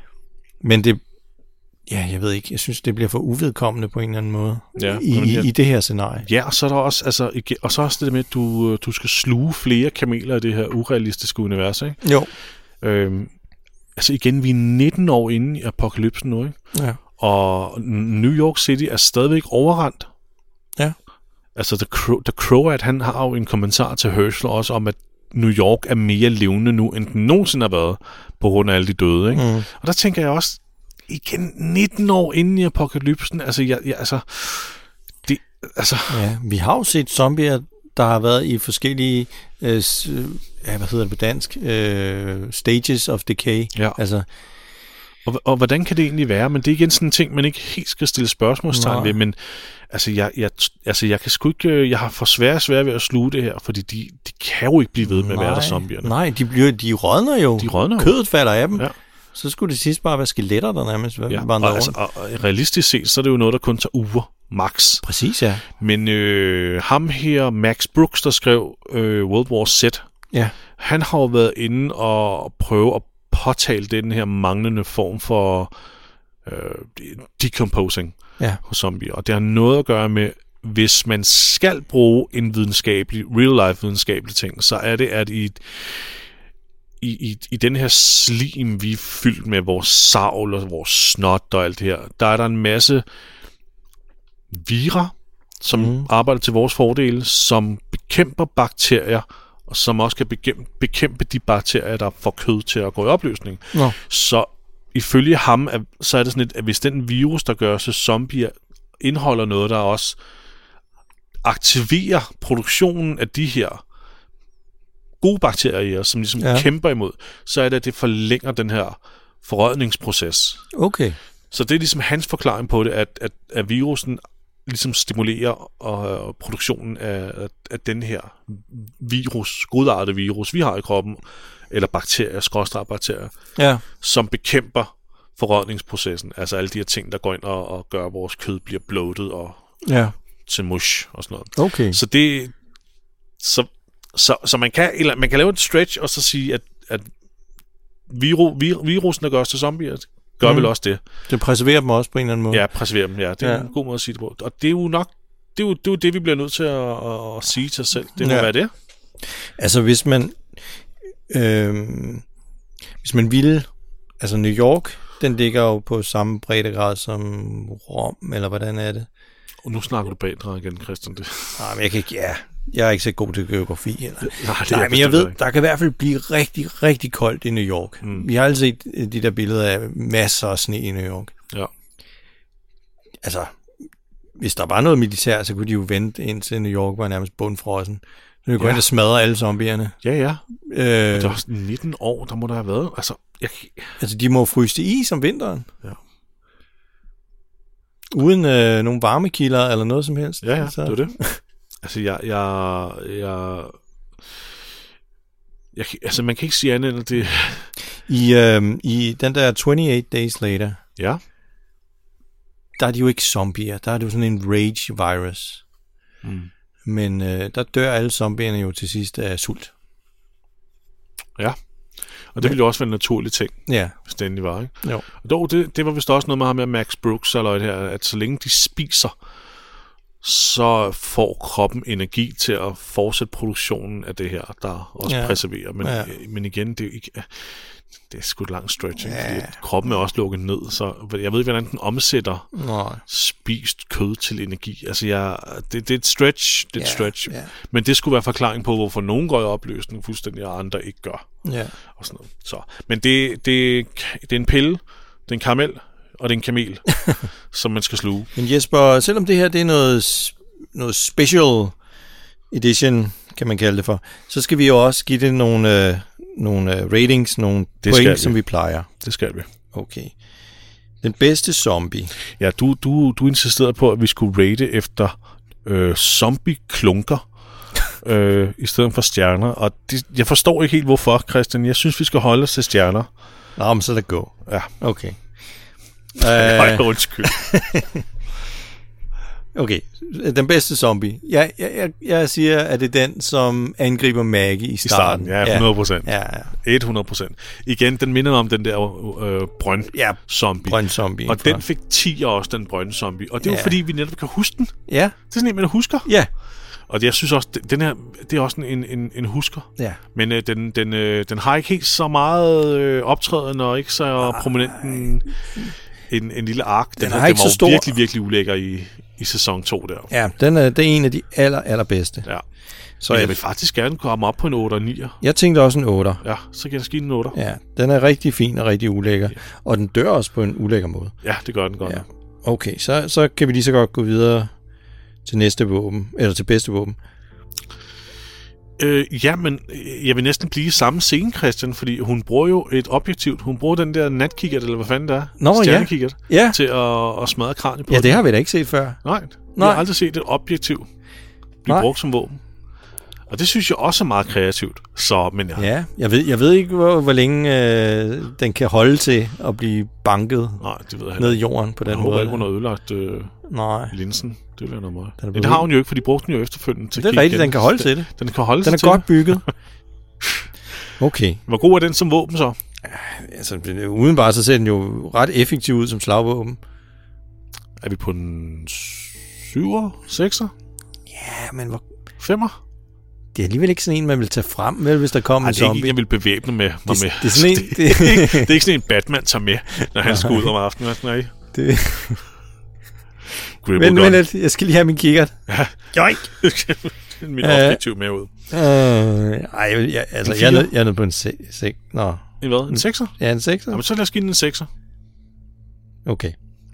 Men det, ja, jeg ved ikke, jeg synes, det bliver for uvedkommende på en eller anden måde ja, i, i, i det her scenarie. Ja, og så er der også, altså, og så også det med, at du, du skal sluge flere kameler i det her urealistiske univers, ikke? Jo. Øhm, altså igen, vi er nitten år inde i apokalypsen nu, ikke? Ja. Og New York City er stadigvæk overrendt. Ja. Altså, The, Crow, The Croat, han har jo en kommentar til Herschel også om, at New York er mere levende nu, end den nogensinde har været, på grund af alle de døde, ikke? Mm. Og der tænker jeg også, igen, nitten år inde i apokalypsen, altså, jeg, jeg, altså, det, altså... Ja, vi har jo set zombier, der har været i forskellige, øh, ja, hvad hedder det på dansk, øh, stages of decay, ja. Altså... Og, og hvordan kan det egentlig være? Men det er igen sådan en ting, man ikke helt skal stille spørgsmålstegn ved, men altså jeg, jeg, altså jeg kan sgu ikke, jeg har for svært svært ved at sluge det her, fordi de, de kan jo ikke blive ved med at være der zombierne. Nej, de, bliver, de rådner jo. De rådner jo. Kødet falder af dem. Ja. Så skulle det sidst bare være skeletter, der nærmest ja, og, altså, og realistisk set, så er det jo noget, der kun tager uger, max. Præcis, ja. Men øh, ham her, Max Brooks, der skrev øh, World War Z, ja. Han har jo været inde og prøve at påtale den her manglende form for øh, decomposing ja. hos zombier. Og det har noget at gøre med, hvis man skal bruge en videnskabelig, real-life videnskabelig ting, så er det, at i, i, i, i den her slim, vi er fyldt med vores savl og vores snot og alt det her, der er der en masse vira, som mm. arbejder til vores fordele, som bekæmper bakterier, og som også kan bekæmpe, bekæmpe de bakterier, der får kød til at gå i opløsning. Nå. Så ifølge ham, så er det sådan lidt, at hvis den virus, der gør sig zombier, indeholder noget, der også aktiverer produktionen af de her gode bakterier i os, som ligesom ja. kæmper imod, så er det, at det forlænger den her forrådningsproces. Okay. Så det er ligesom hans forklaring på det, at, at, at virusen ligesom stimulerer og, produktionen af, af den her virus, godartede virus, vi har i kroppen, eller bakterier, skråstregbakterier, ja. som bekæmper forrådningsprocessen. Altså alle de her ting, der går ind og, og gør, at vores kød bliver bloated og ja. til mush og sådan noget. Okay. Så det... Så, så, så man, kan, eller, man kan lave et stretch og så sige, at, at viru, vir, virusen, der gør os til zombier, gør mm. vel også det. Det præserverer dem også på en eller anden måde. Ja, præserverer dem, ja. Det er ja. en god måde at sige det på. Og det er jo nok, det er jo det, er jo det vi bliver nødt til at, at, at sige til os selv. Det må ja. være det. Altså, hvis man øh, hvis man ville, altså New York, den ligger jo på samme breddegrad som Rom, eller hvordan er det? Og nu snakker du breddegrad igen, Christian. Det. Nej, men jeg kan ikke, ja, jeg er ikke så god til geografi. Eller. Nej, det Nej men jeg ved, der kan i hvert fald blive rigtig, rigtig koldt i New York. Mm. Vi har altid set de der billeder af masser af sne i New York. Ja. Altså, hvis der var noget militær, så kunne de jo vente indtil New York var nærmest bundfrossen. Så de går ja. ind og smadrer alle zombierne. Ja, ja. Øh, og det var nitten år, der må der have været. Altså, jeg... altså de må fryse i is om vinteren. Ja. Uden øh, nogle varmekilder eller noget som helst. Ja, ja, så. Det var det. Altså, jeg... jeg, jeg Jeg, altså, man kan ikke sige andet end, at det... I, øh, I den der twenty-eight Days Later, ja. der er de jo ikke zombier. Der er det jo sådan en rage virus. Mm. Men øh, der dør alle zombierne jo til sidst af sult. Ja, og det ville jo også være en naturlig ting, ja. hvis det endelig var, ikke? Jo. Og dog, det, det var vist også noget med ham med Max Brooks, eller det her, at så længe de spiser, så får kroppen energi til at fortsætte produktionen af det her, der også ja. preserverer. Men, ja. men igen, det er ikke... Det er sgu et langt stretch, ja. Fordi kroppen er også lukket ned, så jeg ved ikke, hvordan den omsætter Nej. spist kød til energi. Altså, jeg, det, det er et stretch, det er et ja, stretch. Ja. Men det skulle være forklaring på, hvorfor nogen går i opløsning fuldstændig, og andre ikke gør. Ja. Og sådan noget. Så. Men det, det, det er en pille, det er en karamel, og det er en kamel, som man skal sluge. Men Jesper, selvom det her det er noget, noget special edition, kan man kalde det for, så skal vi jo også give det nogle... Øh, nogle uh, ratings, nogle det point, vi. som vi plejer. Det skal vi. Okay. Den bedste zombie. Ja, du, du, du insisterede på, at vi skulle rate efter øh, zombie-klunker øh, i stedet for stjerner. Og det, jeg forstår ikke helt, hvorfor, Christian. Jeg synes, vi skal holde os til stjerner. Nå, men så lad gå. Ja. Okay. Nej, uh... undskyld. Okay, den bedste zombie. Jeg, jeg, jeg, jeg siger, at det er den, som angriber Maggie i starten. I starten, ja, hundrede procent. Ja, ja. hundrede procent. Igen, den minder om den der øh, brøn-zombie. Ja, brøn-zombie. Og den fik ti også, den brøn-zombie. Og det er ja. jo fordi, vi netop kan huske den. Ja. Det er sådan en, man husker. Ja. Og jeg synes også, den her, det er også en, en, en husker. Ja. Men øh, den, den, øh, den har ikke helt så meget øh, optræden, og ikke så Ej. prominent en, en, en lille ark. Den, den, den har ikke var så stor... virkelig, virkelig ulækker i... i sæson to der. Ja, den er, det er en af de aller, allerbedste. Ja. Så jeg, jeg vil faktisk gerne komme op på en otter nier. Jeg tænkte også en otter. Ja, så kan jeg skive en otter. Ja, den er rigtig fin og rigtig ulækker. Ja. Og den dør også på en ulækker måde. Ja, det gør den godt. Ja. Okay, så, så kan vi lige så godt gå videre til næste våben, eller til bedste våben. Øh, ja, men jeg vil næsten blive i samme scene, Christian, fordi hun bruger jo et objektivt. Hun bruger den der natkikkert, eller hvad fanden det er? Nå, stjernekikkert, ja. til at, at smadre kraniet på. Ja, det har vi da ikke set før. Nej, vi har aldrig set et objektiv blive Nej. brugt som våben. Og det synes jeg også er meget kreativt. Så, men ja. ja, jeg ved, jeg ved ikke, hvor, hvor længe øh, den kan holde til at blive banket Nej, det ved jeg ned i jorden på den jeg måde. Jeg håber ikke, hun har ødelagt øh, Nej. linsen. Det vil noget meget. Men det har hun jo ikke, for de brugte den jo efterfølgende til. Det er rigtigt, den kan holde til det. Den kan holde den er til godt bygget. Okay. Hvor god er den som våben så? Ja, altså, udenbart så ser den jo ret effektiv ud som slagvåben. Er vi på en syver? sekser? Ja, men hvor... femmer? Det er alligevel ikke sådan en, man vil tage frem, vel, hvis der kommer en zombie. Det er ikke en, jeg vil bevæbne med mig det, med. Det er, sådan en, det, det, det er ikke sådan en Batman tager med, når han skal ud om aftenen. Nej. Det... Men, men jeg skal lige have min kikkert. Ja. Joink! Min objektiv med ud. Øh, ej, jeg, jeg, altså, jeg er, nede, jeg er nede på en seks. Nå. En hvad? En sekser? Ja, en sekser. Jamen, så lad os give den en sekser. Okay.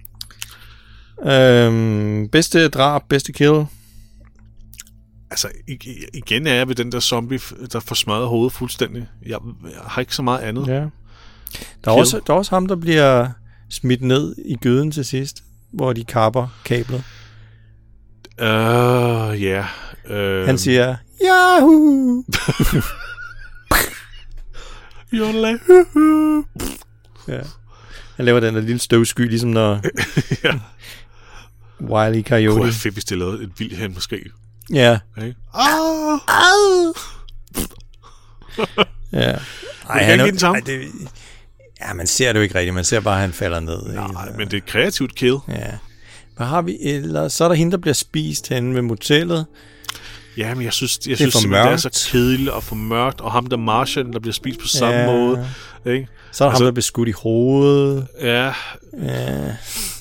Øhm, bedste drab, bedste kill? Altså, igen er jeg ved den der zombie, der får smadret hovedet fuldstændig. Jeg, jeg har ikke så meget andet. Ja. Der er, også, der er også ham, der bliver smidt ned i gyden til sidst, hvor de kapper kablet. Øh, uh, ja. Yeah. Uh, Han siger, Yahoo! Ja. Han laver den der lille støvsky, ligesom når ja. Wile E. Coyote. Kunne være fedt, hvis det lavede et vildt hen måske. Ja. Okay. Ah! Ja. Ej, han er, ej, det, ja, man ser det jo ikke rigtigt. Man ser bare, at han falder ned. Nej, ikke? Men det er et kreativt kill. Ja. Hvad har vi ellers? Så er der hende, der bliver spist henne ved motellet. Ja, men jeg synes, jeg synes det, er, det er så kedeligt og for mørkt. Og ham der Martian, der bliver spist på samme ja. måde. Ikke? Så er der altså, ham, der bliver skudt i hovedet. Ja. Ja.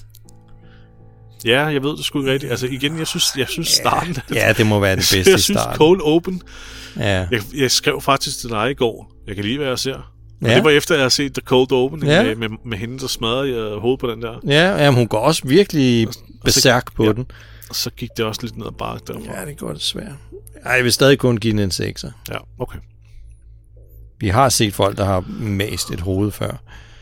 Ja, jeg ved det sgu ikke rigtigt. Altså igen, jeg synes, jeg synes starten... Ja, det må være det bedste i starten. Jeg synes Cold Open... Ja. Jeg, jeg skrev faktisk til dig i går. Jeg kan lige hvad jeg ser. Og ja. Det var efter, jeg har set The Cold Open ja. med, med, med hende, der smadrede hovedet på den der. Ja, jamen, hun går også virkelig besærk på ja. den. Og så gik det også lidt ned ad bakke derfra. Ja, det går desværre. Ej, jeg vil stadig kun give den en sekser. Ja, okay. Vi har set folk, der har mast et hoved før.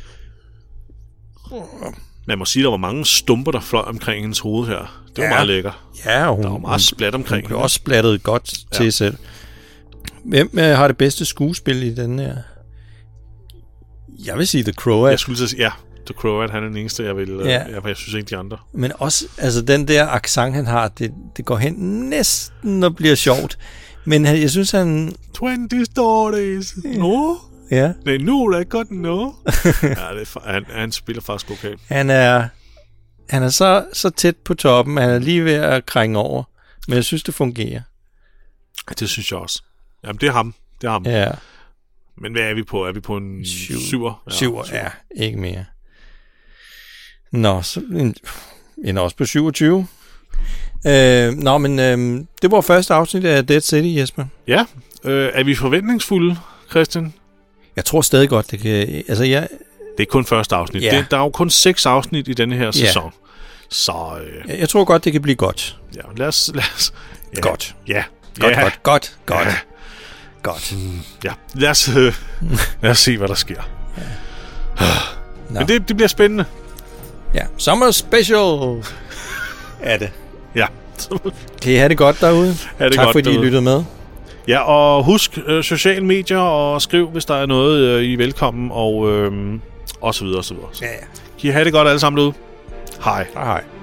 Man må sige, der var mange stumper, der fløj omkring hendes hoved her. Det var ja. meget lækker. Ja, og hun, der var meget splat omkring. Hun blev også splattet godt ja. til selv. Hvem øh, har det bedste skuespil i den her? Jeg vil sige The Crow. Jeg skulle sige, ja. The Crow, at han er den eneste, jeg vil. Ja. Jeg, jeg synes ikke de andre. Men også, altså den der accent, han har, det, det går hen næsten og bliver sjovt. Men jeg synes, han... tyve stories. No? Ja. Nej, nu er det godt, no. Ja, det er, han, han spiller faktisk okay. Han er, han er så, så tæt på toppen, han er lige ved at krænge over. Men jeg synes, det fungerer. Det synes jeg også. Jamen, det er ham. Det er ham. Ja. Men hvad er vi på? Er vi på en Syv. syver? Ja, syver, syver, ja. Ikke mere. Nå, så en, en også på syvogtyve. Øh, nå, men øh, det var første afsnit af Dead City, Jesper. Ja. Øh, er vi forventningsfulde, Christian? Jeg tror stadig godt, det kan... Altså, jeg... Det er kun første afsnit. Ja. Det, der er jo kun seks afsnit i denne her sæson. Ja. Så... Øh... Jeg, jeg tror godt, det kan blive godt. Ja, lad os... Lad os ja. Godt. Ja. Godt, ja. godt, godt, godt. Ja. Godt. Ja, lad os, øh, lad os se, hvad der sker. Ja. Men det, det bliver spændende. Ja, Summer Special er det. Ja. Kan I have det godt derude? Ha det tak godt fordi derude. I lyttede med. Ja, og husk øh, sociale medier og skriv, hvis der er noget, øh, I er velkommen, og, øh, og så videre, og så videre. Ja, ja. Kan I have det godt alle sammen derude? Hej. Hej, hej.